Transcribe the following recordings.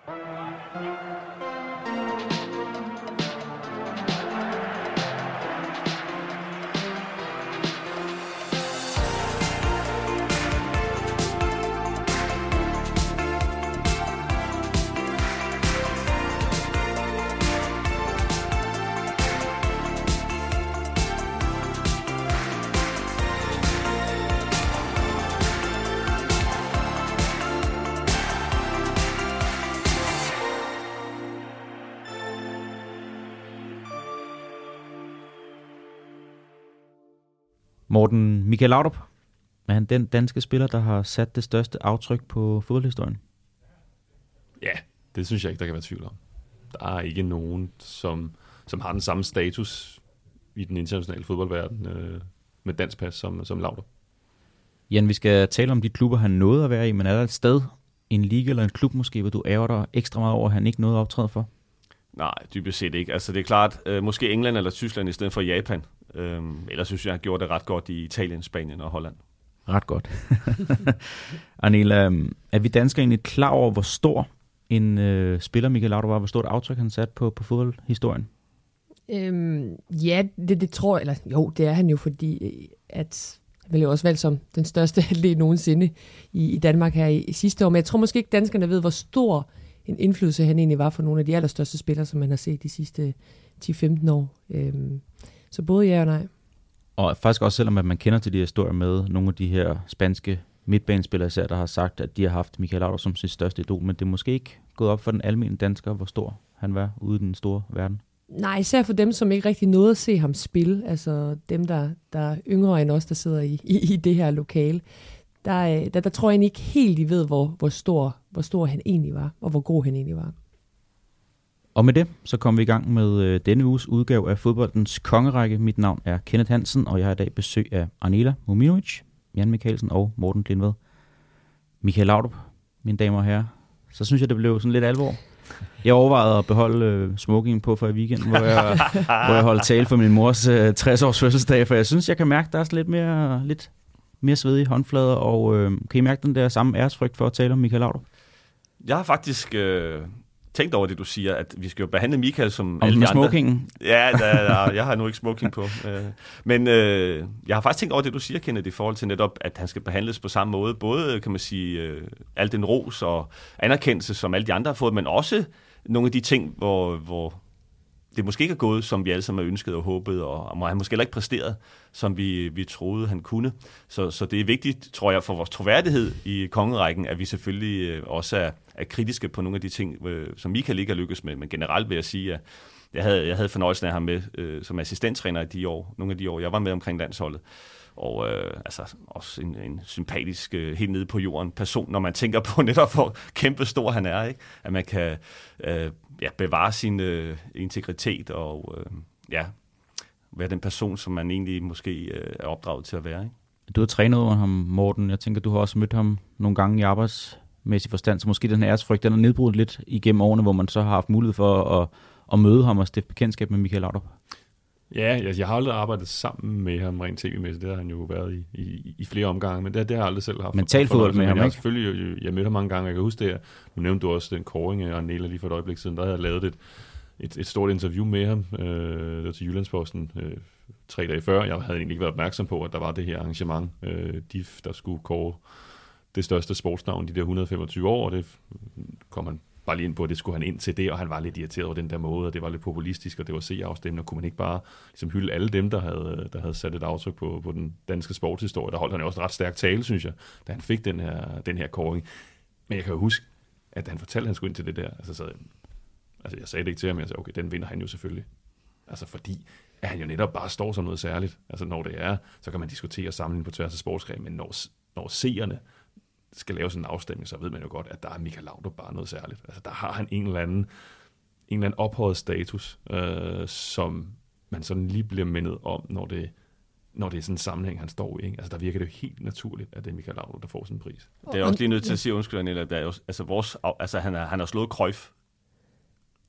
Morten, Michael Laudrup, er han den danske spiller, der har sat det største aftryk på fodboldhistorien? Ja, det synes jeg ikke, der kan være tvivl om. Der er ikke nogen, som har den samme status i den internationale fodboldverden med dansk pas som Laudrup. Jan, vi skal tale om de klubber, han nåede at være i, men er der et sted, en liga eller en klub måske, hvor du ærger dig ekstra meget over, at han ikke nåede at optræde for? Nej, dybest set ikke. Altså det er klart, måske England eller Tyskland i stedet for Japan. Ellers synes jeg, han gjorde det ret godt i Italien, Spanien og Holland. Ret godt. Arnela, er vi danskere egentlig klar over, hvor stor en spiller Michael Laudrup var, hvor stort aftryk han satte på fodboldhistorien? Ja, det tror jeg, eller jo, det er han jo, fordi at han blev jo også valgt som den største atlet nogensinde i Danmark her i sidste år. Men jeg tror måske ikke, danskerne ved, hvor stor en indflydelse han egentlig var for nogle af de allerstørste spillere, som man har set de sidste 10-15 år. Så både ja og nej. Og faktisk også selvom at man kender til de historier med nogle af de her spanske midtbanespillere især, der har sagt, at de har haft Michael Laudrup som sit største idol, men det er måske ikke gået op for den almindelige dansker, hvor stor han var ude i den store verden. Nej, især for dem, som ikke rigtig nåede at se ham spille, altså dem, der er yngre end os, der sidder i det her lokale, der tror jeg ikke helt, de ved, hvor stor han egentlig var, og hvor god han egentlig var. Og med det, så kommer vi i gang med denne uges udgave af Fodboldens Kongerække. Mit navn er Kenneth Hansen, og jeg har i dag besøg af Arnela Muminovic, Jan Mikkelsen og Morten Lindved. Michael Laudrup, mine damer og herrer, så synes jeg, det blev sådan lidt alvor. Jeg overvejede at beholde smokingen på for i weekend, hvor jeg holdt tale for min mors 60-års fødselsdag, for jeg synes, jeg kan mærke, der er lidt mere svedige håndflader, og kan I mærke den der samme æresfrygt for at tale om Michael Laudrup? Jeg har faktisk tænkt over det, du siger, at vi skal jo behandle Michael som om alle de andre. smokingen? Ja, jeg har nu ikke smoking på. Men jeg har faktisk tænkt over det, du siger, Kenneth, i forhold til netop, at han skal behandles på samme måde. Både, kan man sige, al den ros og anerkendelse, som alle de andre har fået, men også nogle af de ting, hvor det måske ikke er gået, som vi alle sammen har ønsket og håbet, og han måske heller ikke præsteret, som vi troede, han kunne. Så det er vigtigt, tror jeg, for vores troværdighed i kongerækken, at vi selvfølgelig også er kritiske på nogle af de ting, som Michael ikke har lykkes med. Men generelt vil jeg sige, at jeg havde fornøjelsen af ham med som assistenttræner i nogle af de år, jeg var med omkring landsholdet. Og også en sympatisk, helt nede på jorden person, når man tænker på netop, hvor kæmpe stor han er, ikke? At man kan bevare sin integritet og være den person, som man egentlig måske er opdraget til at være, ikke? Du har trænet over ham, Morten. Jeg tænker, du har også mødt ham nogle gange i arbejdsmæssig forstand, så måske den her æresfrygt, den er nedbrudt lidt igennem årene, hvor man så har haft mulighed for at møde ham og stifte bekendtskab med Michael Laudrup. Ja, jeg har aldrig arbejdet sammen med ham rent tv-mæssigt. Det har han jo været i flere omgange, men det har jeg aldrig selv haft. Mentalfodbold med ham, ikke? Selvfølgelig, jeg mødte ham mange gange, jeg kan huske det her. Nu nævnte du også den kåring af Arnela lige for et øjeblik siden. Der havde jeg lavet et stort interview med ham. Det var til Jyllandsposten 3 dage før. Jeg havde egentlig ikke været opmærksom på, at der var det her arrangement. DIF, der skulle kåre det største sportsnavn de der 125 år, og det kom han bare lige ind på, at det skulle han ind til det, og han var lidt irriteret over den der måde, og det var lidt populistisk, og det var C-afstemning, og kunne man ikke bare ligesom hylde alle dem, der havde sat et aftryk på den danske sportshistorie. Der holdt han jo også ret stærkt tale, synes jeg, da han fik den her kåring. Men jeg kan jo huske, at han fortalte, at han skulle ind til det der. Altså jeg sagde det ikke til ham, jeg sagde, okay, den vinder han jo selvfølgelig. Altså fordi, at han jo netop bare står som noget særligt. Altså når det er, så kan man diskutere sammenligning på tværs af sportsgrene, men når seerne skal lave sådan en afstemning, så ved man jo godt, at der er Michael Laudrup bare noget særligt. Altså der har han en eller anden ophøjet status, som man sådan lige bliver mindet om, når det er sådan en sammenhæng, han står i. Ikke? Altså der virker det jo helt naturligt, at det er Michael Laudrup, der får sådan en pris. Det er også lige nødt til at sige, undskyld, Anela, han har slået Cruyff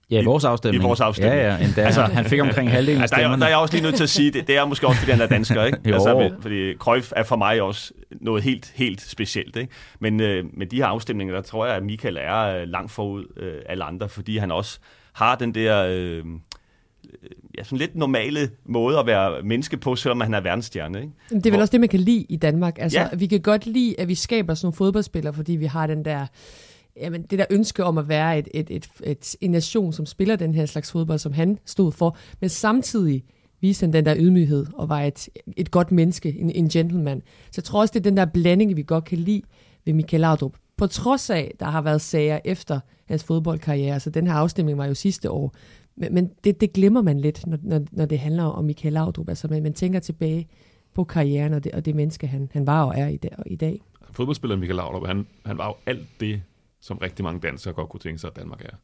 Ja, i vores afstemning. I vores afstemning. Ja, endda. Altså, han fik omkring halvdelen af stemmerne. Der er jeg også lige nødt til at sige, det er måske også, fordi han er dansker, ikke? Jo. Altså, fordi Cruyff er for mig også noget helt specielt, ikke? Men med de her afstemninger, der tror jeg, at Michael er langt forud alle andre, fordi han også har den der sådan lidt normale måde at være menneske på, selvom han er verdensstjerne, ikke? Det er vel også det, man kan lide i Danmark. Altså, vi kan godt lide, at vi skaber sådan nogle fodboldspillere, fordi vi har den der... Jamen, det der ønske om at være en nation, som spiller den her slags fodbold, som han stod for, men samtidig viste han den der ydmyghed og var et godt menneske, en gentleman. Så jeg tror også, det er den der blanding, vi godt kan lide ved Michael Laudrup. På trods af, der har været sager efter hans fodboldkarriere, så den her afstemning var jo sidste år, men det glemmer man lidt, når det handler om Michael Laudrup. Altså, man tænker tilbage på karrieren og det menneske, han var og er i dag. Fodboldspilleren Michael Laudrup, han var jo alt det, som rigtig mange danskere godt kunne tænke sig, at Danmark er.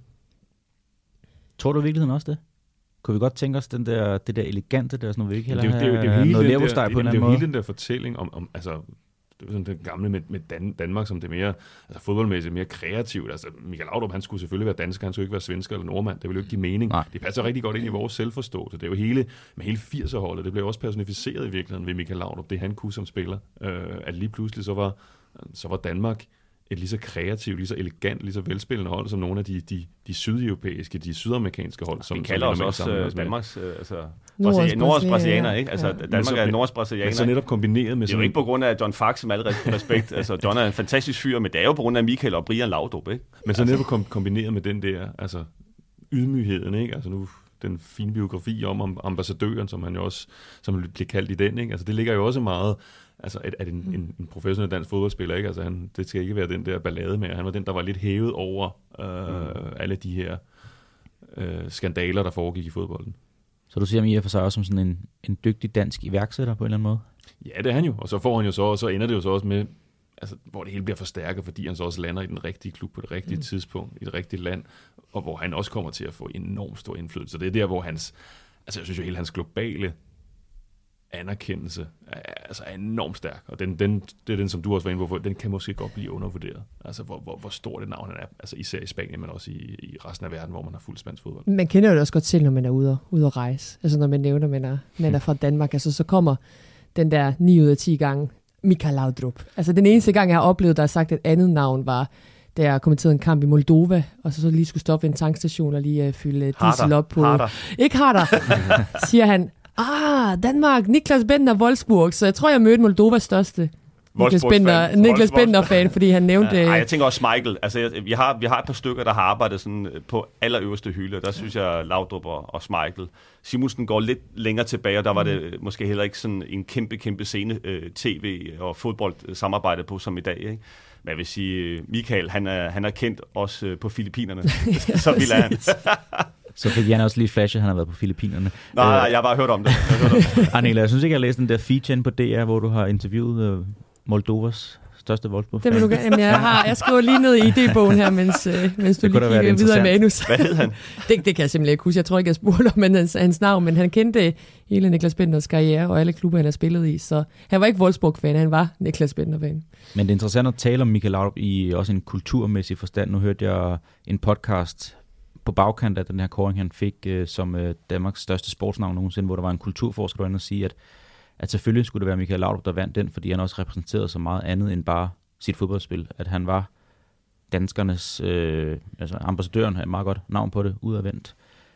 Tror du i virkeligheden også det? Kunne vi godt tænke os det der elegante der, sådan noget, vi ikke heller have noget leverpostej på en eller anden måde? Det er jo hele den der fortælling om altså, det er sådan den gamle med Danmark, som det mere, altså fodboldmæssigt mere kreativt. Altså Michael Laudrup, han skulle selvfølgelig være dansker, han skulle ikke være svensker eller nordmand. Det ville jo ikke give mening. Nej. Det passer rigtig godt ind i vores selvforståelse. Det er jo hele 80'er-holdet, det blev også personificeret i virkeligheden ved Michael Laudrup, det han kunne som spiller. At lige pludselig så var Danmark et lige så kreativt, lige så elegant, lige så velspillende hold som nogle af de sydeuropæiske, de sydamerikanske hold. Som kalder os også Danmarks Nords brasilianer, ikke? Altså Danmark er Nords brasilianer. Men så netop kombineret med det er jo ikke på grund af John Fax, med al respekt. Altså John er en fantastisk fyr, men det er jo på grund af Michael og Brian Laudrup, ikke? Men så netop kombineret med den der, altså ydmygheden, ikke? Altså nu den fine biografi om ambassadøren, som han jo også, som bliver kaldt i den, ikke? Altså det ligger jo også meget. Altså, at en professionel dansk fodboldspiller, ikke? Altså, det skal ikke være den der ballade med. Han var den, der var lidt hævet over alle de her skandaler, der foregik i fodbolden. Så du siger ham i og for sig også som sådan en dygtig dansk iværksætter på en eller anden måde? Ja, det er han jo. Og så får han jo så ender det jo så også med, altså, hvor det hele bliver forstærket, fordi han så også lander i den rigtige klub på det rigtige tidspunkt, i det rigtige land, og hvor han også kommer til at få enormt stor indflydelse. Så det er der, hvor jeg synes jo hele hans globale anerkendelse er enormt stærk, og det er den, som du også var inde på, den kan måske godt blive undervurderet. Altså, hvor stor det navn han er, altså især i Spanien, men også i resten af verden, hvor man har fuld spansk fodbold. Man kender det også godt til, når man er ude at rejse. Altså, når man nævner, man er fra Danmark, altså, så kommer den der 9 ud af 10 gange Michael Laudrup. Altså, den eneste gang, jeg har oplevet, der har sagt et andet navn, var da jeg kommenterede en kamp i Moldova, og så lige skulle stoppe ved en tankstation og lige fylde diesel op på... Ikke Harder, siger han. Danmark, Niklas Bender, Wolfsburg. Så jeg tror, jeg mødte Moldovas største Niklas Bender-fan, fordi han nævnte... jeg tænker også Michael. Altså, vi har et par stykker, der har arbejdet sådan på allerøverste hylde. Der synes jeg, Laudrup og Michael. Simonsen går lidt længere tilbage, og der var det måske heller ikke sådan en kæmpe scene tv- og fodbold-samarbejde på som i dag, ikke? Men jeg vil sige, Michael, han er kendt også på Filippinerne. Så vil han. Så fik Jan også lige flashet, han har været på Filippinerne. Nej, jeg har bare hørt om det. Arnela, jeg synes ikke, jeg har læst den der feature på DR, hvor du har interviewet Moldovas største Wolfsburg. Det vil du gerne. Jamen, jeg skriver lige ned i idébogen her, mens du lige kigger videre i manus. Hvad hed han? det kan jeg simpelthen ikke huske. Jeg tror ikke, jeg spurgte om hans navn, men han kendte hele Niklas Benders karriere og alle klubber, han har spillet i. Så han var ikke Wolfsburg-fan, han var Niklas Bender-fan. Men det er interessant at tale om Michael Laudrup i også en kulturmæssig forstand. Nu hørte jeg en podcast på bagkant af den her kåring, han fik som Danmarks største sportsnavn nogensinde, hvor der var en kulturforsker, der sige, at selvfølgelig skulle det være Michael Laudrup, der vandt den, fordi han også repræsenterede så meget andet end bare sit fodboldspil. At han var danskernes, altså ambassadøren, har et meget godt navn på det, udadvendt.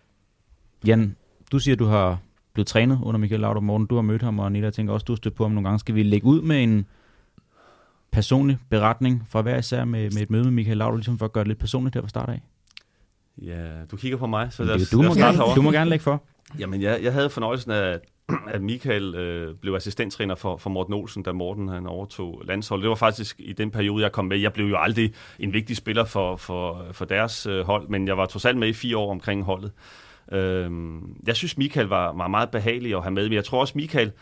Jan, du siger, at du har blevet trænet under Michael Laudrup. Morten, du har mødt ham, og Nita, jeg tænker også, du har stødt på ham nogle gange. Skal vi lægge ud med en personlig beretning fra hver især med et møde med Michael Laudrup, ligesom for at gøre det lidt personligt her fra start af? Ja, du kigger på mig, så du må gerne lægge for. Jamen, jeg havde fornøjelsen af, at Michael blev assistenttræner for Morten Olsen, da Morten han overtog landsholdet. Det var faktisk i den periode, jeg kom med. Jeg blev jo aldrig en vigtig spiller for deres hold, men jeg var trods alt med i 4 år omkring holdet. Jeg synes, Michael var meget behagelig at have med, men jeg tror også, Michael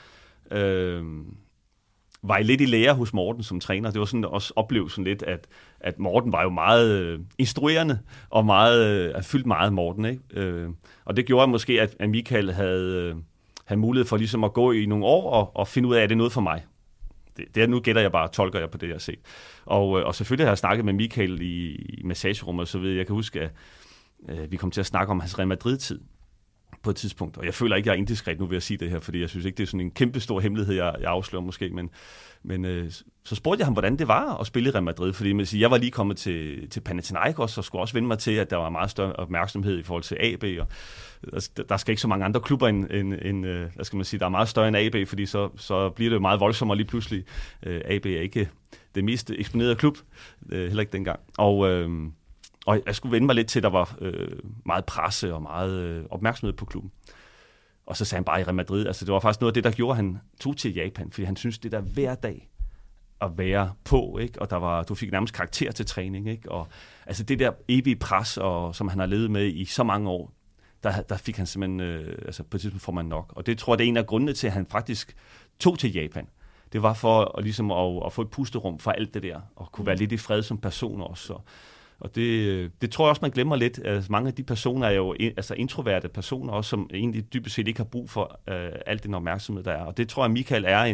var lidt i lære hos Morten som træner. Det var sådan også oplevelsen lidt, at Morten var jo meget instruerende og fyldt meget Morten, ikke? Og det gjorde måske, at Michael havde mulighed for ligesom at gå i nogle år og finde ud af, at det er noget for mig. Nu gætter jeg bare, tolker jeg på det, jeg har set. Og selvfølgelig har jeg snakket med Michael i massagerummet, så ved jeg kan huske, at vi kom til at snakke om hans Real Madrid-tid på et tidspunkt, og jeg føler ikke, jeg er indiskret nu ved at sige det her, fordi jeg synes ikke, det er sådan en kæmpe stor hemmelighed, jeg afslører måske, men så spurgte jeg ham, hvordan det var at spille i Real Madrid, fordi jeg var lige kommet til Panathinaikos, og skulle også vende mig til, at der var meget større opmærksomhed i forhold til AB, og der skal ikke så mange andre klubber end hvad skal man sige, der er meget større end AB, fordi så bliver det meget voldsommere lige pludselig. AB er ikke det mest eksponerede klub, heller ikke dengang. Og jeg skulle vende mig lidt til, at der var meget presse og meget opmærksomhed på klubben. Og så sagde han bare i Real Madrid, altså det var faktisk noget af det, der gjorde, han tog til Japan, fordi han synes det der hver dag at være på, ikke? Og du fik nærmest karakter til træning, ikke? Og altså det der evige pres, som han har levet med i så mange år, der fik han simpelthen, altså på et tidspunkt får man nok. Og det tror jeg, det er en af grundene til, at han faktisk tog til Japan. Det var for ligesom at få et pusterum for alt det der, og kunne være lidt i fred som person også. Og det tror jeg også, man glemmer lidt. Altså, mange af de personer er jo introverte personer, også, som egentlig dybest set ikke har brug for al den opmærksomhed, der er. Og det tror jeg, Michael er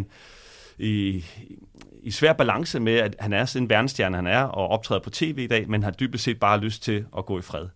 i svær balance med, at han er sådan en verdensstjerne, han er, og optræder på tv i dag, men har dybest set bare lyst til at gå i fred.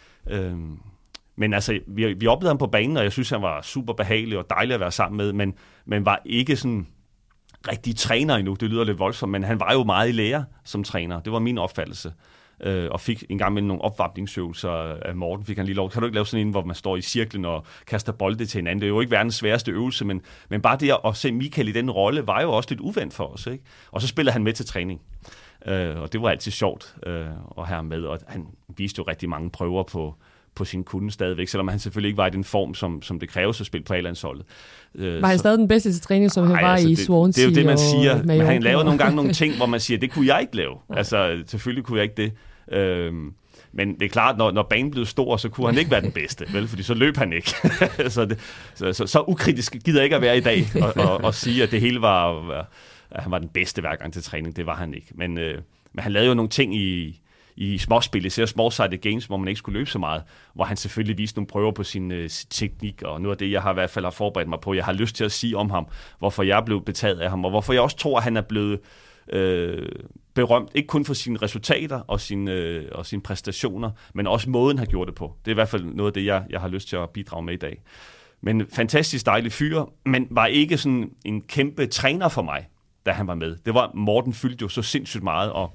Men altså, vi oplevede ham på banen, og jeg synes, han var super behagelig og dejlig at være sammen med, men var ikke sådan rigtig træner endnu. Det lyder lidt voldsomt, men han var jo meget i lære som træner. Det var min opfattelse. Og fik en gang med nogle opvarmningsøvelser af Morten. Fik han lige lov. Kan du ikke lave sådan en, hvor man står i cirklen og kaster bolde til hinanden? Det er jo ikke verdens sværeste øvelse, men bare det at se Michael i den rolle, var jo også lidt uvendt for os. Ikke? Og så spillede han med til træning. Og det var altid sjovt at have ham med. Og han viste jo rigtig mange prøver på sin kunde stadigvæk, selvom han selvfølgelig ikke var i den form, som det kræves at spille på A-landsholdet. Var han stadig den bedste til træning, som han var i Swansea? Det er jo det, man siger. Men han lavede nogle gange nogle ting, hvor man siger, det kunne jeg ikke lave. Altså, selvfølgelig kunne jeg ikke det. Men det er klart, når banen blev stor, så kunne han ikke være den bedste, vel? Fordi så løb han ikke. så ukritisk gider jeg ikke at være i dag og sige, at det hele var, at han var den bedste hver gang til træning. Det var han ikke. Men han lavede jo nogle ting i småspil, især small-sided games, hvor man ikke skulle løbe så meget, hvor han selvfølgelig viste nogle prøver på sin teknik, og noget af det, jeg har i hvert fald har forberedt mig på, jeg har lyst til at sige om ham, hvorfor jeg blev betaget af ham, og hvorfor jeg også tror, at han er blevet berømt, ikke kun for sine resultater og sine præstationer, men også måden, han gjorde det på. Det er i hvert fald noget af det, jeg har lyst til at bidrage med i dag. Men fantastisk dejlig fyr, men var ikke sådan en kæmpe træner for mig, da han var med. Det var, Morten fyldte jo så sindssygt meget, og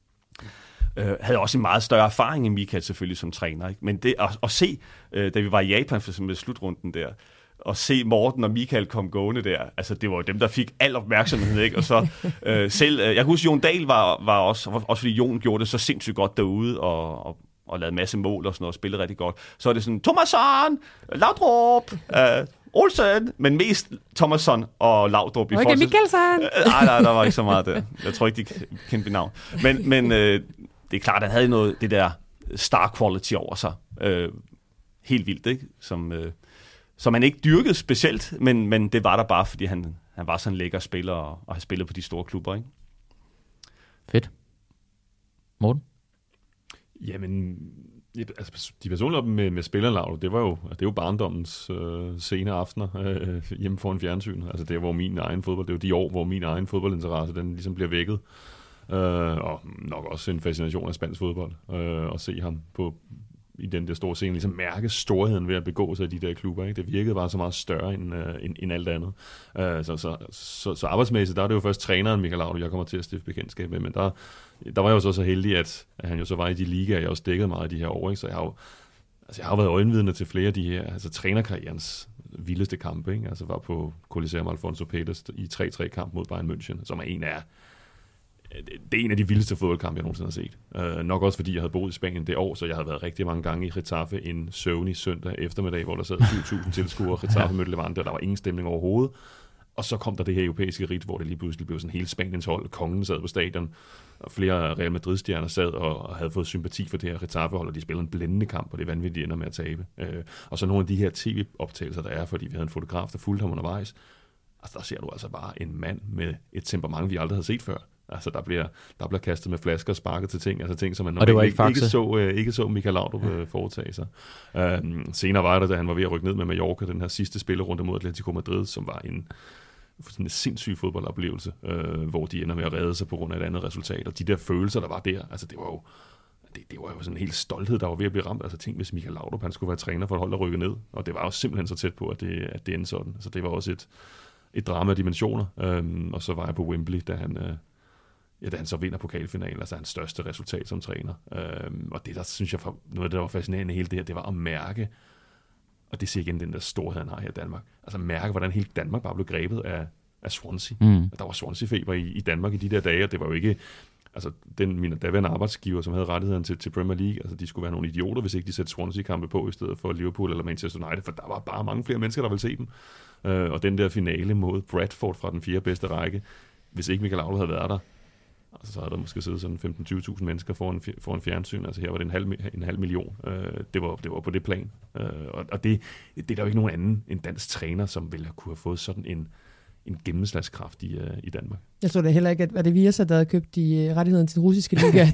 havde også en meget større erfaring end Michael selvfølgelig som træner. Ikke? Men det at se, da vi var i Japan for eksempel slutrunden der, og se Morten og Michael komme gående der, altså det var jo dem, der fik al opmærksomhed, ikke? Og så selv, jeg kan huske, Jon Dahl var også fordi Jon gjorde det så sindssygt godt derude, og lavede masse mål og sådan noget, og spillede rigtig godt. Så er det sådan, Thomasson, Laudrup, Olsen, men mest Thomasson og Laudrup. Og ikke Mikkelsen! Nej, der var ikke så meget der. Jeg tror ikke, de kendte mit navn. Men det er klart, at han havde noget, det der star quality over sig. Helt vildt, ikke? Som man ikke dyrkede specielt, men det var der bare, fordi han var sådan en lækker spiller, og har spillet på de store klubber, ikke? Fedt. Morten? Jamen, altså, de personlige op med spillerlaget, det er jo barndommens sene aftener hjemme foran fjernsynet. Altså det er, hvor min egen fodbold, det er jo de år, hvor min egen fodboldinteresse, den ligesom bliver vækket. Og nok også en fascination af spansk fodbold, og se ham i den der store scene, ligesom mærke storheden ved at begå sig i de der klubber. Ikke? Det virkede bare så meget større end alt andet. Så arbejdsmæssigt, der er det jo først træneren, Michael Laudrup, jeg kommer til at stifte bekendtskab med, men der var jeg jo så heldig, at han jo så var i de ligaer, jeg også dækkede meget af de her år. Ikke? Så jeg har jo været øjenvidne til flere af de her, altså trænerkarrierens vildeste kampe. Ikke? Altså var på Coliseum Alfonso Pérez i 3-3-kamp mod Bayern München, som er det er en af de vildeste fodboldkampe, jeg nogensinde har set. Nok også, fordi jeg havde boet i Spanien det år, så jeg havde været rigtig mange gange i Getafe en søvnig søndag eftermiddag, hvor der sad 7.000 tilskuere. Getafe mødte Levante, og der var ingen stemning overhovedet. Og så kom der det her europæiske rit, hvor det lige pludselig blev sådan hele Spaniens hold. Kongen sad på stadion, og flere Real Madrid-stjerner sad og havde fået sympati for det her Getafe-hold, og de spillede en blændende kamp, og det er vanvittigt, de ender med at tabe. Og så nogle af de her tv-optagelser, der er, fordi vi havde en fotograf, der fulgte ham undervejs. Altså, der ser du altså bare en mand med et temperament, vi aldrig havde set før. Altså, der bliver kastet med flasker og sparket til ting, altså ting, som man ikke så Michael Laudrup foretage sig. Senere var det, da han var ved at rykke ned med Mallorca, den her sidste spillerunde mod Atletico Madrid, som var en sindssyg fodboldoplevelse, hvor de ender med at redde sig på grund af et andet resultat. Og de der følelser, der var der, altså det det var jo sådan en helt stolthed, der var ved at blive ramt. Altså tænk, hvis Michael Laudrup, han skulle være træner for et hold, der rykkede ned. Og det var jo simpelthen så tæt på, at det endte sådan. Altså det var også et drama af dimensioner. Og så var jeg på Wembley, da han så vinder pokalfinalen, altså hans største resultat som træner. Og det der, synes jeg, noget af det, der var fascinerende hele det her, det var at mærke, og det siger igen den der storhed, han har her i Danmark, altså mærke, hvordan hele Danmark bare blev grebet af Swansea. Der var Swansea-feber i Danmark i de der dage, og det var jo ikke, altså min daværende arbejdsgiver, som havde rettigheden til Premier League, altså de skulle være nogle idioter, hvis ikke de satte Swansea-kampe på, i stedet for Liverpool eller Manchester United, for der var bare mange flere mennesker, der ville se dem. Og den der finale mod Bradford fra den 4. bedste række, hvis ikke Michael Laudrup havde været der, altså, så havde der måske siddet sådan 15-20.000 mennesker foran fjernsyn. Altså her var det en halv million. Det var på det plan. Og det er der jo ikke nogen anden end dansk træner, som ville kunne have fået sådan en gennemslagskraft i Danmark. Jeg så det heller ikke, at var det Viasat, der havde købt de rettigheden til den russiske liga?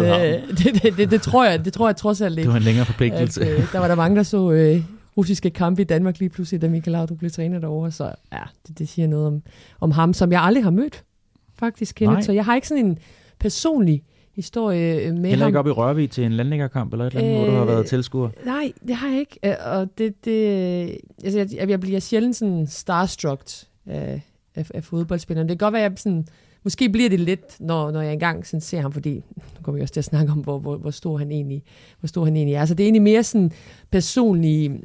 Det tror jeg trods alt ikke. Det var en længere forpligtelse. Der var der mange, der så russiske kampe i Danmark lige pludselig, da Michael Laudrup blev træner derovre. Så ja, det siger noget om ham, som jeg aldrig har mødt, faktisk, Kenneth. Så jeg har ikke sådan en personlig historie med ham. Heller ikke op i Rørvig til en landlæggerkamp eller et eller andet, hvor du har været tilskuer? Nej, det har jeg ikke. Og altså, jeg bliver sjældent sådan starstruck af fodboldspillerne. Det kan godt være, at jeg sådan, måske bliver det lidt, når jeg engang sådan ser ham, fordi nu kommer vi også til at snakke om, hvor stor han egentlig er. Altså det er egentlig mere sådan personlige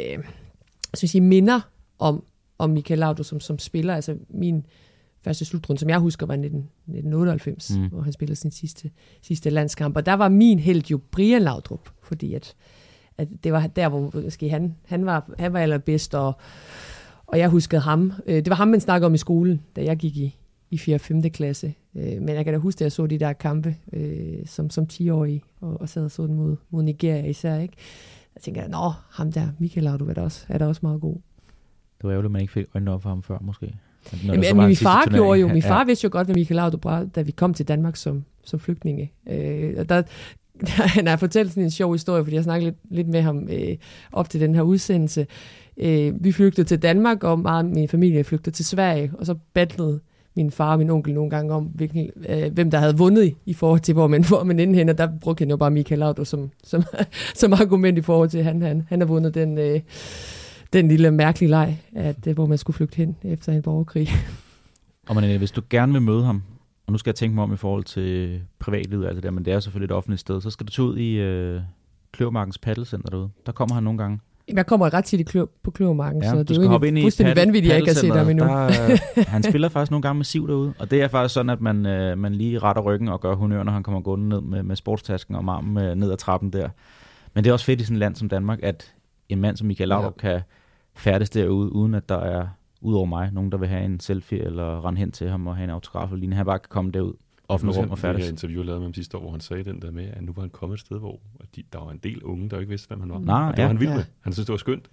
minder om Michael Laudrup som spiller. Altså min første slutrunde, som jeg husker, var 1998, hvor han spillede sin sidste landskamp. Og der var min helt jo Brian Laudrup, fordi at det var der, hvor måske han var allerbedst, og jeg huskede ham. Det var ham, man snakkede om i skolen, da jeg gik i 4. og 5. klasse. Men jeg kan da huske, at jeg så de der kampe som 10-årig, og sad og så den mod Nigeria især. Ikke? Jeg tænker, ham der, Michael Laudrup, er da også meget god. Det var ærgerligt, at man ikke fik øjnene op for ham før, måske. Men min far gjorde jo. Min far vidste jo godt, hvad Michael Laudrup var, da vi kom til Danmark som flygtninge. Og han har fortalt sådan en sjov historie, fordi jeg snakkede lidt med ham op til den her udsendelse. Vi flygtede til Danmark, og meget min familie flygtede til Sverige, og så battlede min far og min onkel nogle gange om, hvem der havde vundet i forhold til, hvor man inden hen, og der brugte han jo bare Michael Laudrup som argument i forhold til, at han har vundet den lille mærkelige leg, hvor man skulle flygte hen efter en borgerkrig. Og hvis du gerne vil møde ham, og nu skal jeg tænke mig om i forhold til privatlivet og alt det der, men det er selvfølgelig et offentligt sted, så skal du tage ud i Kløvermarkens paddelcenter derude. Der kommer han nogle gange. Jeg kommer ret tit på Kløvermarken, så det er jo egentlig fuldstændig vanvittigt, at jeg ikke har set ham endnu. Han spiller faktisk nogle gange massivt derude, og det er faktisk sådan, at man lige retter ryggen og gør honør, når han kommer gående ned med sportstasken og armen ned ad trappen der. Men det er også fedt i sådan et land som Danmark, at en mand som Michael Laudrup kan færdes derude, uden at der er, ud over mig, nogen, der vil have en selfie eller rende hen til ham og have en autograf eller lignende. Han bare kan komme derud, offentligt rum og færdes. Jeg har interview lavet med ham sidste år, hvor han sagde den der med, at nu var han kommet et sted, hvor der var en del unge, der ikke vidste, hvem han var. Og det var han vild med. Han synes, det var skønt.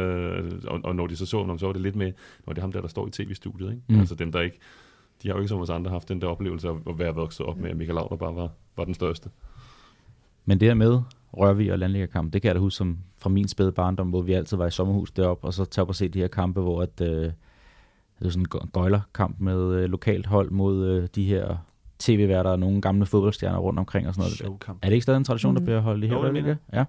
Og når de så var det lidt med, når det er ham der står i tv-studiet. Ikke? Altså dem, der ikke, de har jo ikke som os andre haft den der oplevelse af at være vokset op med, at Michael Laudrup bare var den største. Men det her med Rørvig og landlæggerkamp, det kan jeg da huske som fra min spæde barndom, hvor vi altid var i sommerhus deroppe, og så tage op og se de her kampe, hvor det er sådan en gøjlerkamp med lokalt hold mod de her tv-værter og nogle gamle fodboldstjerner rundt omkring og sådan noget. Showkamp. Er det ikke stadig en tradition, der bliver holdt i her øjeblikket? Ja.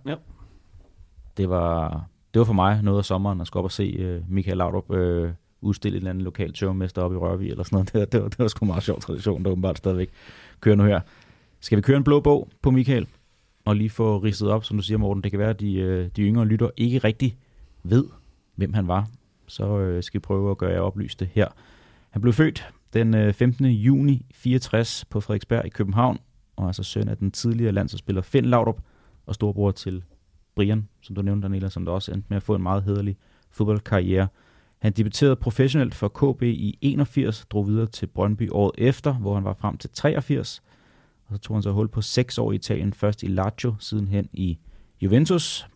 Det var for mig noget af sommeren at skulle op og se Michael Laudrup udstille et eller andet lokalt tørmester op i Rørvig eller sådan noget. Det var sgu en meget sjov tradition, der åbenbart stadigvæk kører nu her. Skal vi køre en blå bog på Michael? Og lige få ridset op, som du siger, Morten. Det kan være, at de yngre lytter ikke rigtig ved, hvem han var. Så skal vi prøve at gøre jer oplyste her. Han blev født den 15. juni 64 på Frederiksberg i København, og altså søn af den tidligere landsholdsspiller Finn Laudrup og storbror til Brian, som du nævnte, Daniela, som der også endte med at få en meget hæderlig fodboldkarriere. Han debuterede professionelt for KB i 81, drog videre til Brøndby året efter, hvor han var frem til 83. Og så tog han så hul på 6 år i Italien, først i Lazio, sidenhen i Juventus.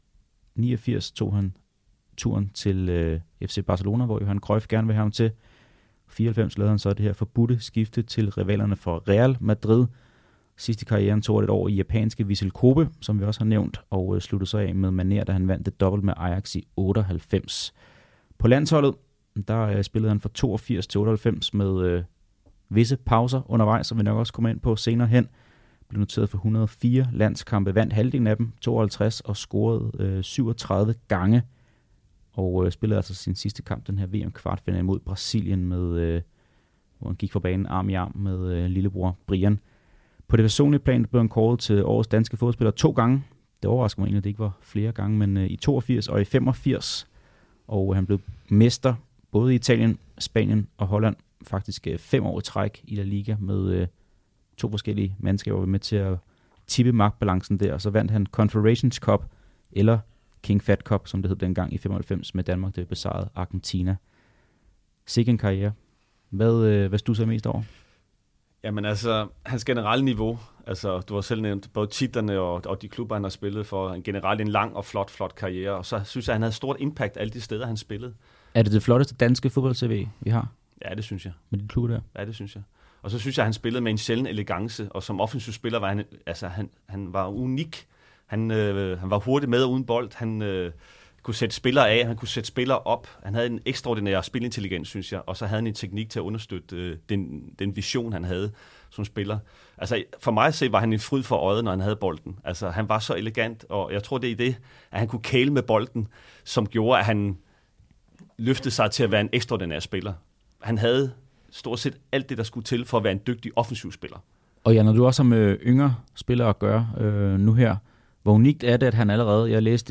89 tog han turen til FC Barcelona, hvor Johan Cruyff gerne vil have ham til. 94 lavede han så det her forbudte skifte til rivalerne for Real Madrid. Sidst i karrieren tog et år i japanske Vissel Kobe, som vi også har nævnt, og sluttede så af med Maner, da han vandt det dobbelt med Ajax i 98. På landsholdet, der spillede han fra 82 til 98 med visse pauser undervejs, som vi nok også kommer ind på senere hen. blev noteret for 104 landskampe, vandt halvdelen af dem, 52, og scorede 37 gange. Og spillede altså sin sidste kamp, den her VM-kvartfinale mod Brasilien, hvor han gik for banen arm i arm med lillebror Brian. På det personlige plan blev han kåret til årets danske fodboldspiller 2 gange. Det overrasker mig egentlig, at det ikke var flere gange, men i 82 og i 85. Og han blev mester både i Italien, Spanien og Holland, faktisk 5 år i træk i La Liga med 2 forskellige mandskaber med til at tippe magtbalancen der. Og så vandt han Confederations Cup, eller King Fahd Cup, som det hed dengang i 95 med Danmark, der besejrede Argentina. Sikke en karriere. Hvad stusser mest over? Jamen altså, hans generelle niveau, altså du har selv nævnt både titlerne og de klubber, han har spillet for, generelt en lang og flot karriere, og så synes jeg, han havde stort impact alle de steder, han spillede. Er det flotteste danske fodbold-CV, vi har? Ja, det synes jeg. Med de klubber der? Ja, det synes jeg. Og så synes jeg, han spillede med en sjælden elegance, og som offensiv spiller var han var unik. Han var hurtig med og uden bold. Han kunne sætte spillere af, han kunne sætte spillere op. Han havde en ekstraordinær spilintelligens, synes jeg, og så havde han en teknik til at understøtte den vision, han havde som spiller. Altså, for mig at se, var han en fryd for øjet, når han havde bolden. Altså, han var så elegant, og jeg tror, det er det, at han kunne kæle med bolden, som gjorde, at han løftede sig til at være en ekstraordinær spiller. Han havde stort set alt det, der skulle til for at være en dygtig offensiv spiller. Og ja, når du også har med yngre spillere at gøre nu her, hvor unikt er det, at han allerede, jeg læste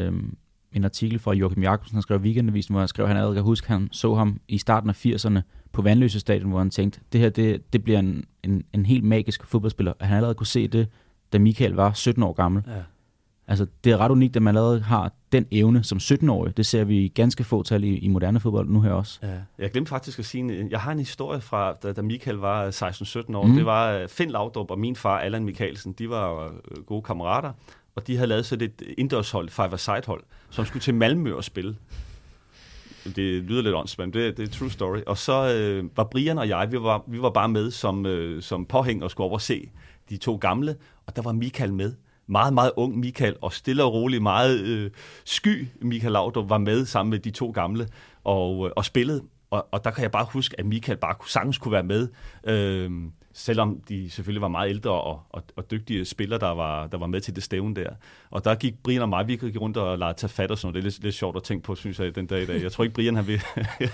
en artikel fra Joachim Jacobsen, han skrev i Weekendavisen, hvor han skrev, at han allerede kan huske, at han så ham i starten af 80'erne på Vandløse Stadion, hvor han tænkte, det her, det bliver en helt magisk fodboldspiller. At han allerede kunne se det, da Michael var 17 år gammel. Ja. Altså, det er ret unikt, at man allerede har den evne som 17-årig. Det ser vi ganske få tal i moderne fodbold nu her også. Ja. Jeg glemte faktisk at sige, jeg har en historie fra, da Michael var 16-17 år. Det var Finn Laudrup og min far, Allan Michalsen. De var gode kammerater, og de havde lavet sådan et indendørshold, five-a-side-hold, som skulle til Malmø og spille. Det lyder lidt åndssvagt, men det er true story. Og så var Brian og jeg, vi var bare med som påhæng og skulle over se de 2 gamle, og der var Michael med. Meget, meget ung Michael, og stille og rolig, meget sky Michael Laudrup var med sammen med de 2 gamle og spillede. Og der kan jeg bare huske, at Michael bare sagtens kunne være med, selvom de selvfølgelig var meget ældre og dygtige spillere, der var med til det stævne der. Og der gik Brian og mig, vi gik rundt og legede tage fat og sådan noget. Det er lidt sjovt at tænke på, synes jeg, den dag i dag. Jeg tror ikke, Brian han vil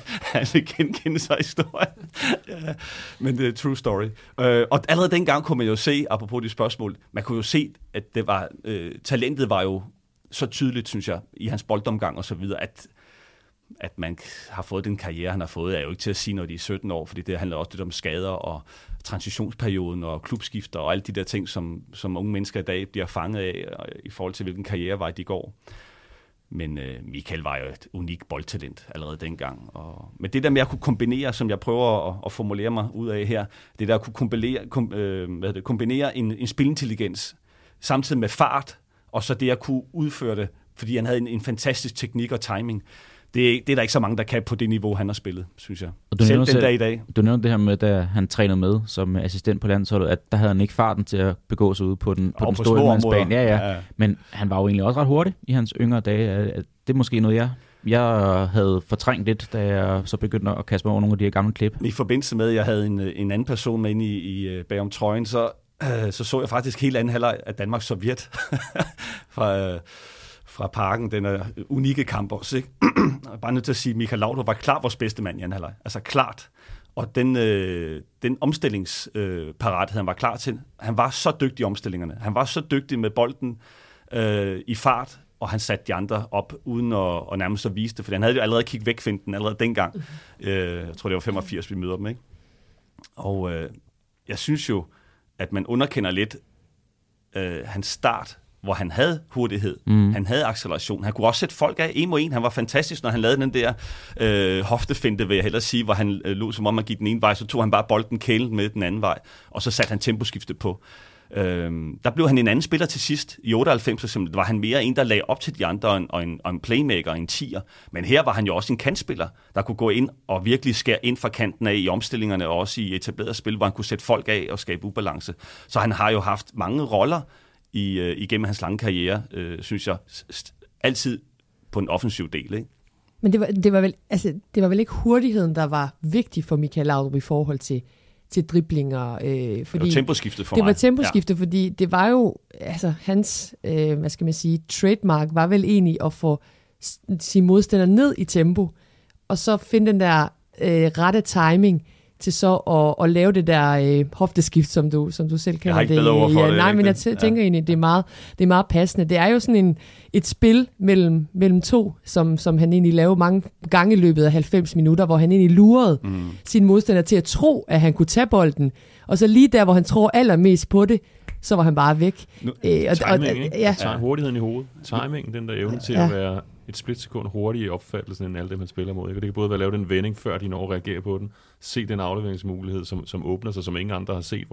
genkende sig historien. Ja, men det er true story. Og allerede dengang kunne man jo se, apropos de spørgsmål, man kunne jo se, at det var, talentet var jo så tydeligt, synes jeg, i hans boldomgang og så videre, at man har fået den karriere, han har fået, er jo ikke til at sige, når de er 17 år, fordi det handler også lidt om skader og transitionsperioden og klubskifter og alle de der ting, som unge mennesker i dag bliver fanget af i forhold til, hvilken karrierevej de går. Men Michael var jo et unikt boldtalent allerede dengang. Men det der med at kunne kombinere, som jeg prøver at formulere mig ud af her, det der at kunne kombinere en spilintelligens samtidig med fart, og så det at kunne udføre det, fordi han havde en fantastisk teknik og timing. Det er der ikke så mange, der kan på det niveau, han har spillet, synes jeg. Selv den dag i dag. Du nævnte det her med, da han trænede med som assistent på landsholdet, at der havde han ikke farten til at begå sig ud på den store mandsbane. Ja. Men han var jo egentlig også ret hurtig i hans yngre dage. Det er måske noget, jeg havde fortrængt lidt, da jeg så begyndte at kaste mig over nogle af de her gamle klip. I forbindelse med, at jeg havde en anden person med inde i bagom trøjen, så jeg faktisk helt anden halvleg af Danmark-Sovjet fra parken, den er unikke kamp også, ikke? Jeg er bare nødt til at sige, at Michael Laudrup var klart vores bedste mand i anden halvleg. Altså klart. Og den omstillingsparathed, han var klar til, han var så dygtig i omstillingerne. Han var så dygtig med bolden i fart, og han satte de andre op, uden at nærmest at vise det, for han havde jo allerede kigget væk finten allerede dengang. Jeg tror, det var 85, vi møder dem, ikke? Og jeg synes jo, at man underkender lidt hans start, hvor han havde hurtighed, han havde acceleration, han kunne også sætte folk af 1 mod 1, han var fantastisk, når han lavede den der hoftefinte, vil jeg hellere sige, hvor han lå som om man gik den ene vej, så tog han bare bolden kælen med den anden vej, og så satte han temposkifte på. Der blev han en anden spiller til sidst, i 98, så var han mere en, der lagde op til de andre, og en playmaker, en tier, men her var han jo også en kantspiller, der kunne gå ind og virkelig skære ind fra kanten af i omstillingerne, og også i etableret spil, hvor han kunne sætte folk af og skabe ubalance. Så han har jo haft mange roller igennem hans lange karriere, synes jeg, altid på en offensiv del, ikke? Men det var vel ikke hurtigheden, der var vigtig for Michael Laudrup i forhold til til driblinger. Fordi det var temposkiftet for mig. mig. Det var temposkiftet, fordi det var jo, altså hans, hvad skal man sige, trademark var vel egentlig at få sin modstander ned i tempo, og så finde den der rette timing til så at lave det der hofteskift, som du selv kalder det. Jeg har ikke bedre ord for det. Nej, men jeg tænker egentlig, det er meget passende. Det er jo sådan et spil mellem to, som han egentlig lavede mange gange i løbet af 90 minutter, hvor han egentlig lurede sin modstander til at tro, at han kunne tage bolden. Og så lige der, hvor han tror allermest på det, så var han bare væk. Timing, ikke? Hurtigheden i hovedet. Timingen, den der evne til at være et splitsekund hurtigere i opfattelsen end alle dem, han spiller mod. Ikke? Det kan både være at lave den vending, før de når at reagere på den. Se den afleveringsmulighed, som åbner sig, som ingen andre har set,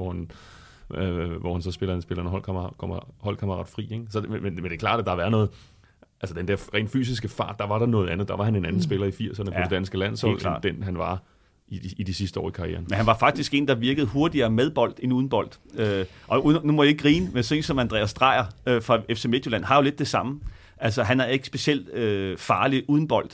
hvor han så spiller en holdkammerat fri. Ikke? Så, men det er klart, at der har været noget. Altså den der rent fysiske fart, der var der noget andet. Der var han en anden spiller i 80'erne på det danske landshold, end den han var i de sidste år i karrieren. Men han var faktisk en, der virkede hurtigere med bold end uden bold. Og nu må jeg ikke grine, men sådan som Andreas Dreyer fra FC Midtjylland har jo lidt det samme. Altså han er ikke specielt farlig uden bold,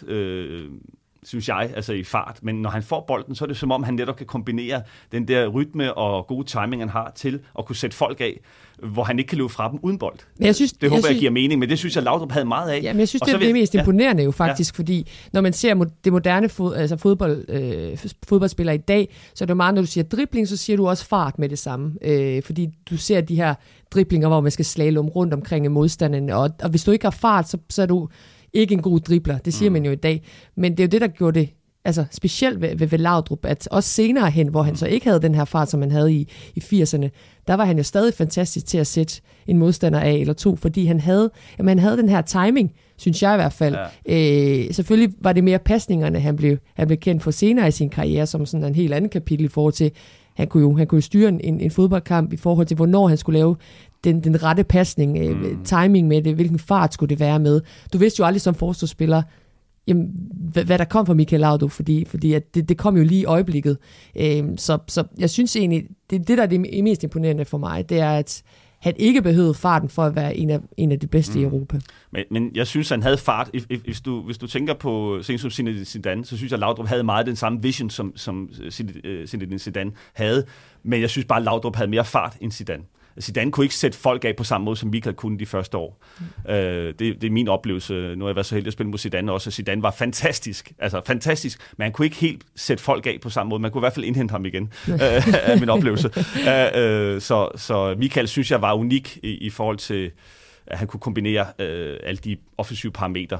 synes jeg, altså i fart. Men når han får bolden, så er det som om, han netop kan kombinere den der rytme og gode timing, han har til at kunne sætte folk af, hvor han ikke kan løbe fra dem uden bold. Men det håber jeg giver mening, men det synes jeg, Laudrup havde meget af. Ja, men jeg synes, det er det mest imponerende jo faktisk, fordi når man ser det moderne fodboldspillere i dag, så er det jo meget, når du siger dribling, så siger du også fart med det samme. Fordi du ser de her driblinger, hvor man skal slalom rundt omkring modstanderen, og hvis du ikke har fart, så er du ikke en god dribler. Det siger man jo i dag. Men det er jo det, der gjorde det specielt ved Laudrup, at også senere hen, hvor han så ikke havde den her fart, som han havde i 80'erne, der var han jo stadig fantastisk til at sætte en modstander af eller to, fordi han havde den her timing, synes jeg i hvert fald. Ja. Selvfølgelig var det mere pasningerne, han blev kendt for senere i sin karriere, som sådan en helt anden kapitel i forhold til, han kunne jo styre en fodboldkamp i forhold til, hvornår han skulle lave den rette pasning, timing med det, hvilken fart skulle det være med. Du vidste jo aldrig som forsvarsspiller, hvad der kom fra Michael Laudrup, fordi at det kom jo lige i øjeblikket. Så jeg synes egentlig, det der er det mest imponerende for mig, det er, at han ikke behøvede farten for at være en af de bedste i Europa. Men jeg synes, han havde fart. Hvis du tænker på Zinedine Zidane, så synes jeg, at Laudrup havde meget den samme vision, som Zinedine Zidane havde. Men jeg synes bare, at Laudrup havde mere fart end Zidane. Zidane kunne ikke sætte folk af på samme måde, som Michael kunne de første år. Det er min oplevelse. Nu har jeg været så heldig at spille mod Zidane også, og Zidane var fantastisk. Altså fantastisk, men han kunne ikke helt sætte folk af på samme måde. Man kunne i hvert fald indhente ham igen, af min oplevelse. Så Michael synes jeg var unik i forhold til, at han kunne kombinere alle de offensive parametre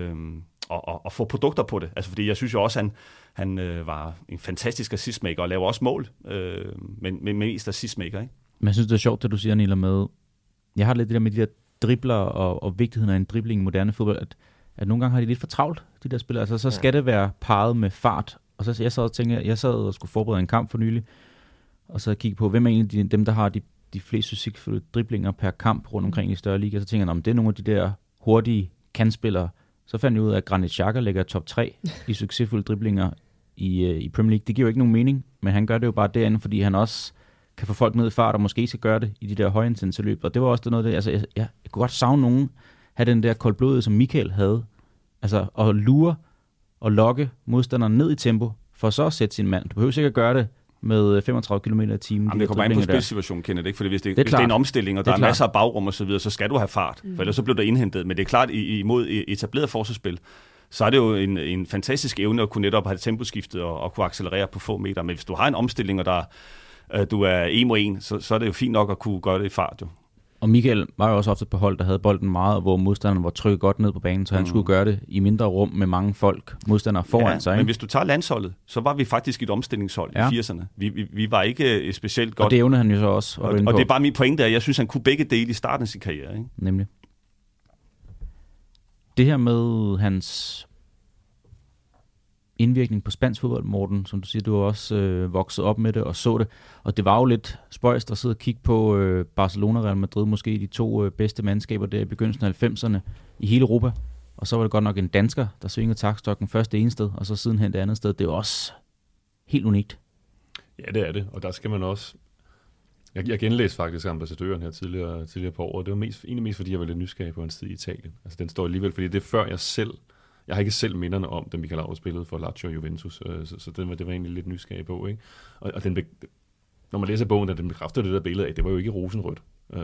og få produkter på det. Altså fordi jeg synes jo også, at han var en fantastisk assistmaker og laver også mål, men mest assistmaker, ikke? Men jeg synes, det er sjovt, at du siger, Niels, med, jeg har lidt det der med de der dribler og vigtigheden af en dribling i moderne fodbold, at nogle gange har de lidt for travlt, de der spillere. Altså, så skal det være parret med fart. Og så jeg sad og skulle forberede en kamp for nylig, og så kiggede på, hvem er egentlig dem, der har de flest succesfulde driblinger per kamp rundt omkring i større liga. Så tænker jeg, det er nogle af de der hurtige kantspillere. Så fandt jeg ud af, at Granit Xhaka ligger top 3 i succesfulde driblinger i Premier League. Det giver jo ikke nogen mening, men han gør det jo bare derinde, fordi han også kan få folk ned i fart, og måske skal gøre det i de der højintense løb. Og det var også noget af det, altså jeg kunne godt savne nogen, have den der koldblodede, som Michael havde. Altså at lure og lokke modstanderen ned i tempo, for så at sætte sin mand. Du behøver sikkert gøre det med 35 km i timen. Jamen, det kommer an på spilsituationen, kender det ikke? Fordi hvis det er en omstilling, og der er masser af bagrum og så videre, så skal du have fart. For ellers så bliver der indhentet. Men det er klart, imod etableret forsvarsspil, så er det jo en fantastisk evne at kunne netop have temposkiftet og kunne accelerere på få meter. Men hvis du har en omstilling, og du er 1 mod 1, så er det jo fint nok at kunne gøre det i fart, jo. Og Michael var jo også ofte på hold, der havde bolden meget, hvor modstanderen var trykket godt ned på banen, så han skulle gøre det i mindre rum med mange folk, modstandere foran sig. Ikke? Men hvis du tager landsholdet, så var vi faktisk et omstillingshold i 80'erne. Vi var ikke specielt godt. Og det evnede han jo så også. Og det er bare min pointe, at jeg synes, han kunne begge dele i starten af sin karriere. Ikke? Nemlig. Det her med hans indvirkning på spansk fodbold, Morten, som du siger, du har også vokset op med det og så det, og det var jo lidt spøjst at sidde og kigge på Barcelona og Real Madrid, måske de 2 bedste mandskaber der i begyndelsen af 90'erne i hele Europa, og så var det godt nok en dansker, der svingede taktstokken først det ene sted, og så sidenhen det andet sted. Det er jo også helt unikt. Ja, det er det, og der skal man også. Jeg genlæste faktisk ambassadøren her tidligere på året. Det var egentlig mest fordi, jeg var lidt nysgerrig på hans tid i Italien. Altså den står alligevel, fordi det er før jeg har ikke selv minderne om, da Michael Laudrup spillede for Lazio og Juventus, så det var egentlig lidt nysgerrig på, ikke? Og når man læser bogen, der den bekræfter det der billede af, det var jo ikke rosenrødt.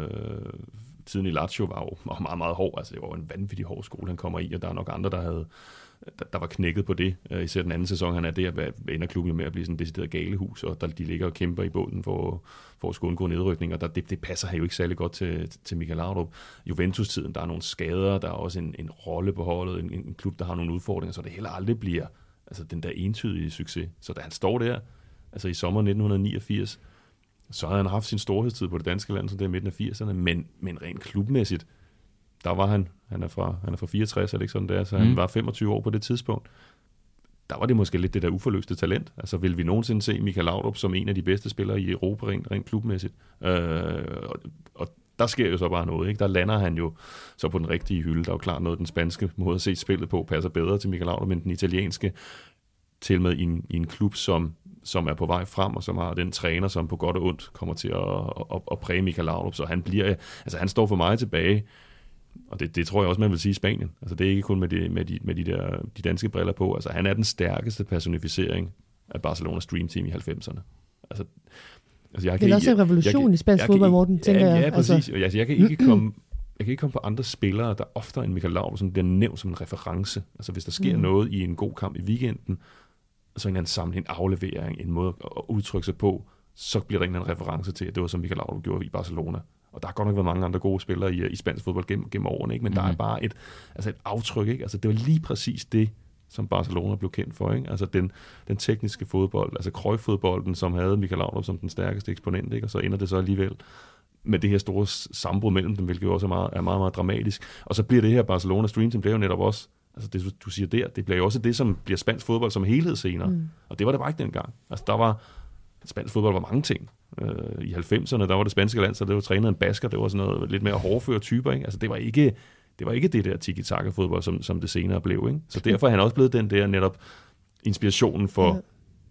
Tiden i Lazio var jo meget, meget hård. Altså, det var jo en vanvittig hård skole, han kommer i, og der er nok andre, der var knækket på det. Især den anden sæson, han er der, ender klubben jo med at blive sådan en decideret galehus, og de ligger og kæmper i bunden for at skulle undgå nedrykning, og det passer her jo ikke særlig godt til Michael Laudrup. Juventus-tiden, der er nogle skader, der er også en rolle på holdet, en klub, der har nogle udfordringer, så det heller aldrig bliver altså den der entydige succes. Så da han står der, altså i sommer 1989, så havde han haft sin storhedstid på det danske land, så det er midten af 80'erne, men rent klubmæssigt, der var han er fra 64, er det ikke sådan der, så han var 25 år på det tidspunkt. Der var det måske lidt det der uforløste talent. Altså vil vi nogensinde se Michael Laudrup som en af de bedste spillere i Europa rent klubmæssigt? Og der sker jo så bare noget, ikke? Der lander han jo så på den rigtige hylde. Der er jo klart noget, den spanske måde at se spillet på passer bedre til Michael Laudrup end den italienske, til med i en klub, som er på vej frem, og som har den træner, som på godt og ondt kommer til at præge Michael Laudrup. Så han står for mig tilbage, og det tror jeg også, man vil sige i Spanien. Altså det er ikke kun med de danske briller på. Altså han er den stærkeste personificering af Barcelonas Dream Team i 90'erne. Altså det er også en revolution i spansk fodbold, Morten, tænker jeg. Ja, præcis. Altså, jeg kan ikke komme på andre spillere, der oftere end Michael Laudrup, som bliver nævnt som en reference. Altså hvis der sker noget i en god kamp i weekenden, så en eller anden samling, en aflevering, en måde at udtrykke sig på, så bliver der en eller anden reference til, at det var som Michael Laudrup gjorde i Barcelona. Og der har godt nok været mange andre gode spillere i spansk fodbold gennem årene, ikke? Men der er bare et aftryk, ikke? Altså det var lige præcis det, som Barcelona blev kendt for, ikke? Altså den tekniske fodbold, altså Cruyff-fodbolden, som havde Michael Laudrup som den stærkeste eksponent, ikke? Og så ender det så alligevel med det her store sammenbrud mellem dem, hvilket jo også er meget, meget dramatisk. Og så bliver det her Barcelonas Dream Team, det er jo netop også, altså det du siger der, det bliver jo også det, som bliver spansk fodbold som helhed senere. Og det var det bare ikke dengang. Altså der var, spansk fodbold var mange ting. I 90'erne, der var det spanske land, så det var trænet en basker, det var sådan noget lidt mere hårdføre typer, ikke? Altså det var ikke det der tiki-taka-fodbold, som det senere blev, ikke? Så derfor er han også blevet den der netop inspirationen for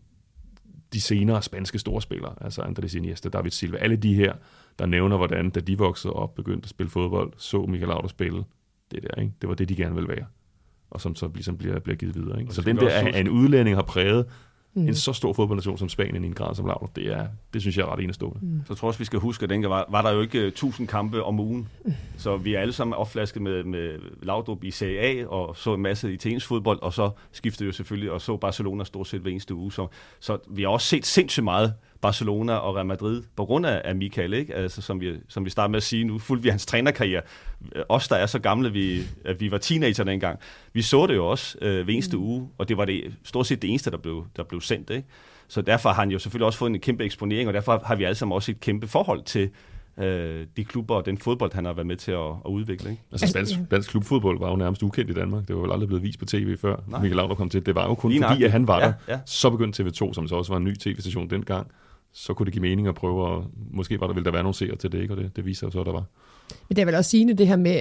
de senere spanske storspillere, altså Andrés Iniesta, David Silva, alle de her, der nævner, hvordan, da de voksede op, begyndte at spille fodbold, så Michael Laudrup spille det der, ikke? Det var det, de gerne ville være, og som så ligesom bliver givet videre, ikke? Så den der, at en udlænding har præget en så stor fodboldnation som Spanien i en grad som Laudrup, det synes jeg er ret enestående. Så tror jeg også, vi skal huske, at dengang var der jo ikke 1000 kampe om ugen. Så vi er alle sammen opflasket med Laudrup i Serie A, og så en masse italiensk fodbold, og så skiftede jo selvfølgelig, og så Barcelona stort set hver eneste uge. Så vi har også set sindssygt meget Barcelona og Real Madrid på grund af Michael, ikke? Altså, som vi starter med at sige, nu fulgte vi hans trænerkarriere. Os, der er så gamle, at vi var teenager dengang, vi så det jo også hver eneste uge, og det var det stort set det eneste, der blev sendt, ikke? Så derfor har han jo selvfølgelig også fået en kæmpe eksponering, og derfor har vi alle sammen også et kæmpe forhold til de klubber og den fodbold, han har været med til at udvikle, ikke? Altså spansk klubfodbold var jo nærmest ukendt i Danmark. Det var jo aldrig blevet vist på tv før. Michael Laudrup kom til. Det var jo kun fordi, at han var der. Ja. Så begyndte TV2, som så også var en ny tv-station dengang. Så kunne det give mening at prøve, og måske ville der være nogle seere til det, ikke? Og det viser jo så, der var. Men det er vel også sigende det her med,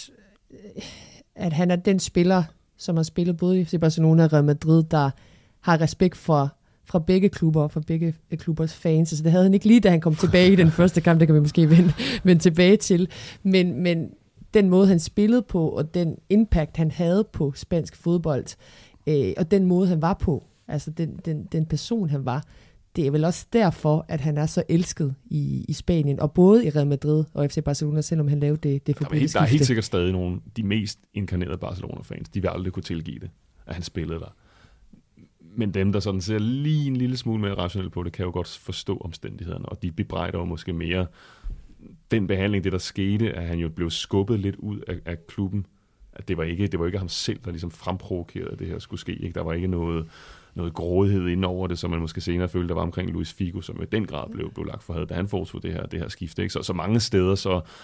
at han er den spiller, som har spillet både i Barcelona og Real Madrid, der har respekt fra begge klubber og fra begge klubbers fans. Altså det havde han ikke lige, da han kom tilbage i den første kamp, det kan vi måske vende tilbage til. Men den måde, han spillede på, og den impact, han havde på spansk fodbold, og den måde, han var på, altså den person, han var, det er vel også derfor, at han er så elsket i Spanien, og både i Real Madrid og FC Barcelona, selvom han lavede det forbudte skifte. Der er helt sikkert stadig nogle, de mest inkarnerede Barcelona-fans, de vil aldrig kunne tilgive det, at han spillede der. Men dem, der sådan ser lige en lille smule mere rationelt på det, kan jo godt forstå omstændighederne, og de bebrejder jo måske mere den behandling, det der skete, at han jo blev skubbet lidt ud af klubben. At det var ikke ham selv, der ligesom fremprovokerede, at det her skulle ske. Ikke? Der var ikke noget grådighed inde over det, som man måske senere følte, der var omkring Luis Figo, som i den grad blev lagt for had, da han foretog det her skifte. Ikke? Så mange steder,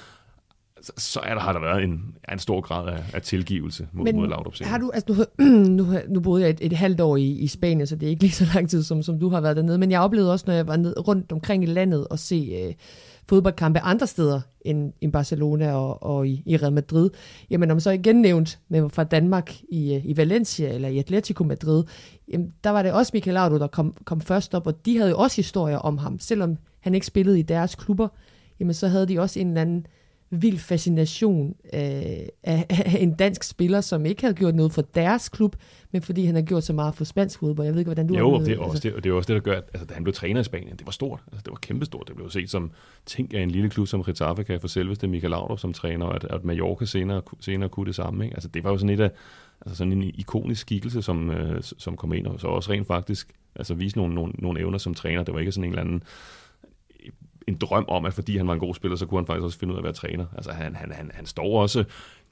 så har der været en stor grad af tilgivelse mod Laudrup. Har du, altså nu boede jeg et halvt år i Spanien, så det er ikke lige så lang tid, som du har været dernede, men jeg oplevede også, når jeg var rundt omkring i landet og se fodboldkampe andre steder end i Barcelona og i Real Madrid. Jamen, om så igen nævnt fra Danmark i Valencia eller i Atletico Madrid, jamen, der var det også Michael Laudrup, der kom først op, og de havde jo også historier om ham. Selvom han ikke spillede i deres klubber, jamen, så havde de også en eller anden vild fascination af en dansk spiller, som ikke havde gjort noget for deres klub, men fordi han har gjort så meget for spansk fodbold. Jeg ved ikke, hvordan du har det. Det er også det, der gør, at da han blev træner i Spanien, det var stort. Altså, det var kæmpestort. Det blev set som ting af en lille klub som Getafe kan få selveste Michael Laudrup som træner, og at Mallorca senere kunne det samme. Ikke? Altså, det var jo sådan en ikonisk skikkelse, som kom ind, og så også rent faktisk vise nogle evner som træner. Det var ikke sådan en eller anden en drøm om, at fordi han var en god spiller, så kunne han faktisk også finde ud af at være træner. Altså han står også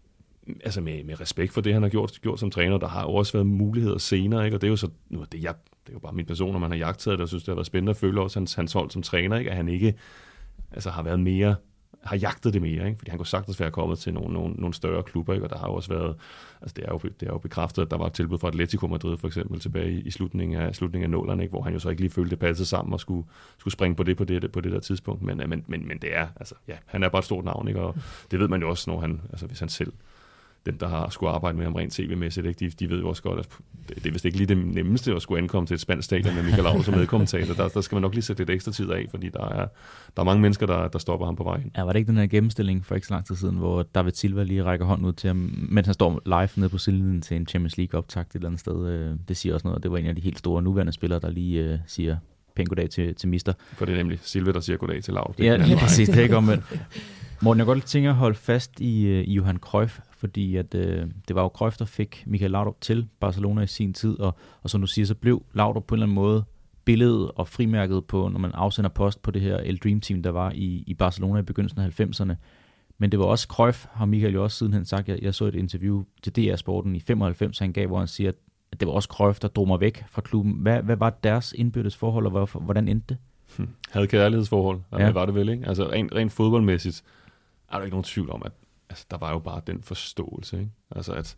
med respekt for det, han har gjort som træner. Der har jo også været muligheder senere, ikke? Og det er jo så det er jo bare min person, når man har jagtet det, og synes, det har været spændende at følge også hans hold som træner, ikke? At han ikke har været mere, har jagtet det mere, ikke? Fordi han kunne sagtens være kommet til nogle større klubber, ikke? Og der har jo også været, det er jo bekræftet, at der var et tilbud fra Atletico Madrid for eksempel tilbage i slutningen af 0'erne, ikke? Hvor han jo så ikke lige følte det passede sammen og skulle springe på det der tidspunkt, men det er, han er bare et stort navn, ikke? Og det ved man jo også, når han, hvis han selv, dem, der har skulle arbejde med ham rent tv-mæssigt, ikke? De ved jo også godt, at det er vist ikke lige det nemmeste at skulle ankomme til et spansk stadion med Michael Laudrup som medkommentator. Der skal man nok lige sætte lidt ekstra tid af, fordi der er mange mennesker, der stopper ham på vejen. Ja, var det ikke den her gennemstilling for ikke så lang tid siden, hvor David Silva lige rækker hånden ud til ham, mens han står live nede på sidelinjen til en Champions League-optakt et eller andet sted. Det siger også noget, det var en af de helt store nuværende spillere, der lige siger pænt goddag til mister. For det er nemlig Silva, der siger goddag til Laudrup. Ja, præcis. Det er ikke omvendt. Morten, jeg godt tænke at holde fast i Johan Cruyff, fordi at, det var jo Cruyff, der fik Michael Laudrup til Barcelona i sin tid, og som du siger, så blev Laudrup på en eller anden måde billedet og frimærket på, når man afsender post på det her El Dream Team, der var i Barcelona i begyndelsen af 90'erne. Men det var også Cruyff, har Michael jo også sidenhen sagt. Jeg så et interview til DR Sporten i 95, han gav, hvor han siger, at det var også Cruyff, der drog mig væk fra klubben. Hvad var deres indbyrdes forhold, og hvordan endte det? Havde kærlighedsforhold, det var det vel, ikke? Altså rent fodboldmæssigt er der ikke nogen tvivl om, at der var jo bare den forståelse, ikke? Altså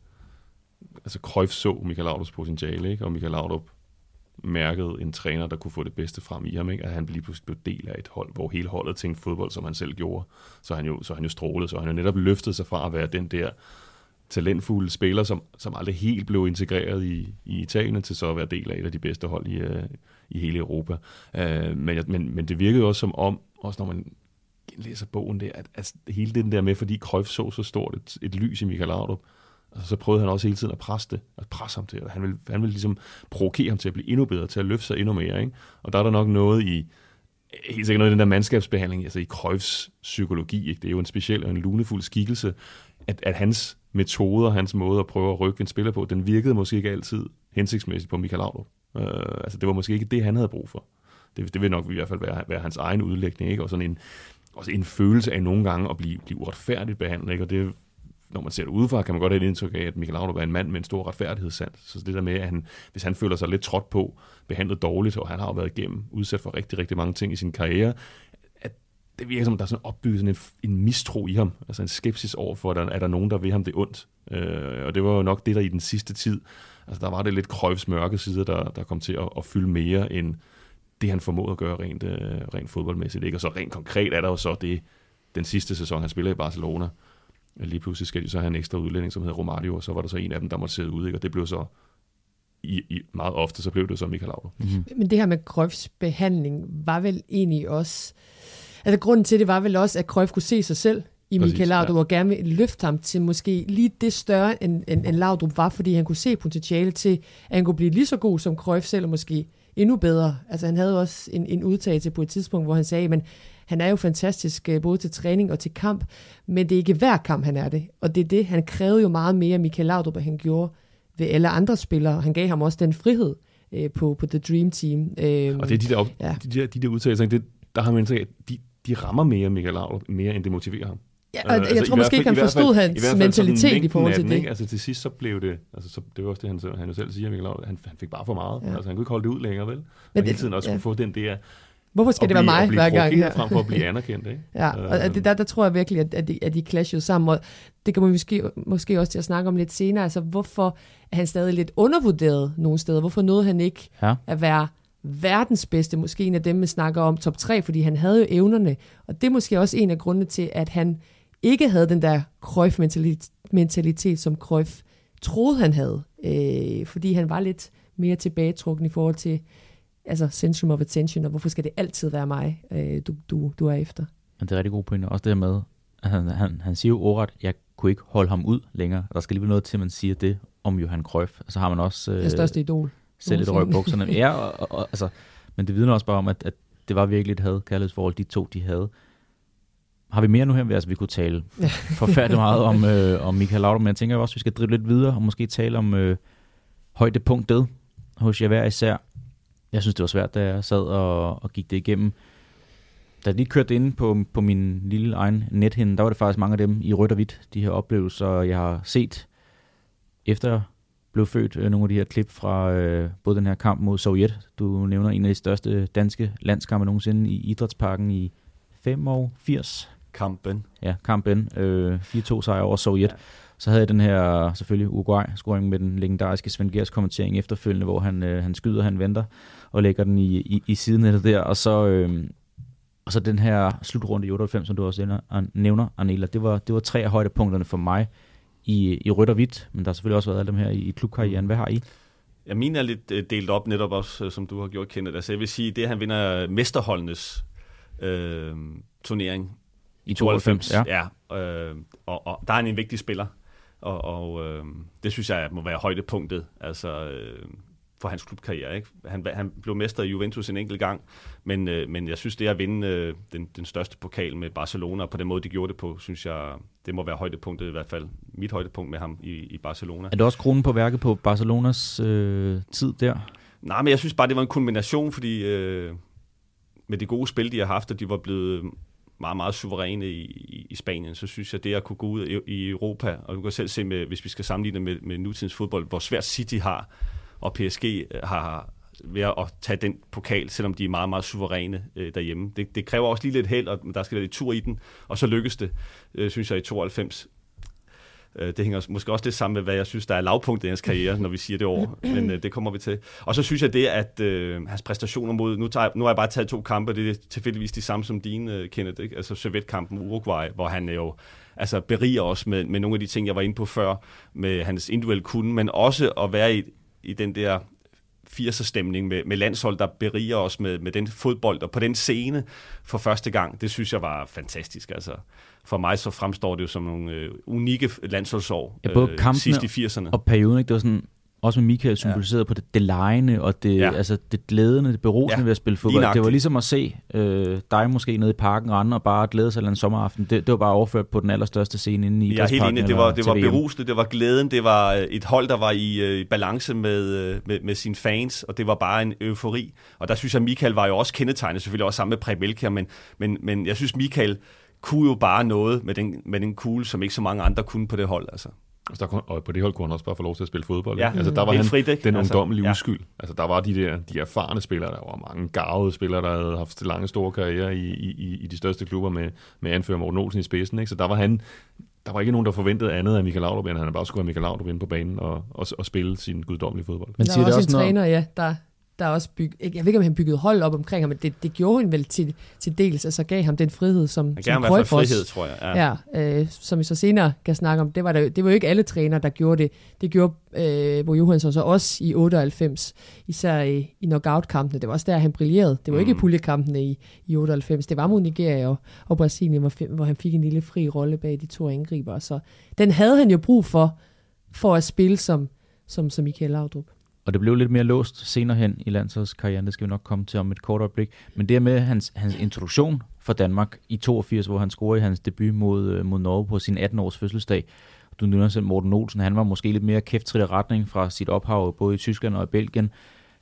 Cruyff så Michael Laudrups potentiale, ikke? Og Michael Laudrup mærkede en træner, der kunne få det bedste frem i ham, ikke? At han lige pludselig blev del af et hold, hvor hele holdet tænkte fodbold, som han selv gjorde. Så han jo strålede, så han jo netop løftede sig fra at være den der talentfulde spiller, som aldrig helt blev integreret i Italien, til så at være del af et af de bedste hold i hele Europa. Men det virkede også som om, også når man læser bogen der, at hele den der med, fordi Cruyff så stort et lys i Michael Laudrup, altså, så prøvede han også hele tiden at presse ham til, at han ville ligesom provokere ham til at blive endnu bedre, til at løfte sig endnu mere, ikke? Og der er der nok noget helt sikkert noget i den der mandskabsbehandling, altså i Cruyffs psykologi, ikke? Det er jo en speciel og en lunefuld skikkelse, at hans metoder, hans måde at prøve at rykke en spiller på, den virkede måske ikke altid hensigtsmæssigt på Michael Laudrup. Det var måske ikke det, han havde brug for. Det vil nok i hvert fald være hans egen udlægning, ikke? Og sådan en følelse af nogle gange at blive uretfærdigt behandlet, ikke? Og det, når man ser det udefra, kan man godt have et indtryk af, at Michael Laudrup er en mand med en stor retfærdighedssans. Så det der med, at hvis han føler sig lidt trådt på, behandlet dårligt, og han har jo været igennem, udsat for rigtig, rigtig mange ting i sin karriere, at det virker som, at der er sådan opbygget sådan en mistro i ham, altså en skepsis overfor, at er der nogen, der vil ham det ondt. Og det var jo nok det, der i den sidste tid, altså der var det lidt Cruyffs mørke side, der kom til at fylde mere end det, han formåede at gøre rent fodboldmæssigt, ikke? Og så rent konkret er der jo så den sidste sæson, han spiller i Barcelona. Lige pludselig skal de så have en ekstra udlænding, som hedder Romario, og så var der så en af dem, der måtte sidde ude, ikke? Og det blev så meget ofte, så blev det så Michael Laudrup. Mm-hmm. Men det her med Cruyffs behandling var vel egentlig også, altså grunden til det var vel også, at Cruyff kunne se sig selv i Michael Laudrup, og gerne vil løfte ham til måske lige det større, end Laudrup var, fordi han kunne se potentiale til, at han kunne blive lige så god som Cruyff selv, og måske endnu bedre. Altså han havde også en udtalelse på et tidspunkt, hvor han sagde, men han er jo fantastisk både til træning og til kamp, men det er ikke hver kamp, han er det. Og det er det, han krævede jo meget mere Michael Laudrup, end han gjorde ved alle andre spillere. Han gav ham også den frihed på The Dream Team. Og det er de der udtalelser, der har man sagt, at de rammer mere Michael Laudrup, mere end det motiverer ham. Ja, og jeg tror måske ikke, han forstod hans mentalitet i forhold til det. Ikke? Altså til sidst så blev det, altså det var også det, han jo selv siger, Michael Laudrup, han fik bare for meget. Ja. Altså han kunne ikke holde det ud længere, vel? Men og hele tiden også skulle få den der. Hvorfor skal det være mig hver gang her? Frem for at blive anerkendt, ikke? Ja, og der tror jeg virkelig, at de clashede sammen, og det kan man måske også til at snakke om lidt senere. Altså hvorfor er han stadig lidt undervurderet nogle steder? Hvorfor nåede han ikke at være verdens bedste, måske en af dem, man snakker om top 3, fordi han havde jo evnerne, og det er måske også en af grundene til, at han ikke havde den der Cruyff-mentalitet, som Cruyff troede, han havde. Fordi han var lidt mere tilbagetrukken i forhold til centrum of attention, og hvorfor skal det altid være mig, du er efter? Det er rigtig god pointe. Også det her med, han siger jo ordret, jeg kunne ikke holde ham ud længere. Der skal lige noget til, at man siger det om Johan Cruyff. Så har man også det største idol. Selv et røg i bukserne. Ja, altså, men det vidner også bare om, at det var virkelig et had-kærlighedsforhold, de to, de havde. Har vi mere nu her? Altså, vi kunne tale forfærdeligt meget om Michael Laudrup, men jeg tænker også, at vi skal drive lidt videre og måske tale om højdepunktet hos jer hver især. Jeg synes, det var svært, da jeg sad og gik det igennem. Da jeg lige kørte ind på min lille egen nethinde, der var det faktisk mange af dem i rødt og hvidt, de her oplevelser, jeg har set efter jeg blev født. Nogle af de her klip fra både den her kamp mod Sovjet. Du nævner en af de største danske landskampe nogensinde i Idrætsparken i 85. Kampen. Ja, kampen. 4-2 sejr over Sovjet. Ja. Så havde jeg den her, selvfølgelig Uruguay-scoring med den legendariske Svend Gehrs kommentering efterfølgende, hvor han skyder, han venter og lægger den i sidenettet der. Og så den her slutrunde i 98, som du også nævner, Arnela. Det var 3 af højdepunkterne for mig i rødt og hvidt, men der har selvfølgelig også været alle dem her i klubkarrieren. Hvad har I? Ja, mine er lidt delt op netop også, som du har gjort, Kenneth. Altså jeg vil sige, det han vinder mesterholdenes turnering i 92. Ja, og der er han en vigtig spiller, og det synes jeg må være højdepunktet, altså for hans klubkarriere. Ikke? Han blev mester i Juventus en enkelt gang, men jeg synes, det at vinde den største pokal med Barcelona, og på den måde, de gjorde det på, synes jeg, det må være højdepunktet, i hvert fald mit højdepunkt med ham i Barcelona. Er det også kronen på værket på Barcelonas tid der? Nej, men jeg synes bare, det var en kombination, fordi med det gode spil, de har haft, og de var blevet meget, meget suveræne i Spanien, så synes jeg, det at kunne gå ud i Europa, og du kan selv se, hvis vi skal sammenligne med nutidens fodbold, hvor svært City har, og PSG har ved at tage den pokal, selvom de er meget, meget suveræne derhjemme. Det kræver også lige lidt held, og der skal være lidt tur i den, og så lykkes det, synes jeg, i 92. Det hænger måske også det sammen med, hvad jeg synes, der er lavpunktet i hans karriere, når vi siger det over, men det kommer vi til. Og så synes jeg det, at hans præstationer mod, nu har jeg bare taget 2 kampe, det er tilfældigvis de samme som dine, Kenneth, ikke? Altså Sovjetkampen Uruguay, hvor han jo altså beriger os med nogle af de ting, jeg var inde på før, med hans individuelle kunde, men også at være i den der 80'er-stemning med landshold, der beriger os med den fodbold, og på den scene for første gang, det synes jeg var fantastisk. Altså, for mig så fremstår det jo som nogle unikke landsholdsår, både sidst i 80'erne. Og perioden, ikke? Det var sådan, også med Michael symboliseret på det legende, og altså det glædende, det berusende ved at spille fodbold. Det var ligesom at se dig måske nede i parken rende, og bare glæde sig en sommeraften. Det var bare overført på den allerstørste scene inde i Idrætsparken. Ja, helt enig. Det var berusende, det var glæden, det var et hold, der var i balance med sine fans, og det var bare en eufori. Og der synes jeg, Michael var jo også kendetegnet, selvfølgelig også sammen med Preben Elkjær, men jeg synes, Michael kunne jo bare noget med den kugle, som ikke så mange andre kunne på det hold, altså. Og på det hold kunne han også bare få lov til at spille fodbold. Ja. Altså, der var han frit, den ungdommelige uskyld. Altså, der var de erfarne spillere, der var mange garvede spillere, der havde haft lange, store karrierer i de største klubber med anfører Morten Olsen i spidsen. Ikke? Så der var ikke nogen, der forventede andet af Michael Laudrup, end han bare skulle have Michael Laudrup inde på banen og spille sin guddommelige fodbold. Men der var også en træner, der også jeg ved ikke, om han byggede hold op omkring ham, men det gjorde han vel til dels, altså gav ham den frihed, som Cruyff også. Han gav ham i hvert fald frihed, tror jeg. Ja, som vi så senere kan snakke om, det var jo ikke alle trænere, der gjorde det. Det gjorde Bo Johansson så også i 98, især i knockout-kampene. Det var også der, han brillerede. Det var ikke i puljekampene i 98. Det var mod Nigeria og Brasilien, hvor han fik en lille fri rolle bag de 2 angriber. Så den havde han jo brug for at spille som Michael Laudrup. Og det blev lidt mere låst senere hen i landsholdskarrieren, det skal vi nok komme til om et kort øjeblik. Men det med hans introduktion for Danmark i 82, hvor han scorede i hans debut mod Norge på sin 18-års fødselsdag. Du nævner selv Morten Olsen, han var måske lidt mere kæftrit i retning fra sit ophav, både i Tyskland og i Belgien.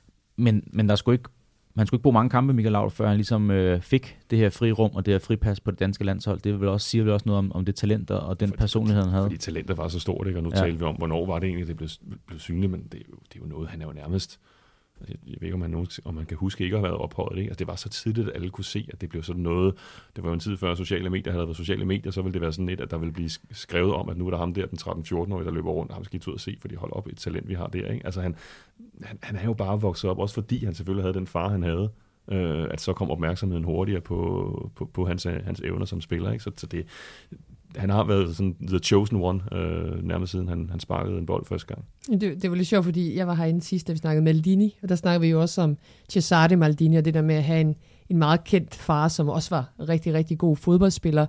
Men man skulle ikke bruge mange kampe, Michael Laudrup, før han ligesom fik det her frirum og det her fripas på det danske landshold. Det siger vel også noget om det talent og den personlighed, han havde. Fordi talentet var så stort, ikke? Og nu taler vi om, hvornår var det egentlig, det blev synligt, men det er jo noget, han er jo nærmest. Jeg ved ikke, om man kan huske ikke at have været ophøjet. Ikke? Altså, det var så tidligt, at alle kunne se, at det blev sådan noget. Det var jo en tid før sociale medier havde været sociale medier, så ville det være sådan et, at der ville blive skrevet om, at nu er der ham der, den 13-14-årige, der løber rundt, ham skal I ud og se, fordi hold op, et talent, vi har der. Ikke? Altså, han er jo bare vokset op, også fordi han selvfølgelig havde den far, han havde, at så kom opmærksomheden hurtigere på hans evner som spiller. Ikke? Så det, han har været sådan the chosen one, nærmest siden han sparkede en bold første gang. Det var lidt sjovt, fordi jeg var herinde sidst, da vi snakkede Maldini, og der snakkede vi jo også om Cesare Maldini, og det der med at have en meget kendt far, som også var rigtig, rigtig god fodboldspiller.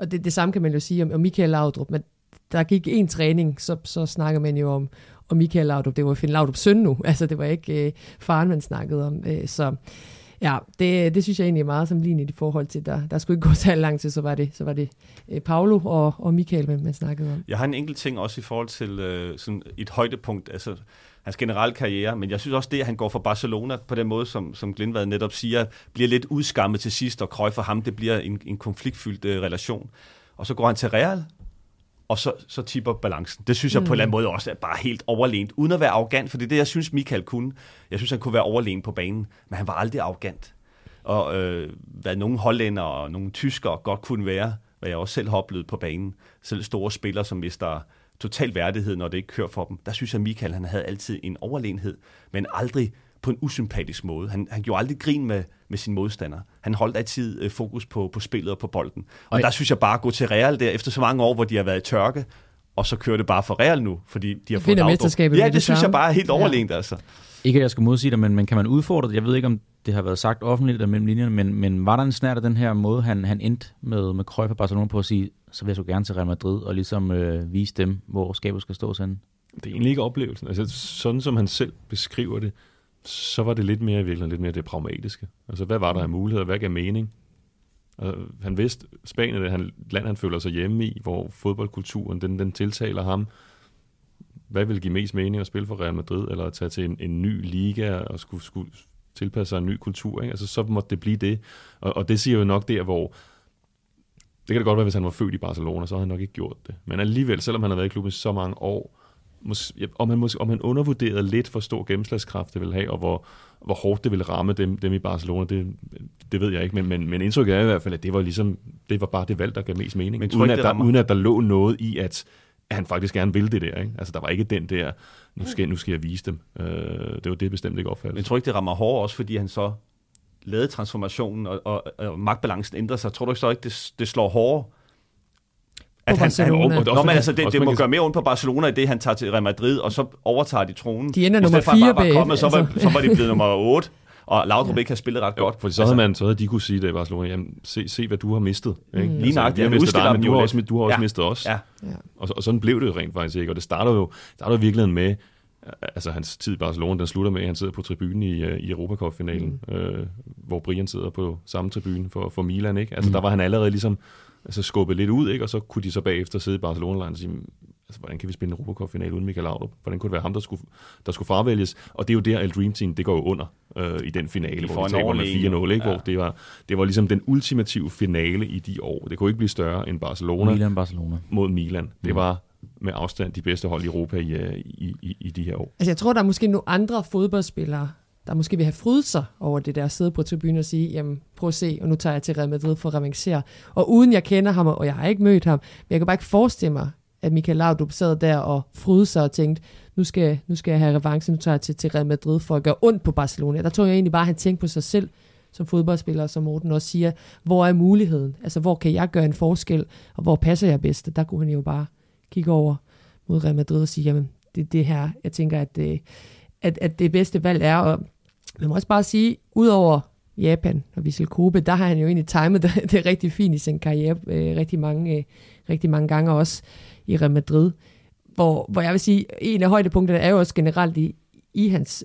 Og det samme kan man jo sige om Michael Laudrup, men der gik en træning, så snakker man jo om Michael Laudrup. Det var Finn Laudrups søn nu, altså det var ikke faren, man snakkede om. Så ja, det synes jeg egentlig er meget sammenlignet i forhold til, der skulle ikke gå så lang tid, så var det Paulo og Michael, man snakkede om. Jeg har en enkelt ting også i forhold til sådan et højdepunkt, altså hans generelle karriere, men jeg synes også det, at han går fra Barcelona på den måde, som Glindvad netop siger, bliver lidt udskammet til sidst, og Cruyff for ham, det bliver en konfliktfyldt relation. Og så går han til Real, og så tipper balancen. Det synes jeg på en eller anden måde også er bare helt overlegent, uden at være arrogant, for det er det, jeg synes, Michael kunne. Jeg synes, han kunne være overlegen på banen, men han var aldrig arrogant. Og hvad nogle hollænder og nogle tyskere godt kunne være, hvad jeg også selv har oplevet på banen, selv store spillere, som mister total værdighed, når det ikke kører for dem. Der synes jeg, Michael han havde altid en overlegenhed, men aldrig på en usympatisk måde. Han gjorde aldrig grin med sin modstander. Han holdt altid fokus på spillet og på bolden. Og der synes jeg bare at gå til Real der, efter så mange år, hvor de har været i tørke, og så kører det bare for Real nu, fordi de har fået mesterskabet. Ja, det synes jeg bare er helt overlegent, altså. Ikke at jeg skal modsige dig, men kan man udfordre det? Jeg ved ikke, om det har været sagt offentligt eller mellem linjerne, men var der en snært af den her måde, han endte med Cruyff og Barcelona på at sige, så vil jeg så gerne til Real Madrid og ligesom vise dem, hvor skabet skal stå sådan? Det er egentlig ikke oplevelsen. Altså, sådan som han selv beskriver det, så var det lidt mere i virkeligheden, lidt mere det pragmatiske. Altså, hvad var der af muligheder? Hvad gav mening? Altså, han vidste, Spanien er et land, han føler sig hjemme i, hvor fodboldkulturen, den tiltaler ham. Hvad vil give mest mening at spille for Real Madrid, eller at tage til en ny liga og skulle tilpasse sig en ny kultur? Ikke? Altså, så måtte det blive det. Og det siger jo nok der, hvor det kan det godt være, hvis han var født i Barcelona, så havde han nok ikke gjort det. Men alligevel, selvom han har været i klubben i så mange år, om han undervurderede lidt, hvor stor gennemslagskraft det ville have, og hvor hårdt det ville ramme dem i Barcelona, det ved jeg ikke. Men indtrykket er i hvert fald, at det var bare det valg, der gav mest mening. Men uden at der lå noget i, at han faktisk gerne ville det der. Ikke? Altså, der var ikke den der, nu skal jeg vise dem. Det var det bestemt ikke opfattet. Men tror ikke, det rammer hårdt også, fordi han så lavede transformationen, og magtbalancen ændrer sig. Tror du ikke så ikke, det slår hårdere? At det må gøre mere ondt på Barcelona, i det han tager til Real Madrid, og så overtager de tronen. De ender nummer 4 bag. Så var de blevet nummer 8, og Laudrup ikke har spillet ret godt. Fordi så havde de kunne sige det i Barcelona, jamen, se hvad du har mistet. Ikke? Lige nok, du har også mistet os. Ja. Og sådan blev det jo rent faktisk ikke. Og det starter jo virkelig med, altså hans tid i Barcelona, den slutter med, at han sidder på tribunen i Europa Cup-finalen, hvor Brian sidder på samme tribune for Milan. Ikke? Altså der var han allerede ligesom skubbet lidt ud, ikke? Og så kunne de så bagefter sidde i Barcelona og sige, altså, hvordan kan vi spille en Europa Cup-finale uden Michael Laudrup? Hvordan kunne det være ham, der skulle fravælges? Og det er jo der, El Dream Team, det går jo under i den finale, hvor de taber med 4-0, ikke? Ja. Hvor det var ligesom den ultimative finale i de år. Det kunne ikke blive større end Barcelona mod Milan. Det var med afstand de bedste hold i Europa i de her år. Altså jeg tror, der er måske nogle andre fodboldspillere, der måske vil have frydet sig over det der, sidde på tribunen og sige, jamen prøv at se, og nu tager jeg til Real Madrid for at revancere. Og uden jeg kender ham, og jeg har ikke mødt ham, men jeg kan bare ikke forestille mig, at Michael Laudrup sad der og frydede sig og tænkte, nu skal jeg have revanche, nu tager jeg til Real Madrid for at gøre ondt på Barcelona. Der tror jeg egentlig bare, at han tænkte på sig selv som fodboldspiller, som Morten også siger, hvor er muligheden? Altså hvor kan jeg gøre en forskel, og hvor passer jeg bedst? Der kunne han jo bare kigge over mod Real Madrid og sige, jamen det her, jeg tænker, at det bedste valg er, og man må også bare sige, udover Japan og Vissel Kobe, der har han jo egentlig timet det rigtig fint i sin karriere rigtig mange gange også i Real Madrid, hvor jeg vil sige, en af højdepunkterne er jo også generelt i hans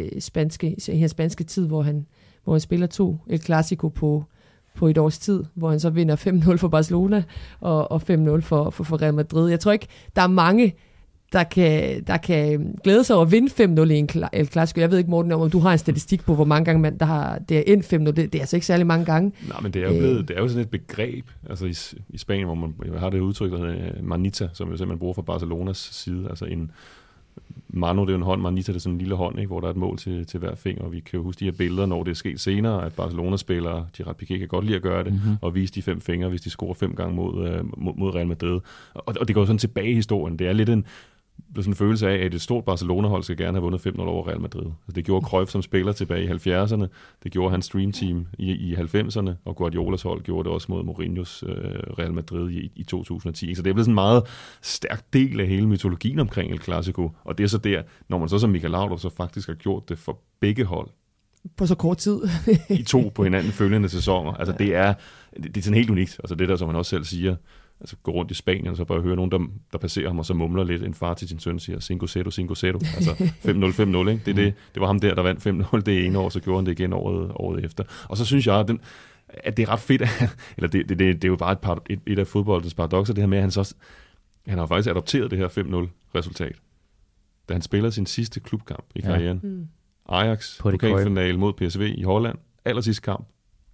spanske tid, hvor han spiller 2 El Clasico på et års tid, hvor han så vinder 5-0 for Barcelona og 5-0 for Real Madrid. Jeg tror ikke, der er mange, der kan glæde sig over at vinde 5-0 i en El Clasico. Jeg ved ikke, Morten, om du har en statistik på, hvor mange gange det er endt 5-0. Det er altså ikke særlig mange gange. Nej, men det er jo sådan et begreb, altså i Spanien, hvor man har det udtryk, der hedder manita, som jo simpelthen bruger fra Barcelonas side. Altså en mano, det er jo en hånd, manita det er sådan en lille hånd, ikke, hvor der er et mål til hver finger, og vi kan jo huske de her billeder, når det er sket senere, at Barcelona-spillere, Gerard Piqué kan godt lide at gøre det, og vise de 5 fingre, hvis de scorer 5 gange mod Real Madrid. Og det går sådan tilbage i historien. Det er lidt sådan en følelse af, at et stort Barcelona-hold skal gerne have vundet 5-0 over Real Madrid. Altså, det gjorde Cruyff som spiller tilbage i 70'erne, det gjorde hans Dream Team i 90'erne, og Guardiolas hold gjorde det også mod Mourinhos Real Madrid i 2010. Så det er blevet sådan en meget stærk del af hele mytologien omkring El Clasico, og det er så der, når man så som Michael Laudrup så faktisk har gjort det for begge hold, på så kort tid. I 2 på hinanden følgende sæsoner. Altså det er sådan helt unikt. Altså det der, som han også selv siger, altså gå rundt i Spanien, og så bare høre nogen, der passerer ham, og så mumler lidt. En far til sin søn siger, 5-0, altså 5-0, ikke? Det var ham der vandt 5-0 det ene år, så gjorde han det igen året efter. Og så synes jeg, at det er ret fedt, eller det er jo bare et af fodboldens paradokser, det her med, at han har faktisk adopteret det her 5-0-resultat, da han spiller sin sidste klubkamp i karrieren. Ja. Ajax, pokalfinale mod PSV i Holland, allersidste kamp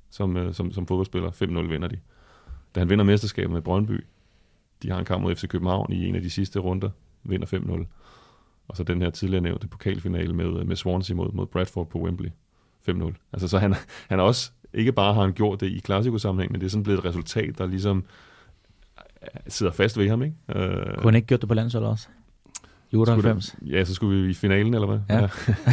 som fodboldspiller, 5-0 vinder de. Da han vinder mesterskabet med Brøndby, de har en kamp mod FC København i en af de sidste runder, vinder 5-0. Og så den her tidligere nævnte pokalfinale med Swansea mod Bradford på Wembley, 5-0. Altså så han har også, ikke bare har han gjort det i klassikosammenhæng, men det er sådan blevet et resultat, der ligesom sidder fast ved ham, ikke? Kunne han ikke gjort det på landsholdet også? I 98? Ja, så skulle vi i finalen, eller hvad? Ja.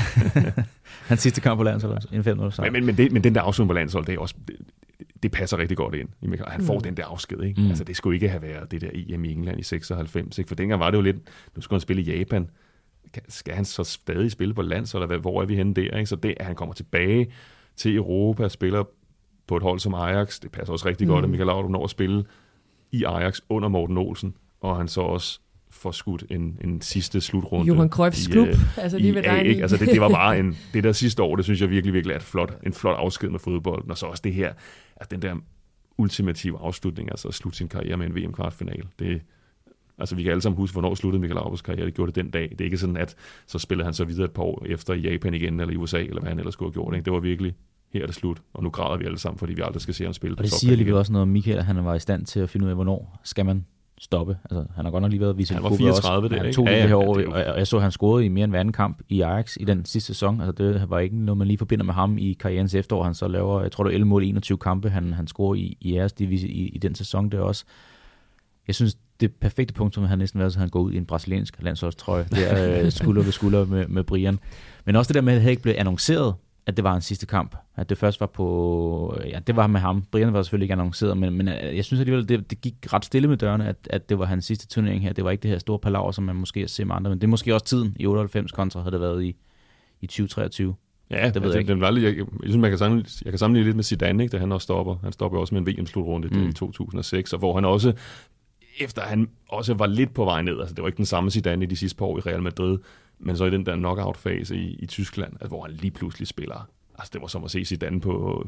Hans sidste kamp på landsholdet, en 5-0 sejr. Men den der afslutning på landsholdet, det er også... Det passer rigtig godt ind. Han får den der afsked, ikke? Altså, det skulle ikke have været det der EM i England i 96, ikke? For dengang var det jo lidt... Nu skulle han spille i Japan. Skal han så stadig spille på landsholdet? Hvor er vi henne der, ikke? Så det, at han kommer tilbage til Europa og spiller på et hold som Ajax, det passer også rigtig godt, at Michael Laudrup når at spille i Ajax under Morten Olsen, og han så også får skudt en sidste slutrunde. Johan Cruyffs klub. Altså lige ved dig. Ikke? Altså det var bare det der sidste år, det synes jeg virkelig er en flot afsked med fodbolden, og så også det her, altså den der ultimative afslutning, altså at slutte sin karriere med en VM-kvartfinale. Altså vi kan alle sammen huske, hvornår sluttede Michael Laudrups karriere. Det gjorde det den dag. Det er ikke sådan, at så spillede han så videre et par år efter i Japan igen, eller i USA, eller hvad han ellers skulle have gjort. Ikke? Det var virkelig, her er det slut, og nu græder vi alle sammen, fordi vi aldrig skal se ham spille. Og det siger lige også noget om Michael, at han var i stand til at finde ud af, hvornår skal man stoppe. Altså, han har godt nok lige været vist. Han var 34 der, ikke? Han tog det her år, og jeg så, han scorede i mere end hver anden kamp i Ajax i den sidste sæson. Altså, det var ikke noget, man lige forbinder med ham i karrierens efterår. Han så laver, jeg tror, det var 11 mål i 21 kampe, han scorer i æresdivisie i den sæson der også. Jeg synes, det perfekte punkt, som han næsten været, så han går ud i en brasiliansk landsholdstrøje. Det er skulder ved skulder med Brian. Men også det der med, at det ikke blev annonceret, at det var en sidste kamp. At det først var på... Ja, det var med ham. Brian var selvfølgelig ikke annonceret, men jeg synes alligevel, det gik ret stille med dørene, at det var hans sidste turnering her. Det var ikke det her store palaver, som man måske har set med andre, men det er måske også tiden i 98 kontra, havde det været i 2023. Ja, det ved jeg ikke. Jeg synes, jeg kan sammenligne lidt med Zidane, ikke, da han også stopper. Han stopper også med en VM-slutrunde i 2006, og hvor han også, efter han også var lidt på vej ned, altså det var ikke den samme Zidane i de sidste par år i Real Madrid, men så i den der knockout-fase i Tyskland, altså, hvor han lige pludselig spiller. Altså det var som at se Zidane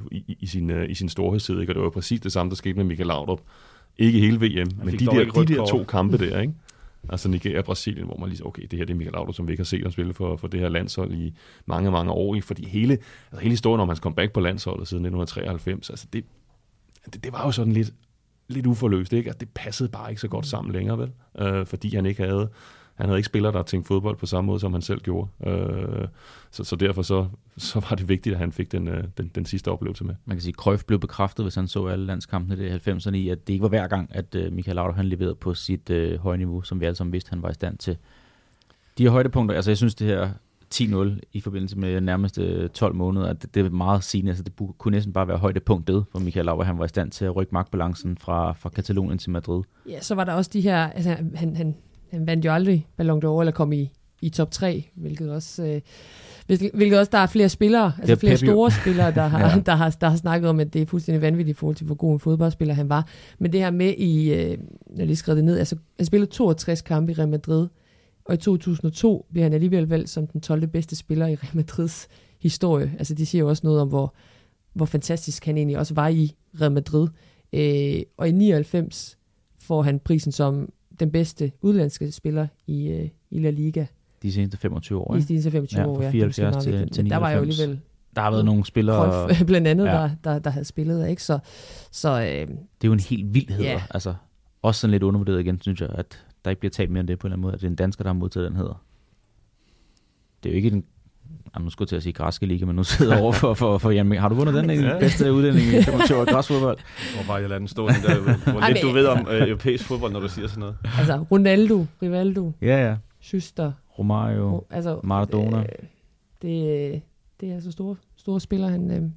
i sin storhedstid, ikke? Og det var præcis det samme, der skete med Michael Laudrup. Ikke hele VM, men de der 2 kampe der, ikke? Altså Nigeria og Brasilien, hvor man lige okay, det her det er Michael Laudrup, som vi ikke har set ham spille for det her landshold i mange, mange år. Ikke? Fordi hele historien om hans comeback på landsholdet siden 1993, altså det var jo sådan lidt uforløst, ikke? Altså, det passede bare ikke så godt sammen længere, vel? Fordi han havde ikke spillere, der tænkte fodbold på samme måde, som han selv gjorde. Så derfor så var det vigtigt, at han fik den sidste oplevelse med. Man kan sige, at Cruyff blev bekræftet, hvis han så alle landskampene i 90'erne, i at det ikke var hver gang, at Michael Laudrup han leverede på sit høje niveau, som vi alle sammen vidste, han var i stand til. De her højdepunkter, altså jeg synes det her 10-0 i forbindelse med nærmeste 12 måneder, at det er meget sigende. Altså det kunne næsten bare være højdepunktet for Michael Laudrup. Han var i stand til at rykke magtbalancen fra Katalonien til Madrid. Ja, så var der også de her... Altså, han vandt jo aldrig Ballon d'Or eller kom i top 3, hvilket også der er flere spillere, altså flere store spillere, der har snakket om, at det er fuldstændig vanvittigt i forhold til, hvor god en fodboldspiller han var. Men det her med jeg lige skrev det ned, altså han spillede 62 kampe i Real Madrid, og i 2002 blev han alligevel valgt som den 12. bedste spiller i Real Madrids historie. Altså det siger jo også noget om, hvor fantastisk han egentlig også var i Real Madrid. Og i 99 får han prisen som den bedste udlandske spiller i La Liga. De seneste 25 år, ikke? De seneste 25 år, ja. Fra 74 til 99. Der var jo alligevel... Der har været nogle spillere... Rolf, blandt andet, der havde spillet, ikke? Så det er jo en helt vildhed. Yeah. Altså, også sådan lidt undervurderet igen, synes jeg, at der ikke bliver talt mere end det på en eller anden måde, at det er en dansker, der har modtaget den hedder. Det er jo ikke den... nu skulle jeg til at sige græske liga, men nu sidder jeg over for Jan Mikkelsen. Har du vundet den bedste uddeling i 25 år græsfodbold? Jeg tror bare, jeg lader den stå. Hvor lidt du ved om europæisk fodbold, når du siger sådan noget. Altså, Ronaldo, Rivaldo, Schuster, Romario, Maradona. Det er så store spillere,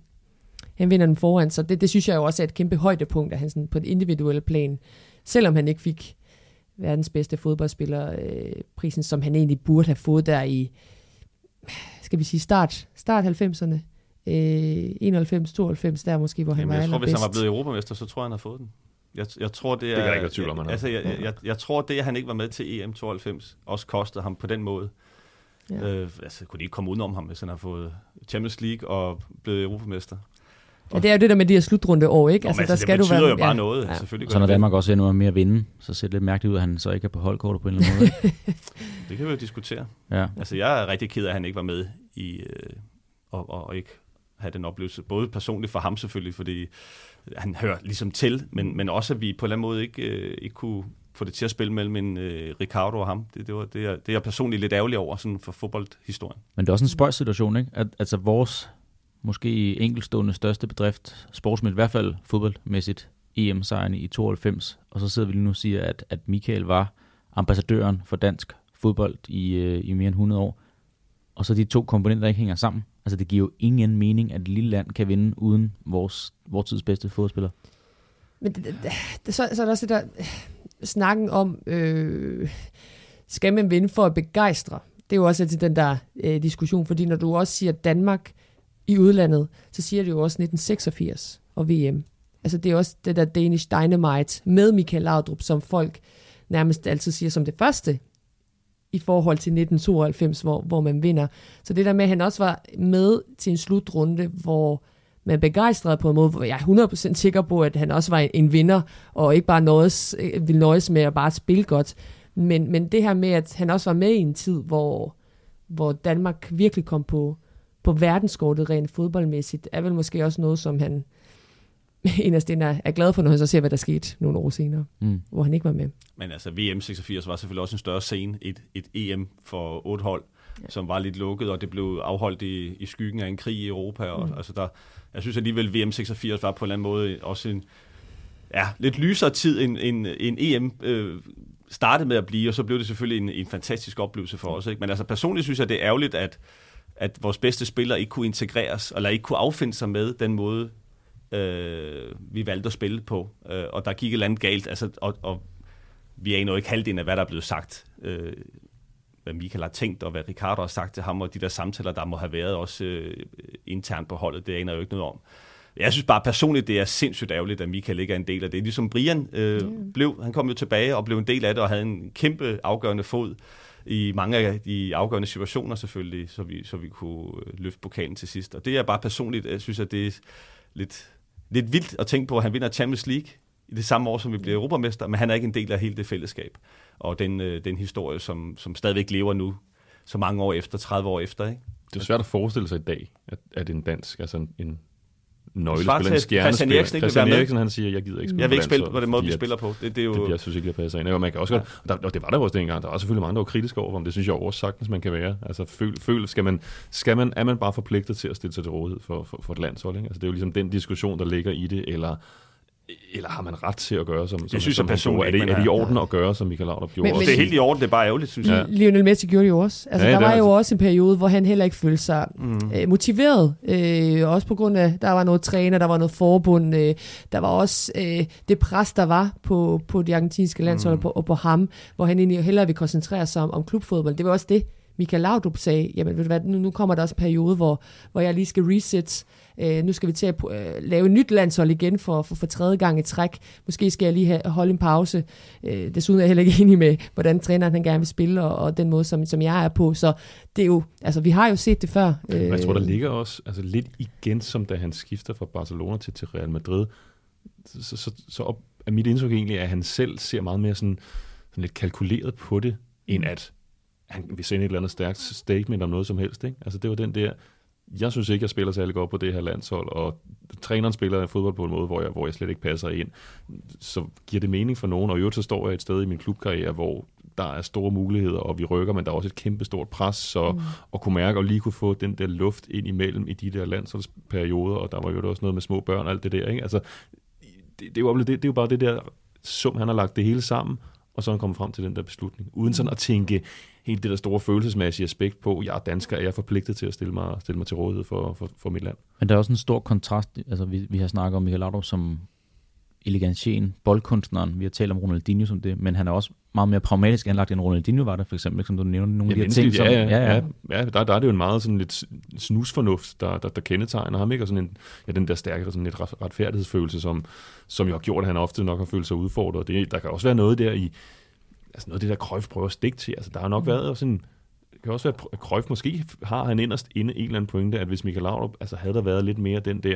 han vinder den foran. Så det synes jeg jo også er et kæmpe højdepunkt, at han sådan på et individuelle plan, selvom han ikke fik verdens bedste fodboldspiller prisen, som han egentlig burde have fået der i, skal vi sige, start 90'erne, 91, 92, der måske, hvor han var allerbedst. Jeg tror, hvis han var blevet europamester, så tror jeg, han har fået den. Jeg tror, det kan jeg ikke være tvivl om, han altså, jeg tror, det, at han ikke var med til EM 92, også kostede ham på den måde. Ja. Kunne de ikke komme udenom ham, hvis han har fået Champions League og blevet europamester? Ja, det er jo det der med de her slutrunde år, ikke? Altså, der skal det betyder jo bare noget. Ja. Så når Danmark også ender med at vinde, så ser det lidt mærkeligt ud, at han så ikke er på holdkortet på en eller anden måde. Det kan vi jo diskutere. Ja. Altså, jeg er rigtig ked af, at han ikke var med i og ikke have den oplevelse. Både personligt for ham selvfølgelig, fordi han hører ligesom til, men også at vi på en eller anden måde ikke kunne få det til at spille mellem Ricardo og ham. Det er jeg personligt lidt ærgerlig over sådan for fodboldhistorien. Men det er også en spøjs situation, ikke? At altså vores måske enkeltstående største bedrift, sportsmæssigt, i hvert fald fodboldmæssigt, EM-sejren i 92, og så sidder vi lige nu og siger, at Michael var ambassadøren for dansk fodbold i mere end 100 år, og så de to komponenter ikke hænger sammen. Altså det giver jo ingen mening, at et lille land kan vinde uden vores tids bedste fodboldspiller. Men så er der også det der snakken om, skal man vinde for at begejstre? Det er jo også altid den der diskussion, fordi når du også siger Danmark i udlandet, så siger det jo også 1986 og VM. Altså det er også det der Danish Dynamite med Michael Laudrup, som folk nærmest altid siger som det første i forhold til 1992, hvor man vinder. Så det der med, at han også var med til en slutrunde, hvor man begejstrede på en måde, hvor jeg er 100% sikker på, at han også var en vinder, og ikke bare ville nøjes med at bare spille godt. Men det her med, at han også var med i en tid, hvor Danmark virkelig kom på verdenskortet rent fodboldmæssigt, er vel måske også noget, som han inderst er glad for, når han så ser, hvad der skete nogle år senere, hvor han ikke var med. Men altså, VM 86 var selvfølgelig også en større scene, et EM for 8 hold, som var lidt lukket, og det blev afholdt i skyggen af en krig i Europa. Og, altså jeg synes alligevel, VM 86 var på en eller anden måde også en lidt lysere tid, end EM startede med at blive, og så blev det selvfølgelig en fantastisk oplevelse for os. Ikke? Men altså personligt synes jeg, det er ærgerligt, at vores bedste spillere ikke kunne integreres, eller ikke kunne affinde sig med den måde, vi valgte at spille på. Og der gik et eller andet galt, altså, og vi aner jo ikke halvdelen af, hvad der er blevet sagt, hvad Michael har tænkt, og hvad Ricardo har sagt til ham, og de der samtaler, der må have været også internt på holdet, det aner jeg jo ikke noget om. Jeg synes bare personligt, det er sindssygt ærgerligt, at Michael ikke er en del af det. Ligesom Brian han kom jo tilbage og blev en del af det, og havde en kæmpe afgørende fod i mange af de afgørende situationer selvfølgelig, så vi kunne løfte pokalen til sidst. Og det er bare personligt, jeg synes, at det er lidt vildt at tænke på, at han vinder Champions League i det samme år, som vi bliver europamester, men han er ikke en del af hele det fællesskab. Og den historie, som stadigvæk lever nu, så mange år efter, 30 år efter. Ikke? Det er svært at forestille sig i dag, at en dansk, altså en nøglespiller, en stjernespiller. Christian Eriksen, han siger, jeg gider ikke spille. Jeg vil ikke spille på den måde, vi spiller på. Det er jo... Jeg synes ikke, det passer ind. Og man kan også godt, og det var der også dengang. Der var selvfølgelig mange, der var kritiske over, men det synes jeg også sagtens, man kan være. Altså, er man bare forpligtet til at stille sig til rådighed for et landshold? Ikke? Altså, det er jo ligesom den diskussion, der ligger i det, eller har man ret til at gøre, som synes jeg personligt. Er det i orden at gøre, som Michael Laudrup gjorde? Men det er helt i orden, det er bare ærgerligt, synes jeg. Lionel Messi gjorde det jo også. Altså, der var jo også en periode, hvor han heller ikke følte sig motiveret. Også på grund af, der var noget træner, der var noget forbund, der var også det pres, der var på de argentinske landshold og på ham, hvor han egentlig hellere ville koncentrere sig om klubfodbold. Det var også det, Michael Laudrup sagde, jamen ved du hvad, nu kommer der også en periode, hvor jeg lige skal reset. Nu skal vi til at lave et nyt landshold igen for tredje gang i træk. Måske skal jeg lige holde en pause. Desuden er jeg heller ikke enig med, hvordan træneren han gerne vil spille, og den måde, som jeg er på. Så det er jo, altså vi har jo set det før. Jeg tror, der ligger også altså, lidt igen, som da han skifter fra Barcelona til Real Madrid. Så er mit indtryk egentlig, at han selv ser meget mere sådan lidt kalkuleret på det, end at han vil sende et eller andet stærkt statement om noget som helst. Ikke? Altså det var den der, jeg synes ikke, jeg spiller særlig godt på det her landshold, og træneren spiller fodbold på en måde, hvor jeg slet ikke passer ind. Så giver det mening for nogen, og i øvrigt så står jeg et sted i min klubkarriere, hvor der er store muligheder, og vi rykker, men der er også et kæmpe stort pres, så at kunne mærke og lige kunne få den der luft ind imellem i de der landsholdsperioder, og der var jo også noget med små børn og alt det der. Ikke? Altså, det er jo bare det der sum, han har lagt det hele sammen, og så er han kommet frem til den der beslutning. Uden sådan at tænke helt det der store følelsesmæssige aspekt på, jeg er dansker, er jeg forpligtet til at stille mig til rådighed for mit land. Men der er også en stor kontrast, altså vi har snakket om Michael Laudrup som elegancien, boldkunstneren, vi har talt om Ronaldinho som det, men han er også meget mere pragmatisk anlagt, end Ronaldinho var der, for eksempel, som du nævnte nogle af de her ting. Der er det jo en meget sådan lidt snusfornuft, der kendetegner ham, ikke? Og sådan den der stærke sådan lidt retfærdighedsfølelse, som jo har gjort, at han ofte nok har følt sig udfordret. Der kan også være noget der i, altså noget af det der Cruyff prøver at stikke til. Altså der har nok været sådan, det kan også være, at Cruyff måske har han inderst inde en eller anden pointe, at hvis Michael Laudrup, altså havde der været lidt mere den der,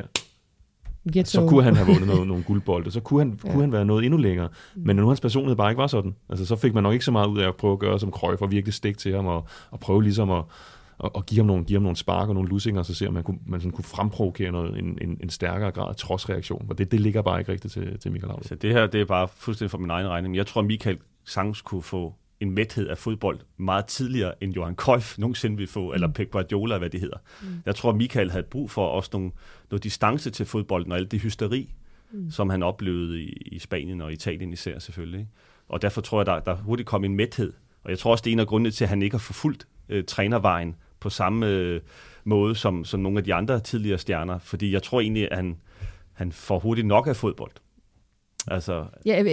så kunne han have vundet nogle guldbolde, så kunne han være noget endnu længere. Men når hans personlighed bare ikke var sådan, altså så fik man nok ikke så meget ud af at prøve at gøre som Cruyff og virkelig stikke til ham og prøve ligesom at give ham nogle spark og nogle lussinger, og så se om man sådan kunne fremprovokere en stærkere grad af trodsreaktion. Og det ligger bare ikke rigtigt til Michael Laudrup. Så det her, det er bare fuldstændig for min egen regning. Jeg tror, at Michael sagtens kunne få en mæthed af fodbold meget tidligere, end Johan Cruyff nogensinde ville få, eller Pep Guardiola, hvad det hedder. Jeg tror, at Michael havde brug for også noget distance til fodbolden, og alt det hysteri, som han oplevede i Spanien og Italien især selvfølgelig. Ikke? Og derfor tror jeg, der hurtigt kom en mæthed. Og jeg tror også, det er en af grundene til, at han ikke har forfulgt trænervejen på samme måde som nogle af de andre tidligere stjerner. Fordi jeg tror egentlig, at han får hurtigt nok af fodbold. Altså,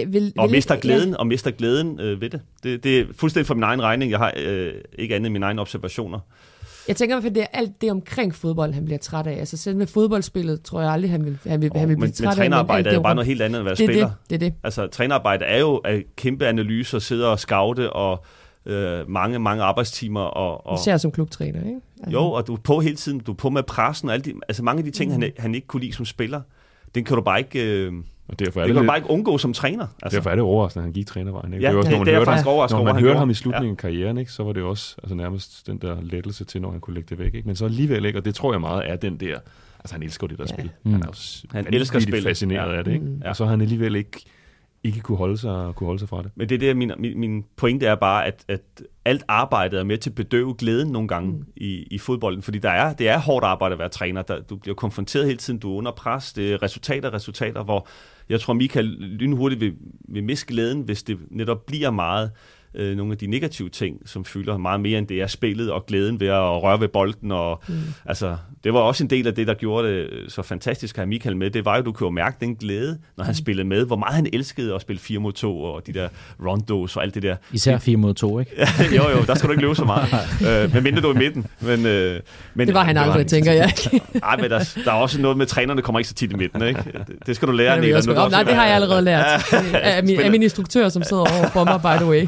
og mister glæden ved det. Det er fuldstændig for min egen regning. Jeg har ikke andet end mine egne observationer. Jeg tænker, at det er alt det omkring fodbold, han bliver træt af. Altså selv med fodboldspillet, tror jeg aldrig, han vil blive træt af. Men trænerarbejde er jo bare noget helt andet, end at være spiller. Det. Altså trænerarbejde er jo at kæmpe analyser, sidde og scoute og mange arbejdstimer. Og især som klubtræner, ikke? Altså. Jo, og du er på hele tiden. Du er på med pressen og altså mange af de ting, han ikke kunne lide som spiller. Den kan du bare ikke... Og derfor det kan du bare ikke undgå som træner. Altså. Derfor er det overraskende, at han gik trænervejen. Ikke? Ja, det er faktisk overraskende. Når man hørte ham i slutningen af karrieren, ikke, så var det også altså nærmest den der lettelse til, når han kunne lægge det væk. Ikke? Men så alligevel ikke, og det tror jeg meget er den der... Altså han elsker det der spil. Han elsker spil. Fascineret af det. Ikke? Og så har han alligevel ikke kunne holde sig fra det. Men det er min pointe er bare, at alt arbejdet er med til at bedøve glæden nogle gange i fodbolden, fordi det er hårdt arbejde at være træner. Du bliver konfronteret hele tiden, du er under pres, det er resultater, hvor jeg tror, Michael lynhurtigt vil miste glæden, hvis det netop bliver meget nogle af de negative ting, som fylder meget mere, end det er spillet og glæden ved at røre ved bolden. Og, altså, det var også en del af det, der gjorde det så fantastisk at have Michael med. Det var jo, du kunne jo mærke den glæde, når han spillede med. Hvor meget han elskede at spille 4 mod 2 og de der rondos og alt det der. Især 4 mod 2, ikke? jo, der skal du ikke løbe så meget. Medmindre du er i midten. Men, det var han aldrig, tænker jeg. Nej, men der er også noget med, trænerne kommer ikke så tit i midten, ikke? Det skal du lære. Nej, det har jeg allerede lært. Af min instruktør, som sidder over for mig, by the way.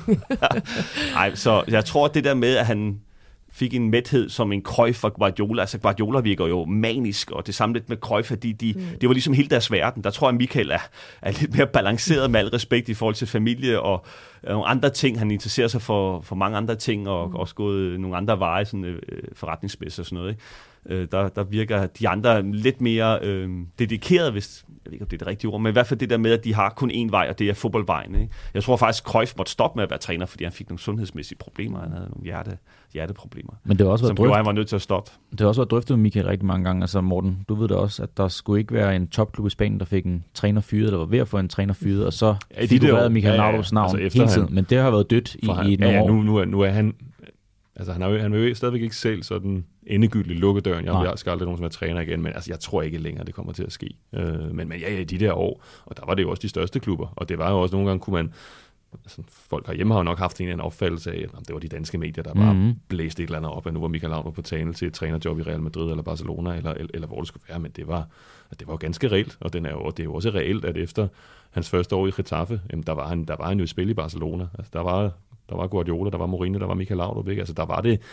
Nej, så jeg tror, at det der med, at han fik en mæthed som en Cruyff og Guardiola. Altså Guardiola virker jo manisk, og det samme lidt med Cruyff, fordi det var ligesom hele deres verden. Der tror jeg, at Michael er lidt mere balanceret med al respekt i forhold til familie og nogle andre ting. Han interesserer sig for mange andre ting, og også gået nogle andre veje, sådan forretningsmæssigt og sådan noget, ikke? Der virker de andre lidt mere dedikerede, hvis jeg ved ikke, om det er det rigtige ord, men i hvert fald det der med, at de har kun én vej, og det er fodboldvejen. Ikke? Jeg tror faktisk, Cruyff måtte stoppe med at være træner, fordi han fik nogle sundhedsmæssige problemer. Han havde nogle hjerteproblemer, men det også som gjorde, han var nødt til at stoppe. Det har også været drøftet med Michael rigtig mange gange. Altså Morten, du ved da også, at der skulle ikke være en topklub i Spanien, der fik en træner fyret, eller var ved at få en træner fyret, og så figurerede Michael Laudrups navn altså hele tiden. Men det har været dødt i nogle år. Nu er han... Altså, han vil jo stadigvæk ikke selv sådan endegyldigt lukke døren. Jeg skal aldrig nogen som er træner igen, men altså, jeg tror ikke længere, det kommer til at ske. Men i de der år, og der var det jo også de største klubber, og det var jo også nogle gange, kunne man... Altså, folk herhjemme har jo nok haft en opfattelse af, at det var de danske medier, der bare blæste et eller andet op, at nu var Michael Laudrup på tale til et trænerjob i Real Madrid eller Barcelona, eller hvor det skulle være, men det var jo ganske reelt, og det er jo også reelt, at efter hans første år i Getafe, jamen, der var han jo i spil i Barcelona. Altså, der var Guardiola, der var Mourinho, der var Michael Laudrup, ikke? Altså, der var det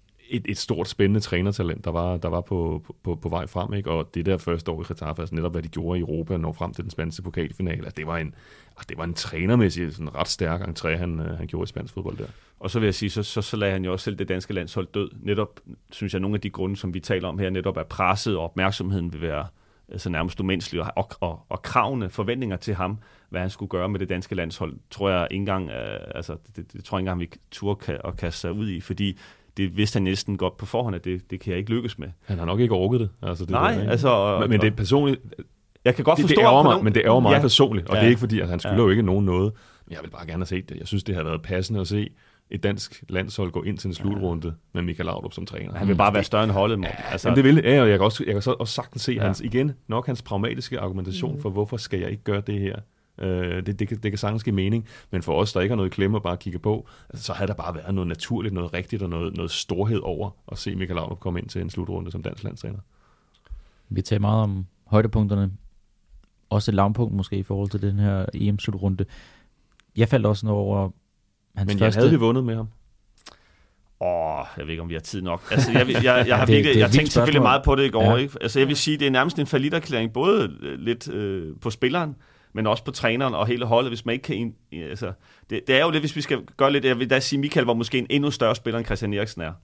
et stort, spændende trænertalent, der var på vej frem, ikke? Og det der første år i Getafe, altså netop hvad de gjorde i Europa, når frem til den spanske pokalfinale, altså, det var en trænermæssig sådan ret stærk entré, han gjorde i spansk fodbold der. Og så vil jeg sige, så lagde han jo også selv det danske landshold død. Netop, synes jeg, nogle af de grunde, som vi taler om her, netop er presset, og opmærksomheden vil være altså nærmest umenneskelig, og kravene, forventninger til ham, hvad han skulle gøre med det danske landshold, tror jeg ikke engang, altså det tror jeg ikke engang, vi turde at kaste sig ud i, fordi det vidste han næsten godt på forhånd, at det kan jeg ikke lykkes med. Han har nok ikke orket det. Altså, det nej, der, altså... Men det er personligt... Jeg kan godt forstå... Det ærger mig, men det ærger mig personligt, og det er ikke fordi, at han skylder jo ikke nogen noget. Men jeg vil bare gerne have set det. Jeg synes, det har været passende at se et dansk landshold gå ind til en slutrunde med Michael Laudrup som træner. Han vil bare være større end holdet. Altså. Jamen, det vil jeg, og jeg kan så også sagtens se hans pragmatiske argumentation for, hvorfor skal jeg ikke gøre det her Det kan sagtens give mening, men for os, der ikke har noget klemme og bare kigge på, altså, så havde der bare været noget naturligt, noget rigtigt og noget storhed over at se Michael Laudrup komme ind til en slutrunde som dansk landstræner. Vi tager meget om højdepunkterne. Også et lavpunkt måske i forhold til den her EM-slutrunde. Jeg faldt også over hans men første... havde vi vundet med ham? Jeg ved ikke, om vi har tid nok. Altså, jeg har virkelig, jeg tænkte selvfølgelig meget på det i går. Ikke? Altså, jeg vil sige, det er nærmest en falliterklæring, både lidt på spilleren, men også på træneren og hele holdet, hvis man ikke kan... Altså, det er jo lidt, hvis vi skal gøre lidt... Jeg vil da sige, Michael var måske en endnu større spiller, end Christian Eriksen er.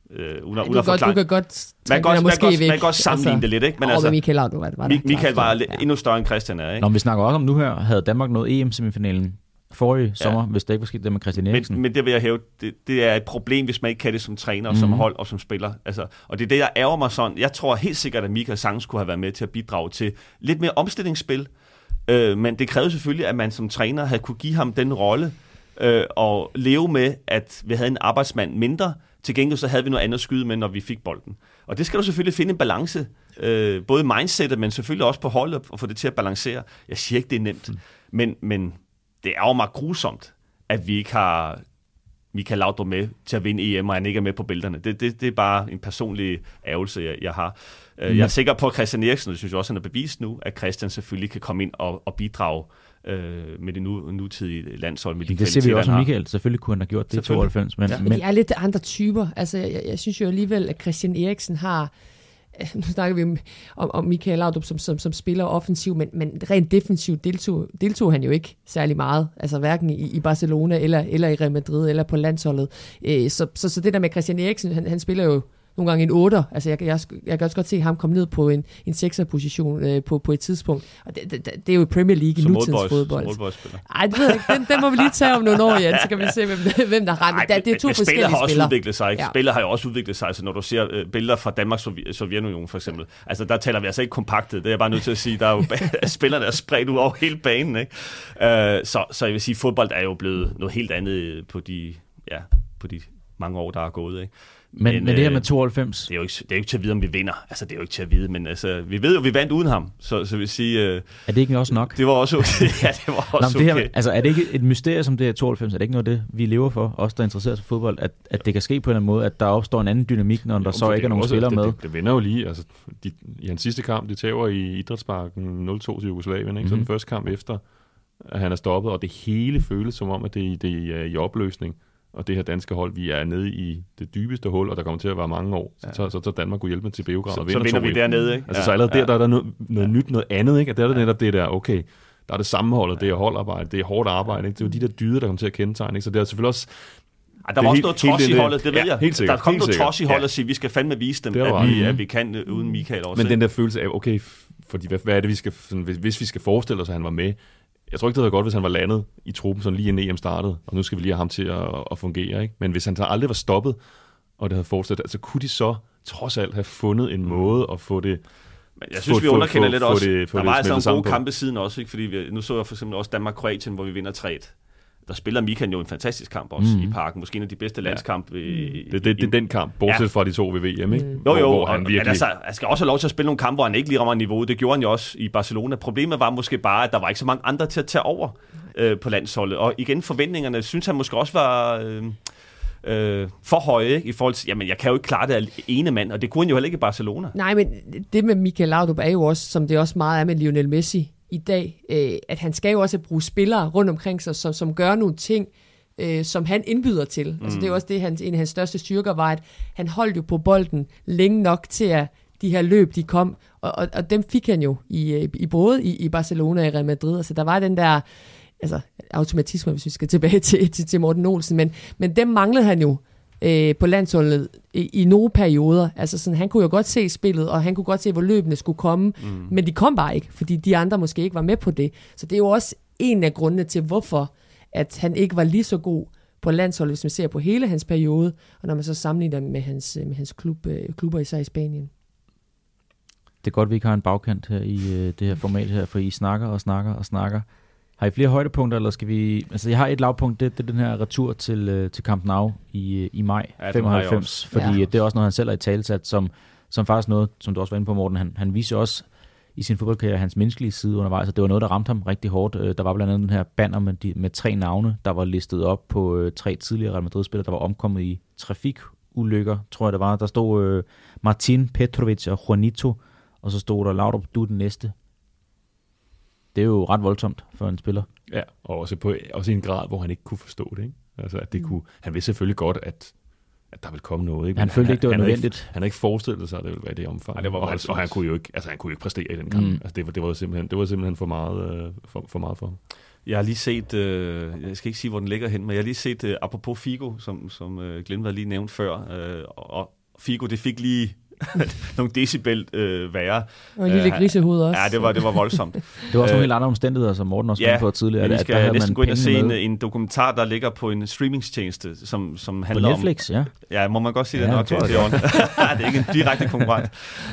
Du kan godt... Man kan godt sammenligne det lidt, ikke? Men altså, Michael Laudrup var der. Michael var endnu større end Christian er, ikke? Når vi snakker også om nu her, havde Danmark nået EM-semifinalen forrige sommer, hvis det ikke var sket det med Christian Eriksen. Men det vil jeg hæve, det er et problem, hvis man ikke kan det som træner, og som hold og som spiller. Altså, og det er det, jeg ærger mig sådan. Jeg tror helt sikkert, at Michael sagtens kunne have været med til at bidrage til lidt mere omstillingsspil. Men det krævede selvfølgelig, at man som træner havde kunne give ham den rolle og leve med, at vi havde en arbejdsmand mindre. Til gengæld så havde vi noget andet at skyde med, når vi fik bolden. Og det skal du selvfølgelig finde en balance. Både mindsetet, men selvfølgelig også på holdet, og få det til at balancere. Jeg siger ikke, det er nemt. Men det er jo meget grusomt, at vi ikke har Michael Laudrup med til at vinde EM, og han ikke er med på bælterne. Det er bare en personlig ærgelse, jeg har. Jeg er sikker på, at Christian Eriksen, og det synes jeg også, han har bevist nu, at Christian selvfølgelig kan komme ind og bidrage med det nutidige landshold. Med det ser vi også med Michael. Selvfølgelig kunne han have gjort det i 92. Men de er lidt andre typer. Altså, jeg synes jo alligevel, at Christian Eriksen har... Nu snakker vi om Michael Laudrup som spiller offensiv, men rent defensivt deltog han jo ikke særlig meget. Altså hverken i Barcelona eller i Real Madrid eller på landsholdet. Så det der med Christian Eriksen, han spiller jo nogle gange en 8'er. Altså jeg kan også godt se ham komme ned på en 6'er-position på et tidspunkt. Og det er jo Premier League i nutidens fodbold. Ej, det ved jeg ikke. Den må vi lige tage om nogle år, Jan, så kan vi se, hvem der rammer. Det er to forskellige spillere. Har også udviklet sig. Ja. Spiller har jo også udviklet sig. Så når du ser billeder fra Danmarks Sovjetunionen for eksempel, altså der taler vi altså ikke kompaktet. Det er jeg bare nødt til at sige. Der er jo spillerne er spredt ud over hele banen. Ikke? Så jeg vil sige, fodbold er jo blevet noget helt andet på de mange år, der er gået. Ikke? Men det her med 92... Det er jo ikke til at vide, om vi vinder. Altså, det er jo ikke til at vide, men altså, vi ved jo, vi vandt uden ham. Så vil sige... er det ikke også nok? Det var også okay. Ja, det var også okay. Her, altså, er det ikke et mysterie som det her 92? Er det ikke noget af det, vi lever for, os der interesserer sig for fodbold, at det kan ske på en eller anden måde, at der opstår en anden dynamik, når der så ikke er nogen spillere med? Det vender jo lige. Altså, i hans sidste kamp, de tager i Idrætsparken 0-2 til Jugoslavien, ikke? Så den første kamp efter, at han er stoppet, og det hele føles som om, at det er i opløsning. Og det her danske hold, vi er nede i det dybeste hul, og der kommer til at være mange år. Så Danmark kunne hjælpe til Beograd og vinder vi dernede, ikke? Altså, så allerede der er der noget nyt, noget andet, ikke? Og der er det netop det der, okay, der er det sammenhold, og det er holdarbejde, det er hårdt arbejde, ikke? Det er jo de der dyder, der kommer til at kendetegne, ikke? Så det er selvfølgelig også... Der var også noget trods i holdet, det ved jeg. Helt sikkert, der kom noget trods i holdet at sige, vi skal fandme vise dem, at vi kan uden Michael også. Men den der følelse af, okay, fordi hvad er det, vi skal, sådan, hvis vi skal forestille os, at han var med. Jeg tror ikke, det havde godt, hvis han var landet i truppen, sådan lige inden EM startede, og nu skal vi lige have ham til at fungere. Ikke? Men hvis han så aldrig var stoppet, og det havde fortsat, så kunne de så trods alt have fundet en måde at få det... Men jeg synes, vi underkender lidt også. Der var altså nogle gode kampe siden også, ikke? Fordi nu så jeg for eksempel også Danmark-Kroatien, hvor vi vinder 3-1. Der spiller Michael jo en fantastisk kamp også i Parken. Måske en af de bedste landskampe. Det er den kamp, bortset fra de to ved VM, ikke? Hvor han virkelig... altså, han skal også have lov til at spille nogle kampe, hvor han ikke lige rammer niveauet. Det gjorde han jo også i Barcelona. Problemet var måske bare, at der var ikke så mange andre til at tage over på landsholdet. Og igen, forventningerne synes han måske også var... for høje, ikke? I forhold til, jamen jeg kan jo ikke klare det af ene mand, og det kunne han jo heller ikke i Barcelona. Nej, men det med Michael Laudrup er jo også, som det også meget er med Lionel Messi i dag, at han skal jo også bruge spillere rundt omkring sig, som gør nogle ting, som han indbyder til. Altså det er jo også det, en af hans største styrker var, at han holdt jo på bolden længe nok til, at de her løb, de kom, og dem fik han jo i både i Barcelona og i Real Madrid. Altså der var den der automatisme, hvis vi skal tilbage til Morten Olsen, men dem manglede han jo på landsholdet i nogle perioder. Altså sådan, han kunne jo godt se spillet, og han kunne godt se, hvor løbene skulle komme, men de kom bare ikke, fordi de andre måske ikke var med på det. Så det er jo også en af grundene til, hvorfor at han ikke var lige så god på landsholdet, hvis man ser på hele hans periode, og når man så sammenligner med hans klubber, især i Spanien. Det er godt, vi ikke har en bagkant her i det her format her, for I snakker og snakker og snakker. Har I flere højdepunkter, eller skal vi... Altså, jeg har et lavpunkt, det er den her retur til Camp Nou i maj 95, fordi det er også noget, han selv har italesat, som faktisk noget, som du også var inde på, Morten. Han viser også i sin fodboldkarriere, hans menneskelige side undervejs, og det var noget, der ramte ham rigtig hårdt. Der var blandt andet den her banner med 3 navne, der var listet op på 3 tidligere Real Madrid-spillere, der var omkommet i trafikulykker, tror jeg det var. Der stod Martin, Petrovic og Juanito, og så stod der Laudrup, du er den næste. Det er jo ret voldsomt for en spiller. Ja, og også i en grad, hvor han ikke kunne forstå det, ikke? Altså, at det kunne, han vidste selvfølgelig godt, at der ville komme noget, ikke? Han følte ikke, det var nødvendigt. Han havde ikke forestillet sig, at det ville være det omfang. Ja, det var og han kunne jo ikke præstere i den kamp. Altså, det var simpelthen for meget for ham. Jeg har lige set, jeg skal ikke sige, hvor den ligger hen, men jeg har lige set, apropos Figo, som Glenn lige nævnte før, og Figo, det fik lige nogle decibel værre. Og en lille grisehoved også. Ja, det var voldsomt. Det var også nogle helt andre omstændigheder, som Morten også var på tidligere. Ja, vi skal næsten gå ind og se en dokumentar, der ligger på en streamingstjeneste, som handler om... På Netflix, ja. Ja, må man godt sige det nok. Det er ikke en direkte konkurrent.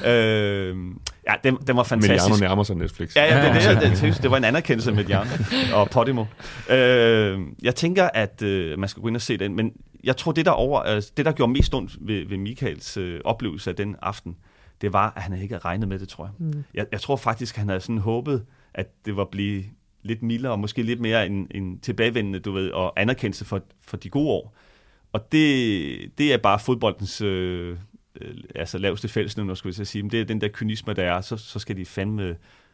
Ja, den var fantastisk. Mediano nærmer sig Netflix. Ja, det var en anerkendelse med Mediano og Podimo. Jeg tænker, at man skal gå ind og se den, men jeg tror, det der gjorde mest ondt ved Michaels oplevelse af den aften, det var, at han ikke havde regnet med det, tror jeg. Jeg tror faktisk, han havde sådan håbet, at det var blive lidt mildere, og måske lidt mere en tilbagevendende, du ved, og anerkendelse for de gode år. Og det er bare fodboldens laveste fællesnævner, skulle jeg sige. Men det er den der kynisme, der er, så skal de fandme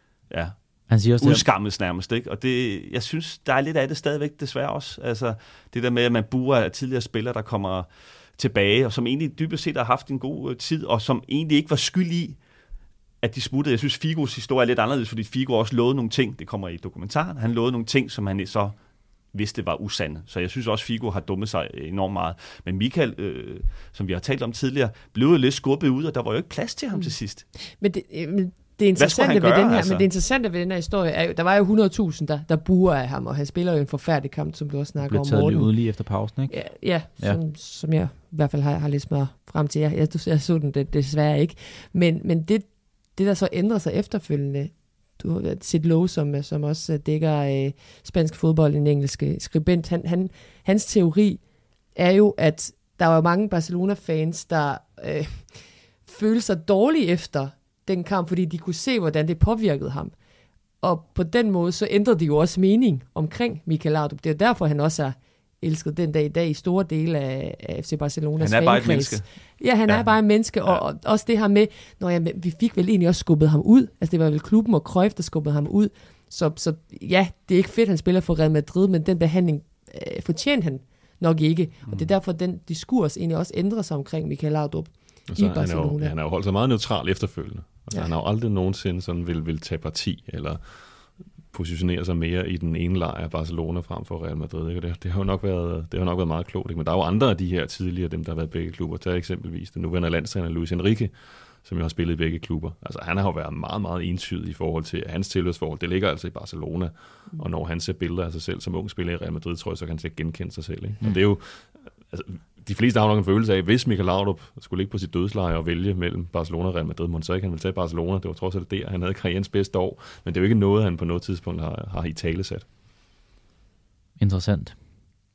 han siger også udskammes nærmest, ikke? Og jeg synes, der er lidt af det stadigvæk, desværre også. Altså, det der med, at man buer af tidligere spillere, der kommer tilbage, og som egentlig dybest set har haft en god tid, og som egentlig ikke var skyld i, at de smuttede. Jeg synes, Figos historie er lidt anderledes, fordi Figo også lovede nogle ting, det kommer i dokumentaren, han lovede nogle ting, som han så vidste var usande. Så jeg synes også, Figo har dummet sig enormt meget. Men Michael, som vi har talt om tidligere, blev jo lidt skubbet ud, og der var jo ikke plads til ham til sidst. Men det interessante ved den her historie er jo, der var jo 100.000, der buer af ham, og han spiller jo en forfærdelig kamp, som du også snakker om, Morten. Blev taget lige efter pausen, ikke? Ja. Som jeg i hvert fald har læst mig frem til. Jeg så den desværre ikke. Men det der så ændrer sig efterfølgende, du har Sid Lowe, som også dækker spansk fodbold, en engelsk skribent, hans teori er jo, at der var mange Barcelona-fans, der følte sig dårligt efter den kamp, fordi de kunne se, hvordan det påvirkede ham. Og på den måde, så ændrede de jo også mening omkring Michael Laudrup. Det er derfor, han også er elsket den dag i dag i store dele af FC Barcelonas fankreds. Han er bare et menneske. Ja, han er bare et menneske, og også det her med, vi fik vel egentlig også skubbet ham ud. Altså det var vel klubben og Cruyff, der skubbede ham ud. Så ja, det er ikke fedt, han spiller for Real Madrid, men den behandling fortjente han nok ikke. Og det er derfor, den diskurs egentlig også ændrer sig omkring Michael Laudrup i Barcelona. Han har jo holdt sig meget neutral efterfølgende. Altså, han har jo aldrig nogensinde sådan vil tage parti, eller positionere sig mere i den ene lejr af Barcelona frem for Real Madrid. Ikke? Det har jo nok været meget klogt. Ikke? Men der er jo andre af de her tidligere, dem der har været begge klubber. Tag eksempelvis den nuværende landstræner Luis Enrique, som jo har spillet i begge klubber. Altså han har jo været meget, meget entydig i forhold til hans tilhørsforhold. Det ligger altså i Barcelona, og når han ser billeder af sig selv som ung spiller i Real Madrid, tror jeg, så kan han sikkert genkende sig selv. Ikke? Og det er jo... Altså, de fleste har nok en følelse af, hvis Michael Laudrup skulle ligge på sit dødsleje og vælge mellem Barcelona og Real Madrid, må så ikke han ville tage Barcelona. Det var trods alt der, han havde karrierens bedste år. Men det er jo ikke noget, han på noget tidspunkt har i talesat. Interessant.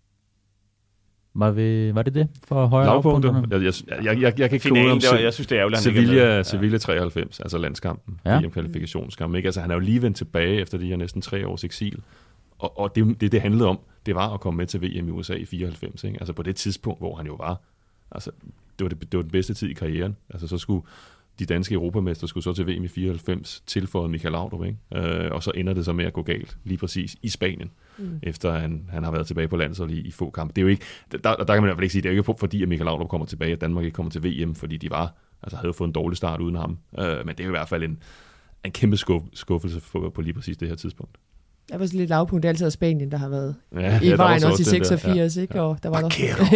Var det for højere lavpunkter? Jeg kan ikke komme ud om jeg synes, det er ærgerligt. Sevilla 93, altså landskampen, VM-kvalifikationskampen. Ikke? Altså, han er jo lige vendt tilbage efter de her næsten 3 års eksil. Og det handlede om, det var at komme med til VM i USA i 94. Ikke? Altså på det tidspunkt, hvor han jo var. Altså, det var den bedste tid i karrieren. Altså så skulle de danske europamestre skulle så til VM i 94 tilføjet Michael Laudrup, ikke? Og så ender det så med at gå galt lige præcis i Spanien, efter han har været tilbage på landsholdet i få kampe. Det er jo ikke, der kan man i hvert fald ikke sige, det er jo ikke fordi, at Michael Laudrup kommer tilbage, at Danmark ikke kommer til VM, fordi de havde jo fået en dårlig start uden ham. Men det er jo i hvert fald en kæmpe skuffelse på lige præcis det her tidspunkt. Der var lidt lavpunkt, det er altid Spanien, der har været i vejen også i 86, ikke? Ja. Og der var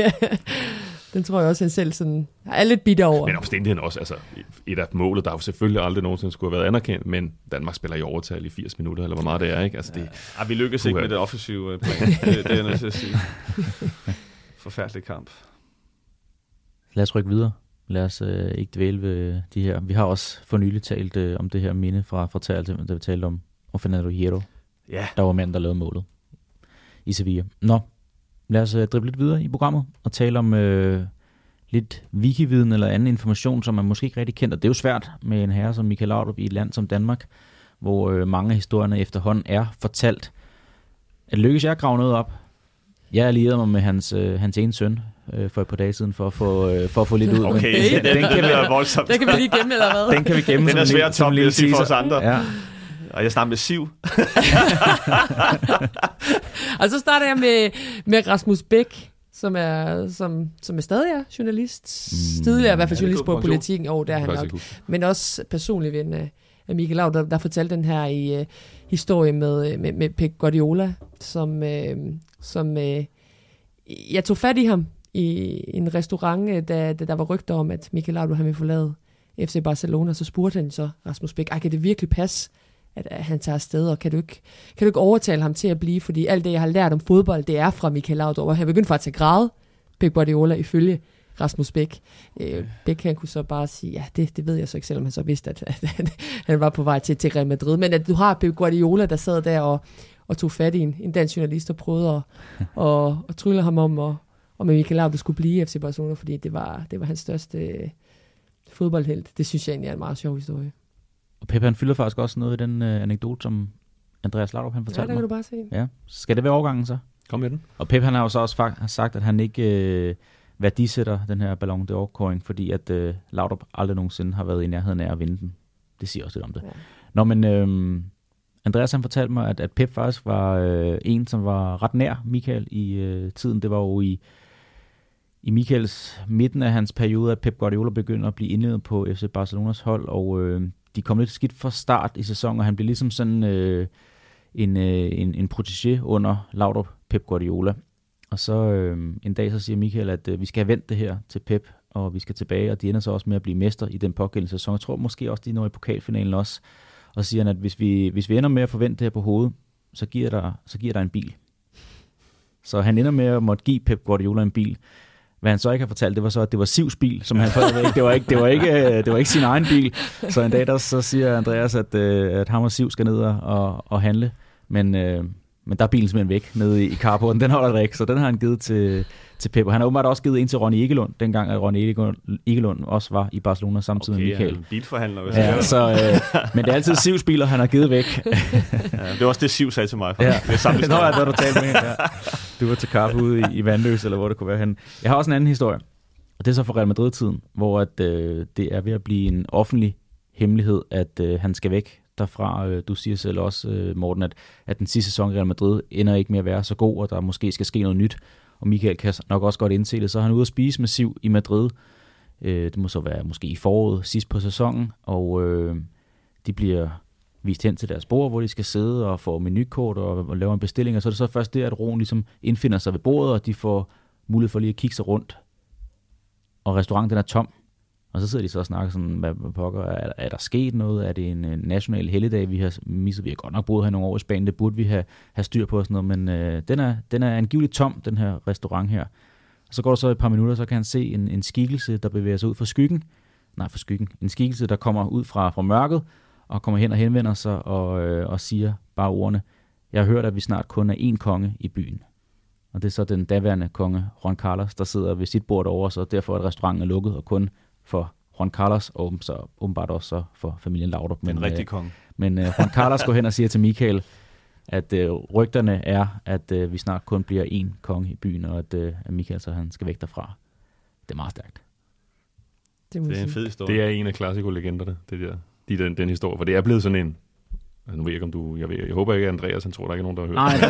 den tror jeg også, han selv sådan, er lidt bitter over. Men omstændigheden også, altså et af målet, der jo selvfølgelig aldrig nogensinde skulle have været anerkendt, men Danmark spiller i overtal i 80 minutter, eller hvor meget det er, ikke? Altså, vi lykkes ikke med det offensive plan. Det er jeg nødt til at sige. Forfærdelig kamp. Lad os rykke videre. Lad os ikke dvæle ved de her. Vi har også for nylig talt om det her minde fra Tertel, da vi talte om Fernando Hierro. Ja. Der var mand, der lavede målet i Sevilla. Nå, lad os drible lidt videre i programmet og tale om lidt wikividen eller anden information, som man måske ikke rigtig kender. Det er jo svært med en herre som Michael Laudrup i et land som Danmark, hvor mange af historierne efterhånden er fortalt. At lykkes jeg at grave noget op? Jeg allierede mig med hans ene søn for et par dage siden for at få lidt ud. Okay, den kan være voldsomt. Den kan vi lige gemme, eller hvad? Den kan vi gemme. Den er svær at toppe, at sige for os andre. Ja. Og jeg snakker med Siv. Og så starter jeg med Rasmus Bæk, som er stadig er journalist. Tidligere i hvert fald journalist på Politikken. Der er han nok. Men også personlig ven af Michael Laudrup, der fortalte den her i historie med Pep Guardiola, som jeg tog fat i ham i en restaurant, da der var rygter om, at Michael Laudrup han ville forlade FC Barcelona. Så spurgte han så Rasmus Bæk, kan det virkelig passe, at han tager afsted, og kan du ikke overtale ham til at blive, fordi alt det, jeg har lært om fodbold, det er fra Michael Laudrup, og han begyndte faktisk at græde, Pep Guardiola, ifølge Rasmus Bæk. Bæk han kunne så bare sige, ja, det ved jeg så ikke, selvom han så vidste, at han var på vej til Real Madrid, men at du har Pep Guardiola, der sad der og tog fat i en dansk journalist og prøvede at trylle ham om Michael Laudrup skulle blive i FC Barcelona, fordi det var hans største fodboldhelt. Det synes jeg egentlig er en meget sjov historie. Og Pep han fylder faktisk også noget i den anekdote, som Andreas Laudrup han fortalte mig. Ja, der kan du bare se. Ja. Skal det være overgangen så? Kom med den. Og Pep han har jo så også sagt, at han ikke værdisætter den her Ballon d'Or-kåring, fordi at Laudrup aldrig nogensinde har været i nærheden af at vinde den. Det siger også lidt om det. Ja. Nå, men Andreas han fortalte mig, at Pep faktisk var en, som var ret nær Michael i tiden. Det var jo i Michaels midten af hans periode, at Pep Guardiola begyndte at blive indledet på FC Barcelonas hold, og de kom lidt skidt fra start i sæsonen, og han blev ligesom sådan en protégé under Laudrup, Pep Guardiola. Og så en dag så siger Michael, at vi skal have vendt det her til Pep, og vi skal tilbage, og de ender så også med at blive mester i den pågældende sæson. Jeg tror måske også, de når i pokalfinalen også, og siger han, at hvis vi ender med at forvente det her på hovedet, så giver der en bil. Så han ender med at måtte give Pep Guardiola en bil. Hvad han så ikke har fortalt, det var så, at det var Sivs bil, som han fået væk. Det var ikke sin egen bil. Så en dag der så siger Andreas, at ham og Siv skal ned og handle. Men der er bilen simpelthen væk nede i carporten. Den holder der ikke, så den har han givet til Pep. Og han har åbenbart også givet en til Ronny Egelund, dengang at Ronny Egelund også var i Barcelona samtidig med Michael. En bilforhandler. Men det er altid Sivs biler, han har givet væk. Det var også det, Siv sagde til mig. Ja. Det var du talte med. Ja. Du var til kaffe ude i Vandløs, eller hvor det kunne være henne. Jeg har også en anden historie, og det er så fra Real Madrid-tiden, hvor det er ved at blive en offentlig hemmelighed, at han skal væk derfra. Du siger selv også, Morten, at den sidste sæson i Real Madrid ender ikke med at være så god, og der måske skal ske noget nyt, og Michael kan nok også godt indse det. Så er han ude at spise med Siv i Madrid. Det må så være måske i foråret sidst på sæsonen, og de bliver vist hen til deres bord, hvor de skal sidde og få menukort og lave en bestilling, og så er det så først der, at roen ligesom indfinder sig ved bordet, og de får mulighed for lige at kigge sig rundt. Og restauranten den er tom, og så sidder de så og snakker sådan, hvad pokker, er der sket noget? Er det en national helligdag, vi har misset? Vi har godt nok boet her nogle år i Spanien, det burde vi have styr på og sådan noget, men den er angiveligt tom, den her restaurant her. Og så går der så et par minutter, så kan han se en skikkelse, der bevæger sig ud fra skyggen. En skikkelse, der kommer ud fra mørket, og kommer hen og henvender sig og siger bare ordene, jeg har hørt, at vi snart kun er én konge i byen. Og det er så den daværende konge, Juan Carlos, der sidder ved sit bord over, så derfor er restauranten er lukket, og kun for Juan Carlos, og så åbenbart også så for familien Laudrup. Den rigtige konge. Men Juan Carlos går hen og siger til Michael, at rygterne er, at vi snart kun bliver én konge i byen, og at Michael så han skal væk derfra. Det er meget stærkt. Det er en fed historie. Det er en af klassiko-legenderne, den historie, for det er blevet sådan en. Altså, nu ved jeg ikke, om du... Jeg håber ikke, at Andreas, han tror, der ikke er nogen, der har hørt. Nej,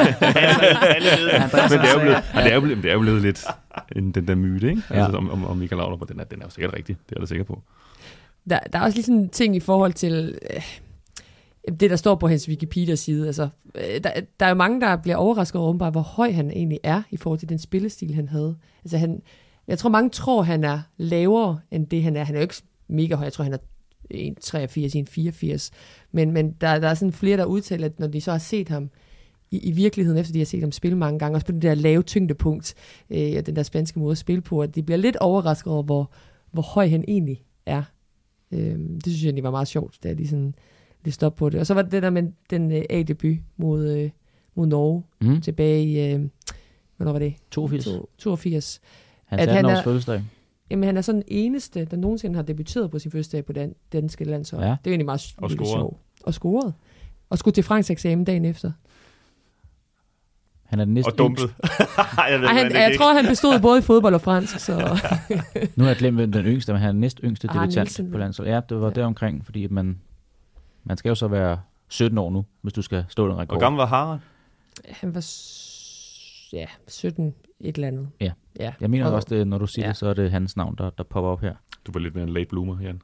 men det er jo blevet lidt den der myte, ikke? Ja. Altså, om Michael Laudrup, og den er jo sikkert rigtig. Det er jeg da sikker på. Der er også lige sådan en ting i forhold til det, der står på hans Wikipedia-side. Altså, der er jo mange, der bliver overrasket over, bare, hvor høj han egentlig er i forhold til den spillestil, han havde. Altså, jeg tror, mange tror, han er lavere end det, han er. Han er jo ikke mega høj. Jeg tror, han er 1,83, 1,84. Men der er sådan flere, der udtaler, at når de så har set ham i virkeligheden, efter de har set ham spille mange gange, også på det der lave tyngdepunkt, den der spanske måde at spille på, at de bliver lidt overrasket over, hvor høj han egentlig er. Det synes jeg egentlig var meget sjovt, da de sådan lidt stoppede på det. Og så var det der med den A-debut mod Norge, tilbage i, hvornår var det? 82. 82. Hans 18-års fødselsdag. Jamen, han er sådan den eneste, der nogensinde har debuteret på sin første dag på danske landshold. Ja. Det er egentlig meget Og scoret. sjovt. Og scoret. Og skulle til Franks eksamen dagen efter. Han er den næste Og dumpet. Jeg tror, han bestod både i fodbold og fransk. Så. Nu har jeg glemt, hvem den yngste, men han er den næste yngste debutant Nielsen. på landsholdet. Ja, det var deromkring, fordi man skal jo så være 17 år nu, hvis du skal stå den rekord. Hvor gammel var Harald? Han var 17 et eller andet. Ja. Jeg mener også, det, når du siger det, så er det hans navn, der popper op her. Du var lidt mere en late bloomer, Jan.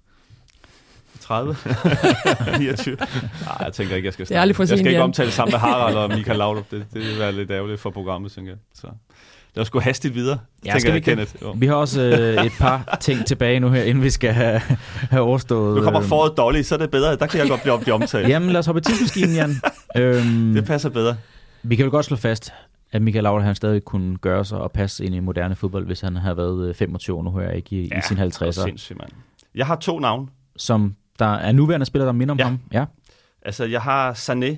30? 29? Nej, jeg tænker ikke, jeg skal Det er aldrig for Jeg skal sent, ikke Jan. omtale sammen med Harald og Michael Laudrup. Det vil være lidt ærgerligt for programmet, tænker jeg. Så lad os gå hastigt videre, tænker jeg, Kenneth. Jo. Vi har også et par ting tilbage nu her, inden vi skal have overstået. Nu kommer foråret Dolly, så er det bedre. Der kan jeg godt blive omtalt. Jamen, lad os hoppe i tidsmaskinen, Jan. Det passer bedre. Vi kan jo godt slå fast, at Michael Laudrup, han stadig kunne gøre sig og passe ind i moderne fodbold, hvis han havde været 25 år nu her, ikke i sine 50'er. Sindssygt, mand. Jeg har 2 navne. Som der er nuværende spillere, der minder om ham. Ja. Altså, jeg har Sané.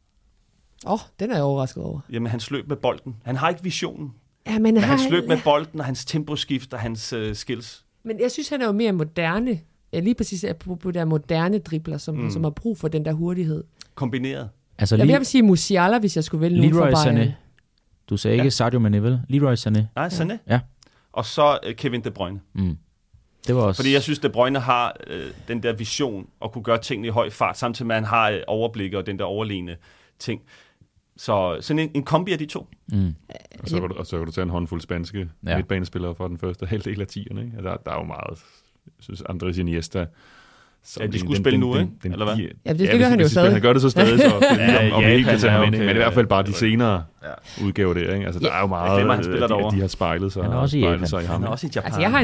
Den er jeg overrasket over. Jamen, han sløb med bolden. Han har ikke visionen. Ja, Men han sløb med bolden, og hans temposkift og hans skills. Men jeg synes, han er jo mere moderne. Ja, lige præcis på der moderne dribler, som har brug for den der hurtighed. Kombineret. Altså, Jeg vil sige Musiala, hvis jeg skulle vælge nogen Leroy for Bayern. Sané. Du sagde ikke Sadio Mane, vel? Leroy Sané. Nej, Sané. Ja. Og så Kevin De Bruyne. Det var også... Fordi jeg synes, De Bruyne har den der vision og kunne gøre tingene i høj fart, samtidig med, at han har overblik og den der overlegne ting. Så sådan en kombi af de to. Og så kan du tage en håndfuld spanske midtbanespillere fra den første halvdel af 10'erne. Ikke? Der er jo meget, jeg synes, Andrés Iniesta. Ja, de skulle spille nu, ikke? Eller hvad? Ja, det gør han jo stadig. Han gør det så stadig, så om vi ikke kan tage ham ind. okay. Men i hvert fald bare de senere udgaver der. Ikke? Altså, der er jo meget, glemmer, de har spejlet sig, Han er også i Japan. Han ham. er også i Japan. Altså, jeg har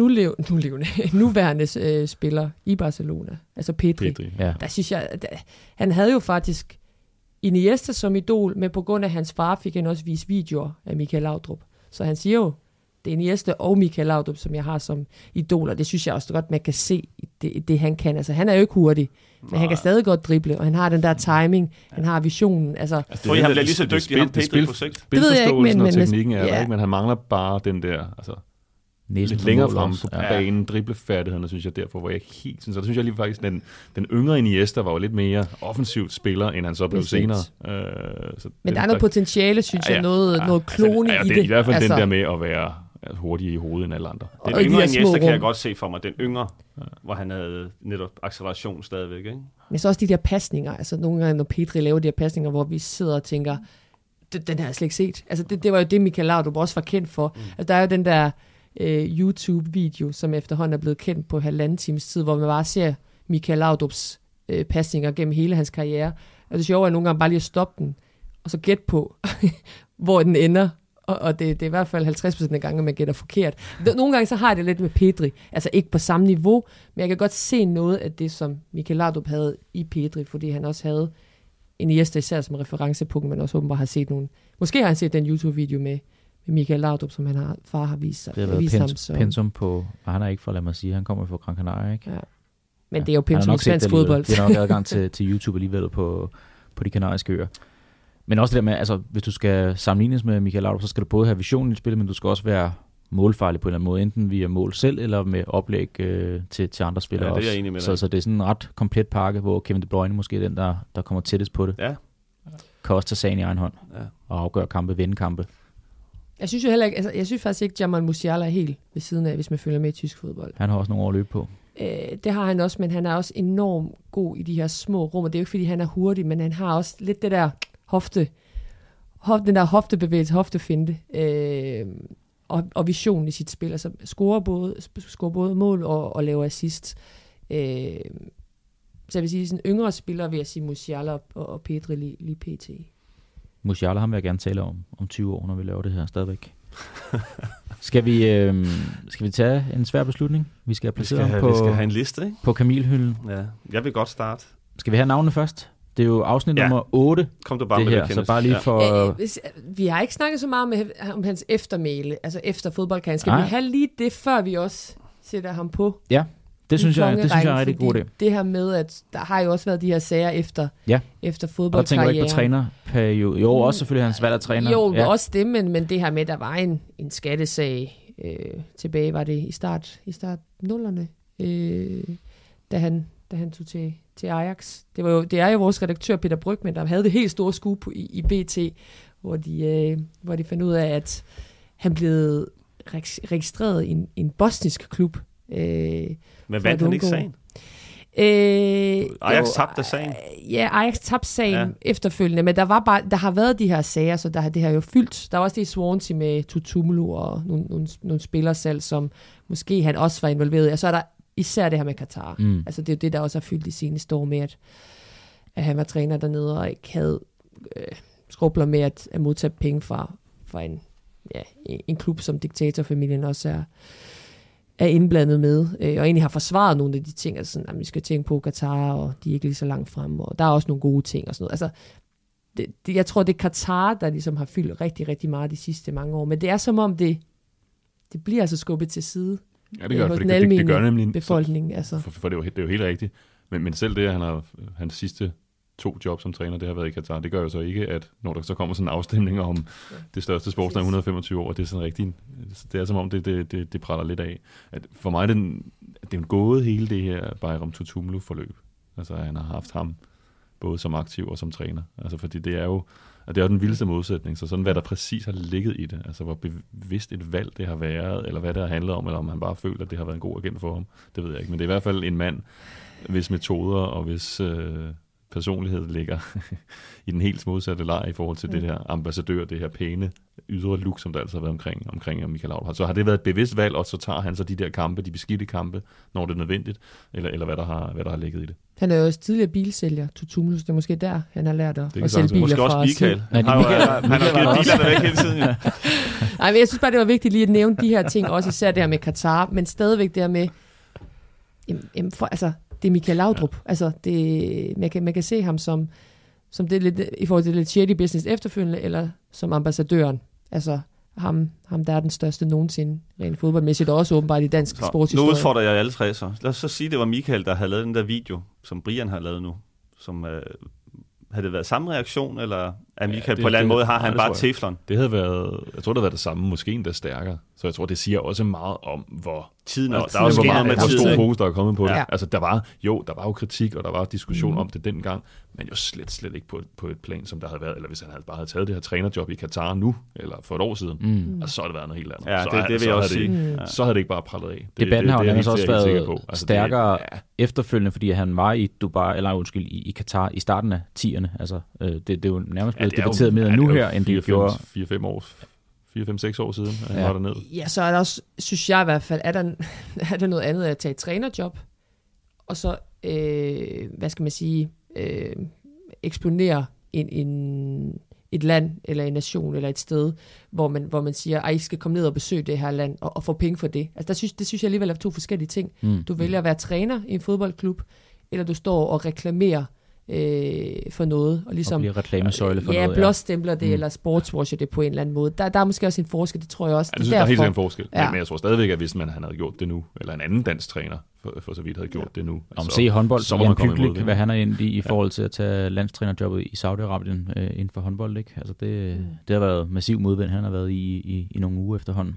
en nuværende spiller i Barcelona. Altså Pedri. Ja. Der synes jeg, han havde jo faktisk Iniesta som idol, men på grund af hans far fik han også vist videoer af Michael Laudrup. Så han siger jo, det er Iniesta og Michael Laudrup, som jeg har som idol, og det synes jeg også godt, man kan se det han kan. Altså, han er jo ikke hurtig, men han kan stadig godt drible, og han har den der timing, han har visionen. Altså, tror I, han bliver lige så dygtig, ham Pedri på sigt? Spilforståelsen og teknikken er der, ikke? Men han mangler bare den der, altså lidt længere frem på banen, driblefærdighederne, synes jeg derfor, hvor jeg ikke helt synes. Og det synes jeg lige faktisk, den yngre Iniesta var jo lidt mere offensivt spiller, end han så blev senere. Men der er noget potentiale, synes jeg, noget klone i det. I hvert fald den der med at være hurtigere i hovedet end alle andre. Den yngre Iniesta kan jeg godt se for mig. Den yngre, hvor han havde netop acceleration stadigvæk. Ikke? Men så også de der pasninger. Altså nogle gange, når Pedri laver de her pasninger, hvor vi sidder og tænker, den har jeg slet ikke set. Altså det var jo det, Michael Laudrup også var kendt for. Altså, der er jo den der YouTube-video, som efterhånden er blevet kendt på 1,5 times tid, hvor man bare ser Michael Laudrups pasninger gennem hele hans karriere. Og det sjove er nogle gange bare lige at stoppe den, og så gætte på, hvor den ender. Og det er i hvert fald 50% af gange, man gætter forkert. Nogle gange så har jeg det lidt med Pedri. Altså ikke på samme niveau, men jeg kan godt se noget af det, som Michael Laudrup havde i Pedri, fordi han også havde Iniesta især som referencepunkt, men også åbenbart har set nogle... Måske har han set den YouTube-video med Michael Laudrup, som far har vist sig. Det har været pensum på... Og han er ikke for, lad mig sige, han kommer fra Gran Canaria, ikke? Ja. Men det er jo pensum i svensk fodbold. Det er nok adgang til YouTube alligevel på de kanariske øer. Men også det der med, altså hvis du skal sammenlignes med Michael Laudrup, så skal du både have visionen i spillet, men du skal også være målfarlig på en eller anden måde, enten via mål selv, eller med oplæg til andre spillere også. Det er jeg enig med dig. Så det er sådan en ret komplet pakke, hvor Kevin De Bruyne måske er den, der kommer tættest på det. Ja. Kan også tage sagen i egen hånd, og afgøre kampe, vinde kampe. Jeg synes jo heller ikke, altså jeg synes faktisk ikke, Jamal Musiala er helt ved siden af, hvis man følger med i tysk fodbold. Han har også nogle år at løbe på. Det har han også, men han er også enormt god i de her små rum, og det er jo ikke, fordi han er hurtig, men han har også lidt det der den der hoftebevægelse, hoftefinte, og vision i sit spil. Altså scorer både mål og laver assist. Så jeg vil sige, sådan yngre spillere vil jeg sige Musiala og Pedri lige pt. Musiala ham vil jeg gerne tale om 20 år, når vi laver det her stadigvæk. Skal vi tage en svær beslutning? Vi skal placere ham vi skal have en liste, ikke? På Kamilhylden. Ja, jeg vil godt starte. Skal vi have navnene først? Det er jo afsnit nummer 8. Kom du bare det med her, det, så bare lige for... Vi har ikke snakket så meget om hans eftermæle, altså efter fodboldkarrieren. Skal vi have lige det, før vi også sætter ham på? Ja, det synes jeg er en rigtig god idé. Det her med, at der har jo også været de her sager efter fodboldkarrieren. Og der tænker jeg ikke på trænerperiode. Jo, også selvfølgelig hans valg af træner. Jo, også det, men det her med, der var en skattesag tilbage, var det i start 0'erne, da han tog til Ajax. Det er jo vores redaktør Peter Brygman, der havde det helt store scoop i BT, hvor de fandt ud af, at han blev registreret i en bosnisk klub. Men vandt han ikke sagen? Ajax tabte sagen? Ja, Ajax tabte sagen efterfølgende, men der har været de her sager, så det har jo fyldt. Der var også det i Swansea med Tutumulu og nogle spillersalg, som måske han også var involveret i. Og så er der især det her med Katar. Altså det er jo det, der også har fyldt de seneste år med, at han var træner dernede og ikke havde skrubler med at modtage penge fra en klub, som diktatorfamilien også er indblandet med, og egentlig har forsvaret nogle af de ting, altså sådan, at vi skal tænke på Katar, og de er ikke lige så langt frem, og der er også nogle gode ting og sådan noget. Altså, jeg tror, det er Katar, der ligesom har fyldt rigtig, rigtig meget de sidste mange år, men det er som om, det bliver altså skubbet til side. Ja, det gør det, for det gør nemlig befolkningen. Altså. For det er jo helt rigtigt. Men selv det, at hans sidste 2 job som træner, det har været i Katar, det gør jo så ikke, at når der så kommer sådan en afstemning om det største sportsland i 125 år, det er sådan rigtigt, det er som om, det praller lidt af. At for mig det er jo gået hele det her Bayram Tutumulu-forløb. Altså, han har haft ham både som aktiv og som træner. Altså, fordi det er jo den vildeste modsætning. Så sådan, hvad der præcis har ligget i det, altså hvor bevidst et valg det har været, eller hvad det har handlet om, eller om han bare føler, at det har været en god agent for ham, det ved jeg ikke. Men det er i hvert fald en mand, hvis metoder og hvis personlighed ligger i den helt modsatte lejr i forhold til det her ambassadør, det her pæne ydre look, som der altså har været omkring Michael Laudrup. Så har det været et bevidst valg, og så tager han så de der kampe, de beskidte kampe, når det er nødvendigt, eller hvad der har ligget i det. Han er jo også tidligere bilsælger, Tutumulus, det er måske der, han har lært at sælge biler måske fra. Måske også Michael. Han har givet bilerne væk hele tiden. Ja. Nej, men jeg synes bare, det var vigtigt lige at nævne de her ting, også især det her med Katar, men stadigvæk det her med, det er Michael Laudrup. Ja. Altså, man kan se ham som det er lidt, i forhold til lidt shady business efterfølgende, eller som ambassadøren. Altså, ham der er den største nogensinde, rent fodboldmæssigt, og også åbenbart i dansk sportshistorie. Nu udfordrer jeg alle tre så. Lad os så sige, det var Michael, der havde lavet den der video, som Brian har lavet nu, som havde det været samme reaktion, eller er Michael på en eller anden måde, har han bare teflon? Det havde været, jeg tror, det havde været det samme, måske endda stærkere. Så jeg tror, det siger også meget om, hvor tiden der er også meget med stor fokus, der er kommet på det. Ja. Altså, der var jo kritik, og der var diskussion om det dengang, men jo slet ikke på et plan, som der havde været, eller hvis han bare havde taget det her trænerjob i Katar nu, eller for et år siden, og så havde det været noget helt andet. Ja, det vil jeg også sige. Så havde det ikke bare prallet af. Debatten har jo også været stærkere efterfølgende, fordi han var i Dubai, i Katar i starten af 10'erne. Altså, det er jo nærmest blevet debatteret mere nu her, end det gjorde 4-5 år siden, han var dernede. Ja, så er der også, synes jeg i hvert fald, er der noget andet at tage et trænerjob, og så, hvad skal man sige, eksponere et land, eller en nation, eller et sted, hvor man siger, I skal komme ned og besøge det her land, og få penge for det. Altså, det synes jeg alligevel er 2 forskellige ting. Du vælger at være træner i en fodboldklub, eller du står og reklamerer for noget. Og ligesom, bliver reklamesøjle for noget. Ja, blåstempler det, eller sportswasher det på en eller anden måde. Der er måske også en forskel, det tror jeg også. Jeg synes, der er helt en forskel. Ja. Men jeg tror stadigvæk, at hvis han havde gjort det nu, eller en anden dansk træner for så vidt havde gjort det nu. Om se håndbold, så Jan Pyglik, hvad han er inde i forhold til at tage landstrænerjobbet i Saudi-Arabien inden for håndbold. Ikke? Altså det har været massiv modvind, han har været i nogle uger efterhånden.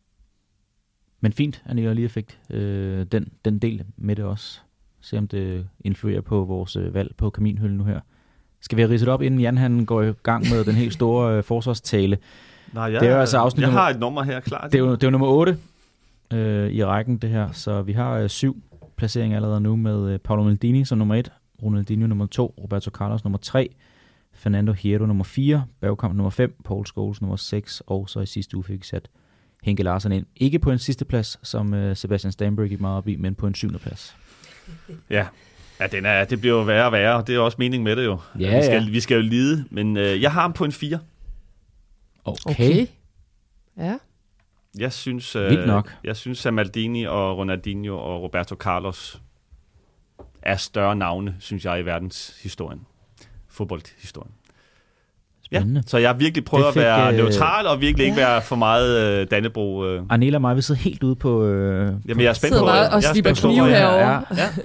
Men fint, at I lige fik den del med det også. Se om det influerer på vores valg på kaminhylden nu her. Skal vi have ridset op, inden Jan han går i gang med den helt store forsvarstale? Nej, det er altså jeg har et nummer her klar. Det er jo nummer 8 i rækken, det her. Så vi har 7 placeringer allerede nu med Paolo Maldini som nummer 1, Ronaldinho nummer 2, Roberto Carlos nummer 3, Fernando Hierro nummer 4, Bergkamp nummer 5, Paul Scholes nummer 6, og så i sidste uge fik sat Henke Larsson ind. Ikke på en sidste plads, som Sebastian Stanbury gik meget op i, men på en 7. plads. Ja, det bliver jo værre og værre, og det er også meningen med det jo. Ja, vi skal jo lide, men jeg har ham på en 4. Okay. Ja. Jeg synes, at Maldini og Ronaldinho og Roberto Carlos er større navne, synes jeg, i verdenshistorien. Fodboldhistorien. Ja, så jeg har virkelig prøvet at være neutral, og virkelig ikke være for meget Dannebro. Arnela og mig, vi sidder helt ude på... Jamen, jeg er spændt på... Og slipper kniv herovre.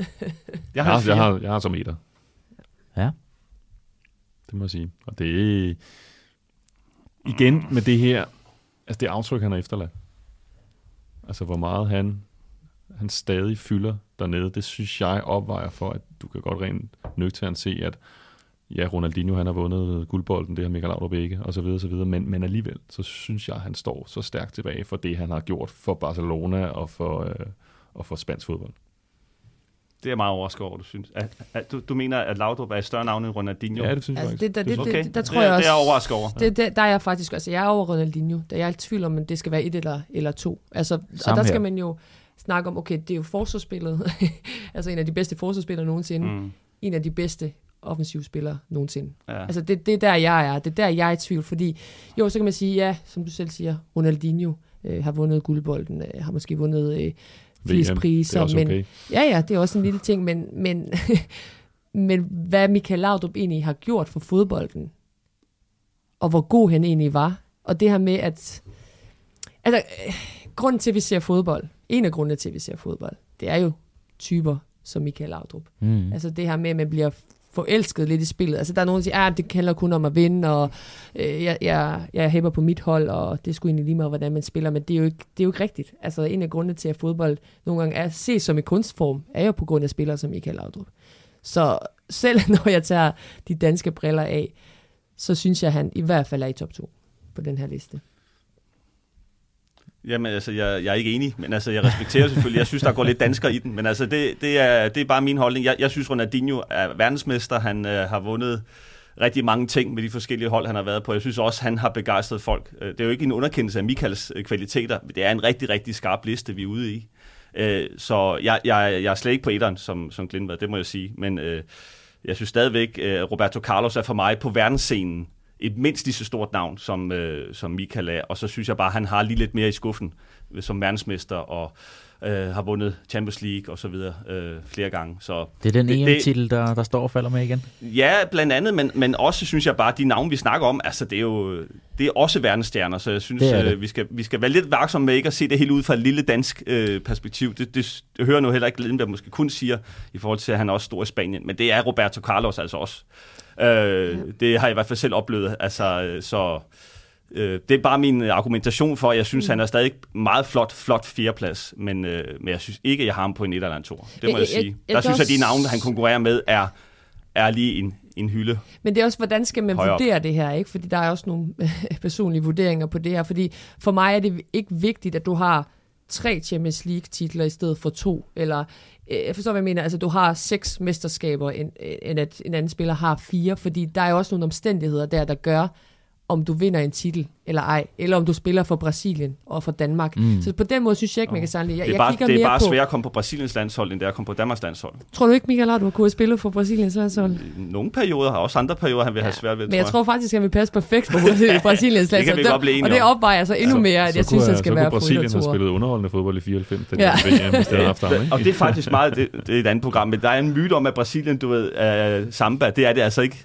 Ja. Jeg har som etter. Ja. Det må jeg sige. Og det er... Igen med det her... Altså, det aftryk, han har efterladt. Altså, hvor meget han stadig fylder dernede, det synes jeg opvejer for, at du kan godt rent nøgternt se, at ja, Ronaldinho, han har vundet guldbolden, det har Michael Laudrup ikke, og så videre, men alligevel, så synes jeg, at han står så stærkt tilbage for det, han har gjort for Barcelona og for spansk fodbold. Det er meget overrasket over, du synes. Du mener, at Laudrup er et større navn end Ronaldinho? Ja, det synes jeg faktisk. Der tror jeg også. Det er overrasket over. Der er jeg faktisk også. Jeg er over Ronaldinho. Der er jeg i tvivl om, at det skal være 1 eller 2. Altså, og der skal man jo snakke om, okay, det er jo forsvarsspillet. Altså en af de bedste forsvarsspillere nogensinde. En af de bedste offensivspillere nogensinde. Ja. Altså det er der, jeg er. Det er der, jeg er i tvivl. Fordi, jo, så kan man sige, ja, som du selv siger, Ronaldinho har vundet guldbolden, har måske vundet flest priser. Det er også okay. Men, ja, det er også en lille ting, men hvad Michael Laudrup egentlig har gjort for fodbolden, og hvor god han egentlig var, og det her med, at altså, grunden til, at vi ser fodbold, en af grundene til, at vi ser fodbold, det er jo typer som Michael Laudrup. Altså det her med, at man bliver forelsket lidt i spillet. Altså der er nogen, der siger, at det handler kun om at vinde, og jeg hæpper på mit hold, og det skulle egentlig lige meget, hvordan man spiller, men det er jo ikke rigtigt. Altså en af grundene til, at fodbold nogle gange er set som en kunstform, er jo på grund af spillere som Michael Laudrup. Så selv når jeg tager de danske briller af, så synes jeg, at han i hvert fald er i top 2 på den her liste. Jamen altså, jeg er ikke enig, men altså, jeg respekterer selvfølgelig. Jeg synes, der går lidt danskere i den, men altså, det er bare min holdning. Jeg synes, Ronaldinho er verdensmester. Han har vundet rigtig mange ting med de forskellige hold, han har været på. Jeg synes også, han har begejstret folk. Det er jo ikke en underkendelse af Michaels kvaliteter. Det er en rigtig, rigtig skarp liste, vi er ude i. Så jeg er slet ikke på etteren, som Glindvad, det må jeg sige. Men jeg synes stadigvæk, Roberto Carlos er for mig på verdensscenen et mindst lige så stort navn, som Michael er. Og så synes jeg bare, at han har lige lidt mere i skuffen som verdensmester, og har vundet Champions League og så videre flere gange. Så det er den EM-titel, der står og falder med igen? Ja, blandt andet, men også synes jeg bare, at de navne, vi snakker om, altså det er også verdensstjerner, så jeg synes, vi skal være lidt vaksomme med ikke at se det helt ud fra et lille dansk perspektiv. Det hører nu heller ikke Lindenberg måske kun siger, i forhold til, at han er også stor i Spanien, men det er Roberto Carlos altså også. Det har jeg i hvert fald selv oplevet, altså så... Det er bare min argumentation for, at jeg synes, han er stadig meget flot fjerdeplads, men jeg synes ikke, at jeg har ham på en 1 eller en 2. Det må jeg sige. Der synes jeg, at de navne, han konkurrerer med, er lige en hylde. Men det er også, hvordan skal man vurdere det her, ikke? Fordi der er også nogle personlige vurderinger på det her, fordi for mig er det ikke vigtigt, at du har 3 Champions League-titler i stedet for 2, eller jeg forstår, hvad jeg mener, altså du har 6 mesterskaber, end at en anden spiller har 4, fordi der er jo også nogle omstændigheder der gør, om du vinder en titel eller ej, eller om du spiller for Brasilien og for Danmark. Så på den måde synes jeg ikke, man kan sammenligne. Det er bare svært at komme på Brasiliens landshold, end det er at komme på Danmarks landshold. Tror du ikke, Michael Laudrup kunne spille for Brasiliens landshold? Nogle perioder, har også andre perioder, han vil have svært ved. Men jeg tror faktisk, han vil passe perfekt på Brasiliens landshold. Det kan vi godt blive enige om. Og det opvejer så endnu mere, at jeg synes, han skal være på 1 og 2. Brasilien har spillet underholdende fodbold i 94, det er haft ham, ikke? Og det er faktisk meget, det er et andet program, men der er en myte om, at Brasilien, du ved, samba, det er det altså ikke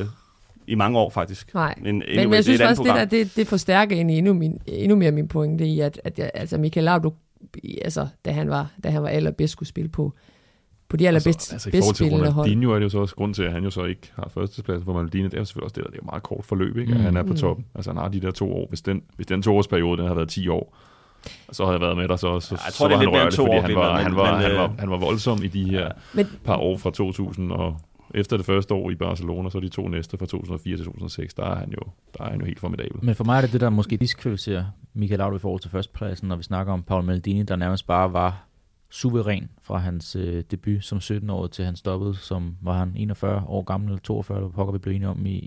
i mange år faktisk. Nej, men jeg synes også, det forstærker endnu mere min pointe i, at Michael Laudrup, altså, da han var allerbedst, skulle spille på de allerbedst altså, bedst spillende hold. Ronaldinho er det jo så også grund til, at han jo så ikke har førstepladsen for Ronaldinho. Det er jo selvfølgelig også det, der er jo meget kort forløb, ikke? At han er på toppen. Altså han har de der 2 år. Hvis den 2-årsperiode, den har været 10 år, så havde jeg været med der, så var han rørlig, fordi han var voldsom i de her par år fra 2000 og efter det første år i Barcelona, så de 2 næste fra 2004 til 2006, der er han jo helt formidabel. Men for mig er det der måske diskvalificerer Michael Laudrup i forhold til førstepladsen, når vi snakker om Paolo Maldini, der nærmest bare var suveræn fra hans debut som 17-årig til han stoppede, som var han 41 år gammel eller 42, eller pokker vi blev enige om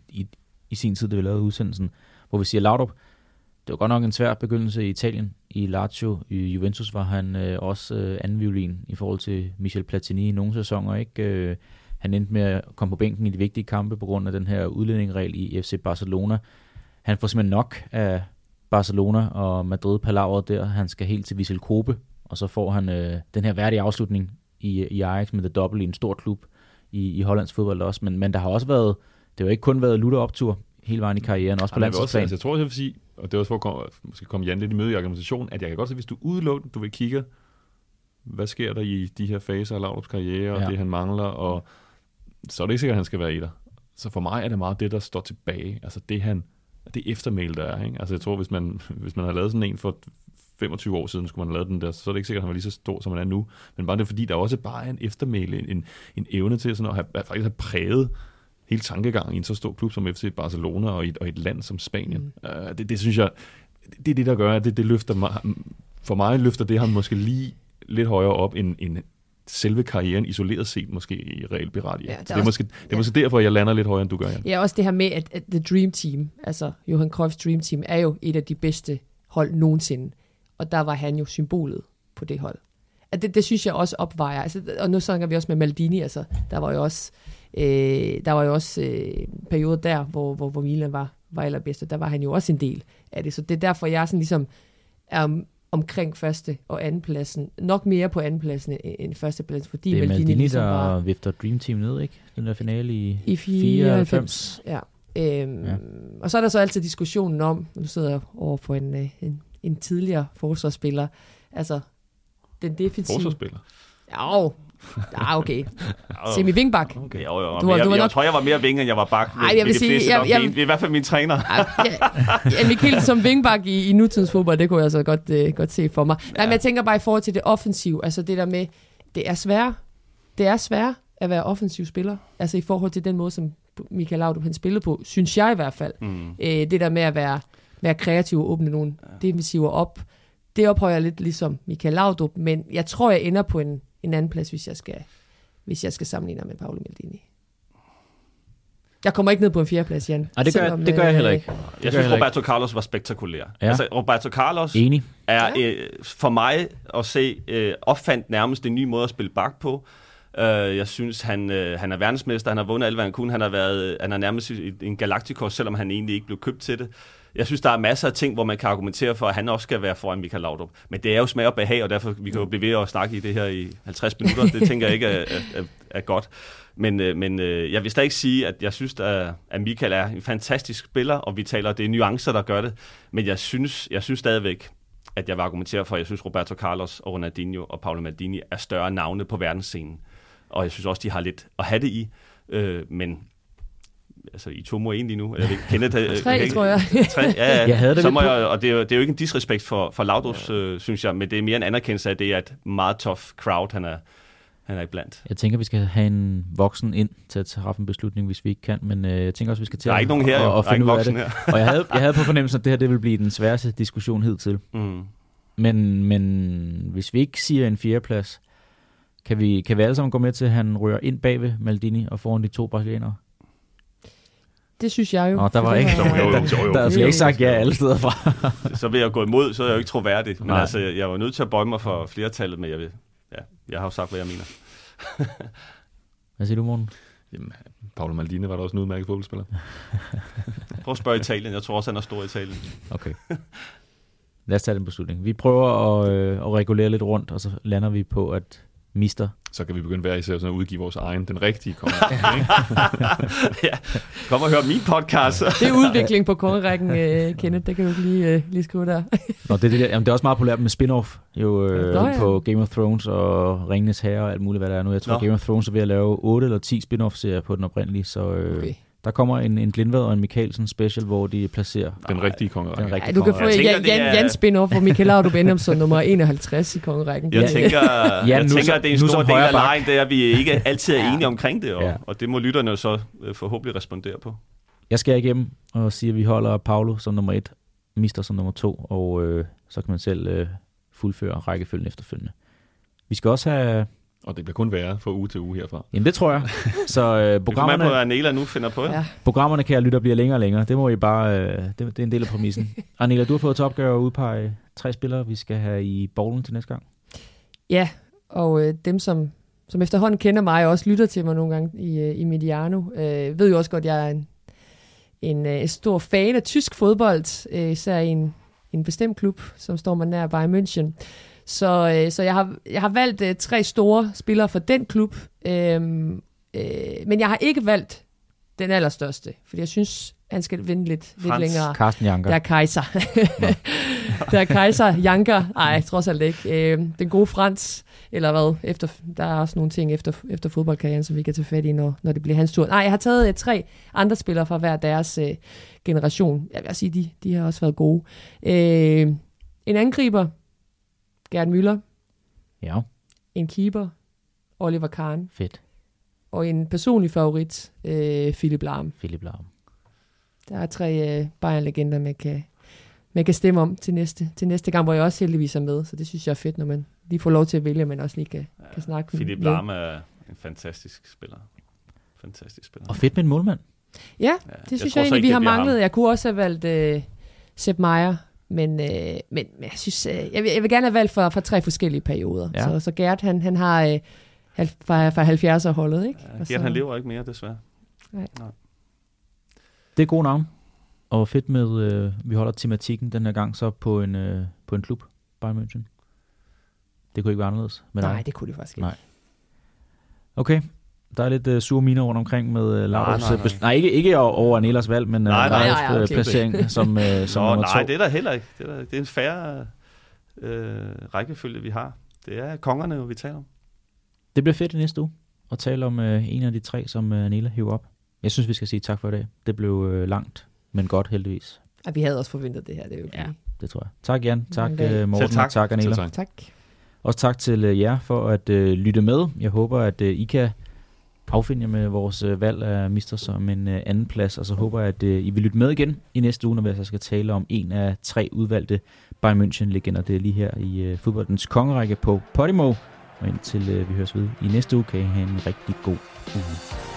i sin tid, da vi lavede udsendelsen, hvor vi siger Laudrup, det var godt nok en svær begyndelse i Italien. I Lazio, i Juventus var han også anden violin i forhold til Michel Platini i nogle sæsoner, ikke? Han endte med at komme på bænken i de vigtige kampe på grund af den her udlændingeregel i FC Barcelona. Han får simpelthen nok af Barcelona og Madrid-palavret der. Han skal helt til Vissel Kobe, og så får han den her værdige afslutning i Ajax med The Double i en stor klub i Hollands fodbold også. Men der har også været, det har jo ikke kun været lutter-optur hele vejen i karrieren, også på landsholdsplan. Altså, jeg tror, jeg vil sige, og det er også for at måske komme Jan lidt i møde i argumentationen, at jeg kan godt se, hvis du udelukker, du vil kigge, hvad sker der i de her faser af Laudrups karriere, og det han mangler, og så er det ikke sikkert, at han skal være etter. Så for mig er det meget det, der står tilbage. Altså det eftermæl, der er. Ikke? Altså jeg tror, hvis man har lavet sådan en for 25 år siden, skulle man have lavet den der, så er det ikke sikkert, at han var lige så stor, som han er nu. Men bare det, fordi der også bare er en eftermæle, en evne til sådan at faktisk have præget hele tankegangen i en så stor klub som FC Barcelona og et land som Spanien. Det synes jeg, det er det, der gør, at det løfter mig. For mig løfter det ham måske lige lidt højere op end selve karrieren isoleret set måske i Real Betis. Ja, det er måske derfor, jeg lander lidt højere, end du gør, Jan. Ja, også det her med, at The Dream Team, altså Johan Cruyffs Dream Team, er jo et af de bedste hold nogensinde. Og der var han jo symbolet på det hold. Det synes jeg også opvejer. Altså, og nu snakker vi også med Maldini, altså der var jo også perioder der, hvor Milan var allerbedst, og der var han jo også en del af det. Så det er derfor, jeg sådan ligesom er omkring første og andenpladsen. Nok mere på andenpladsen end førstepladsen, fordi det er Maldini ligesom der var vifter Dream Team ned, ikke? Den der finale i 94. Ja. Og så er der så altid diskussionen om, nu sidder jeg over for en tidligere forsvarsspiller, altså den defensive... Forsvarsspiller? Ja, okay. Semi-vingbak. Okay, jeg tror, jeg var mere ving, end jeg var bak. Nej, jeg vil sige... Det er i hvert fald min træner. Michael som vingbak i nutidens fodbold, det kunne jeg så godt se for mig. Nej, men jeg tænker bare i forhold til det offensive, altså det der med, det er svært at være offensiv spiller, altså i forhold til den måde, som Michael Laudrup han spillede på, synes jeg i hvert fald. Det der med at være kreativ og åbne nogle defensiver op, det ophøjer lidt ligesom Michael Laudrup, men jeg tror, jeg ender på en anden plads, hvis jeg skal sammenligne med Paolo Maldini. Jeg kommer ikke ned på en fjerdeplads, Jan. Nej, det gør jeg heller ikke. Jeg synes, Roberto Carlos var spektakulær. Ja. Altså, Roberto Carlos er for mig at se opfandt nærmest en ny måde at spille bak på. Jeg synes, han er verdensmester, han har vundet alt, hvad han kunne. Han er nærmest en Galacticos, selvom han egentlig ikke blev købt til det. Jeg synes, der er masser af ting, hvor man kan argumentere for, at han også skal være foran Michael Laudrup. Men det er jo smag og behag, og derfor vi kan jo blive ved at snakke i det her i 50 minutter. Det tænker jeg ikke er godt. Men jeg vil stadig sige, at jeg synes, at Michael er en fantastisk spiller, og vi taler, det er nuancer, der gør det. Men jeg synes stadigvæk, at jeg vil argumentere for, at jeg synes, Roberto Carlos og Ronaldinho og Paolo Maldini er større navne på verdensscenen. Og jeg synes også, de har lidt at have det i. Men altså, I 2 mod 1 lige nu. Jeg vil kende det. 3, tror jeg. 3, ja. Jeg havde det så må jeg, og det er jo ikke en disrespekt for Laudrup, synes jeg, men det er mere en anerkendelse af det, at meget tough crowd, han er iblandt. Jeg tænker, vi skal have en voksen ind til at træffe en beslutning, hvis vi ikke kan, men jeg tænker også, vi skal til der er ikke nogen her, at finde ud af det. Her. Og jeg havde på fornemmelsen, at det her det vil blive den sværeste diskussion hidtil. Men hvis vi ikke siger en fjerdeplads, kan vi alle sammen gå med til, at han rører ind bagved Maldini og foran de 2 brasilianere? Det synes jeg jo. Nå, der var ikke. Der bliver ikke sagt ja alle steder fra. Så vil jeg gå imod, så er jeg jo ikke troværdig. Men altså, jeg var nødt til at bøje mig for flertallet, men jeg har jo sagt, hvad jeg mener. Hvad siger du, Morten? Jamen, Paolo Maldini var da også en udmærket fodboldspiller. Prøv at spørge Italien. Jeg tror også, han er stor i Italien. Okay. Lad os tage den beslutning. Vi prøver at regulere lidt rundt, og så lander vi på, at mister. Så kan vi begynde hver især at udgive vores egen, den rigtige konge. Ja, kom og hør min podcast. Det er udvikling på kongerækken, Kenneth. Det kan du lige skrive der. Nå, det er også meget populært med spin-off på Game of Thrones og Ringenes Herre og alt muligt, hvad der er nu. Jeg tror, Game of Thrones er ved at lave 8 eller 10 spin-off-serier på den oprindelige, så okay. Der kommer en Glindvad og en Mikkelsen special, hvor de placerer den rigtige kongerække. Du kan få Jan spin-off, hvor Michael Laudrup ender som nummer 51 i kongerækken. Jeg tænker, at det er en stor del af lejen, det er, at vi ikke altid er enige omkring det, og det må lytterne så forhåbentlig respondere på. Jeg skal igennem og sige, at vi holder Paolo som nummer 1, Mister som nummer 2, og så kan man selv fuldføre rækkefølgen efterfølgende. Vi skal også have... Og det bliver kun værre fra uge til uge herfra. Jamen det tror jeg. Så programmerne... Det kommer Arnela nu finder på. Ja. Programmerne, kan jeg lytte, bliver længere og længere. Det må I bare... det er en del af præmissen. Arnela, du har fået til opgave at udpege 3 spillere, vi skal have i bowlen til næste gang. Ja, og dem, som efterhånden kender mig og også lytter til mig nogle gange i Mediano, ved jo også godt, at jeg er en stor fan af tysk fodbold, især i en bestemt klub, som står mig nær Bayern München. Så jeg har valgt 3 store spillere for den klub, men jeg har ikke valgt den allerstørste, fordi jeg synes, han skal vinde lidt længere. Carsten Janker. Der er Kaiser. Der er Kaiser Janker. Nej, trods alt ikke. Den gode Frans, eller hvad? Der er også nogle ting efter fodboldkarrieren, som vi kan tage fat i, når det bliver hans tur. Nej, jeg har taget 3 andre spillere fra hver deres generation. Jeg vil sige, de har også været gode. En angriber, Gerd Müller, Ja, en keeper, Oliver Kahn, fedt. og en personlig favorit, Philip Lahm. Philip Lahm. Der er 3 Bayern-legender, man kan stemme om til næste gang, hvor jeg også heldigvis er med. Så det synes jeg er fedt, når man lige får lov til at vælge, men også lige kan snakke med. Philip Lahm er en fantastisk spiller. Og fedt med en målmand. Ja, det synes jeg egentlig, vi har manglet. Jeg kunne også have valgt Sepp Maier, men jeg synes, jeg vil gerne have valgt fra 3 forskellige perioder. Ja. Så Gert, han har fra 70'er-holdet, ikke? Ja, Gert, han lever ikke mere, desværre. Nej. Det er god navn. Og fedt med, vi holder tematikken den her gang så på en klub, Bayern München. Det kunne ikke være anderledes med dig. Nej, det kunne det faktisk ikke. Nej. Okay, der er lidt sure miner rundt omkring med Laudrups... Nej, ikke over Anelas valg, men Laudrups placering som nummer 2. Nej, det er der heller ikke. Det er en færre rækkefølge, vi har. Det er kongerne, vi taler om. Det bliver fedt i næste uge at tale om en af de 3, som Anela hiver op. Jeg synes, vi skal sige tak for i dag. Det blev langt, men godt heldigvis. Ja, vi havde også forventet det her. Det er jo det tror jeg. Tak Jan, tak Morten, og tak Anela. Tak. Også tak til jer for at lytte med. Jeg håber, at I kan affinde jer med vores valg af mister som en anden plads, og så håber jeg, at I vil lytte med igen i næste uge, når vi altså skal tale om en af 3 udvalgte Bayern München-legender. Det er lige her i fodboldens kongerække på Podimo. Og indtil vi høres ved i næste uge, kan I have en rigtig god uge.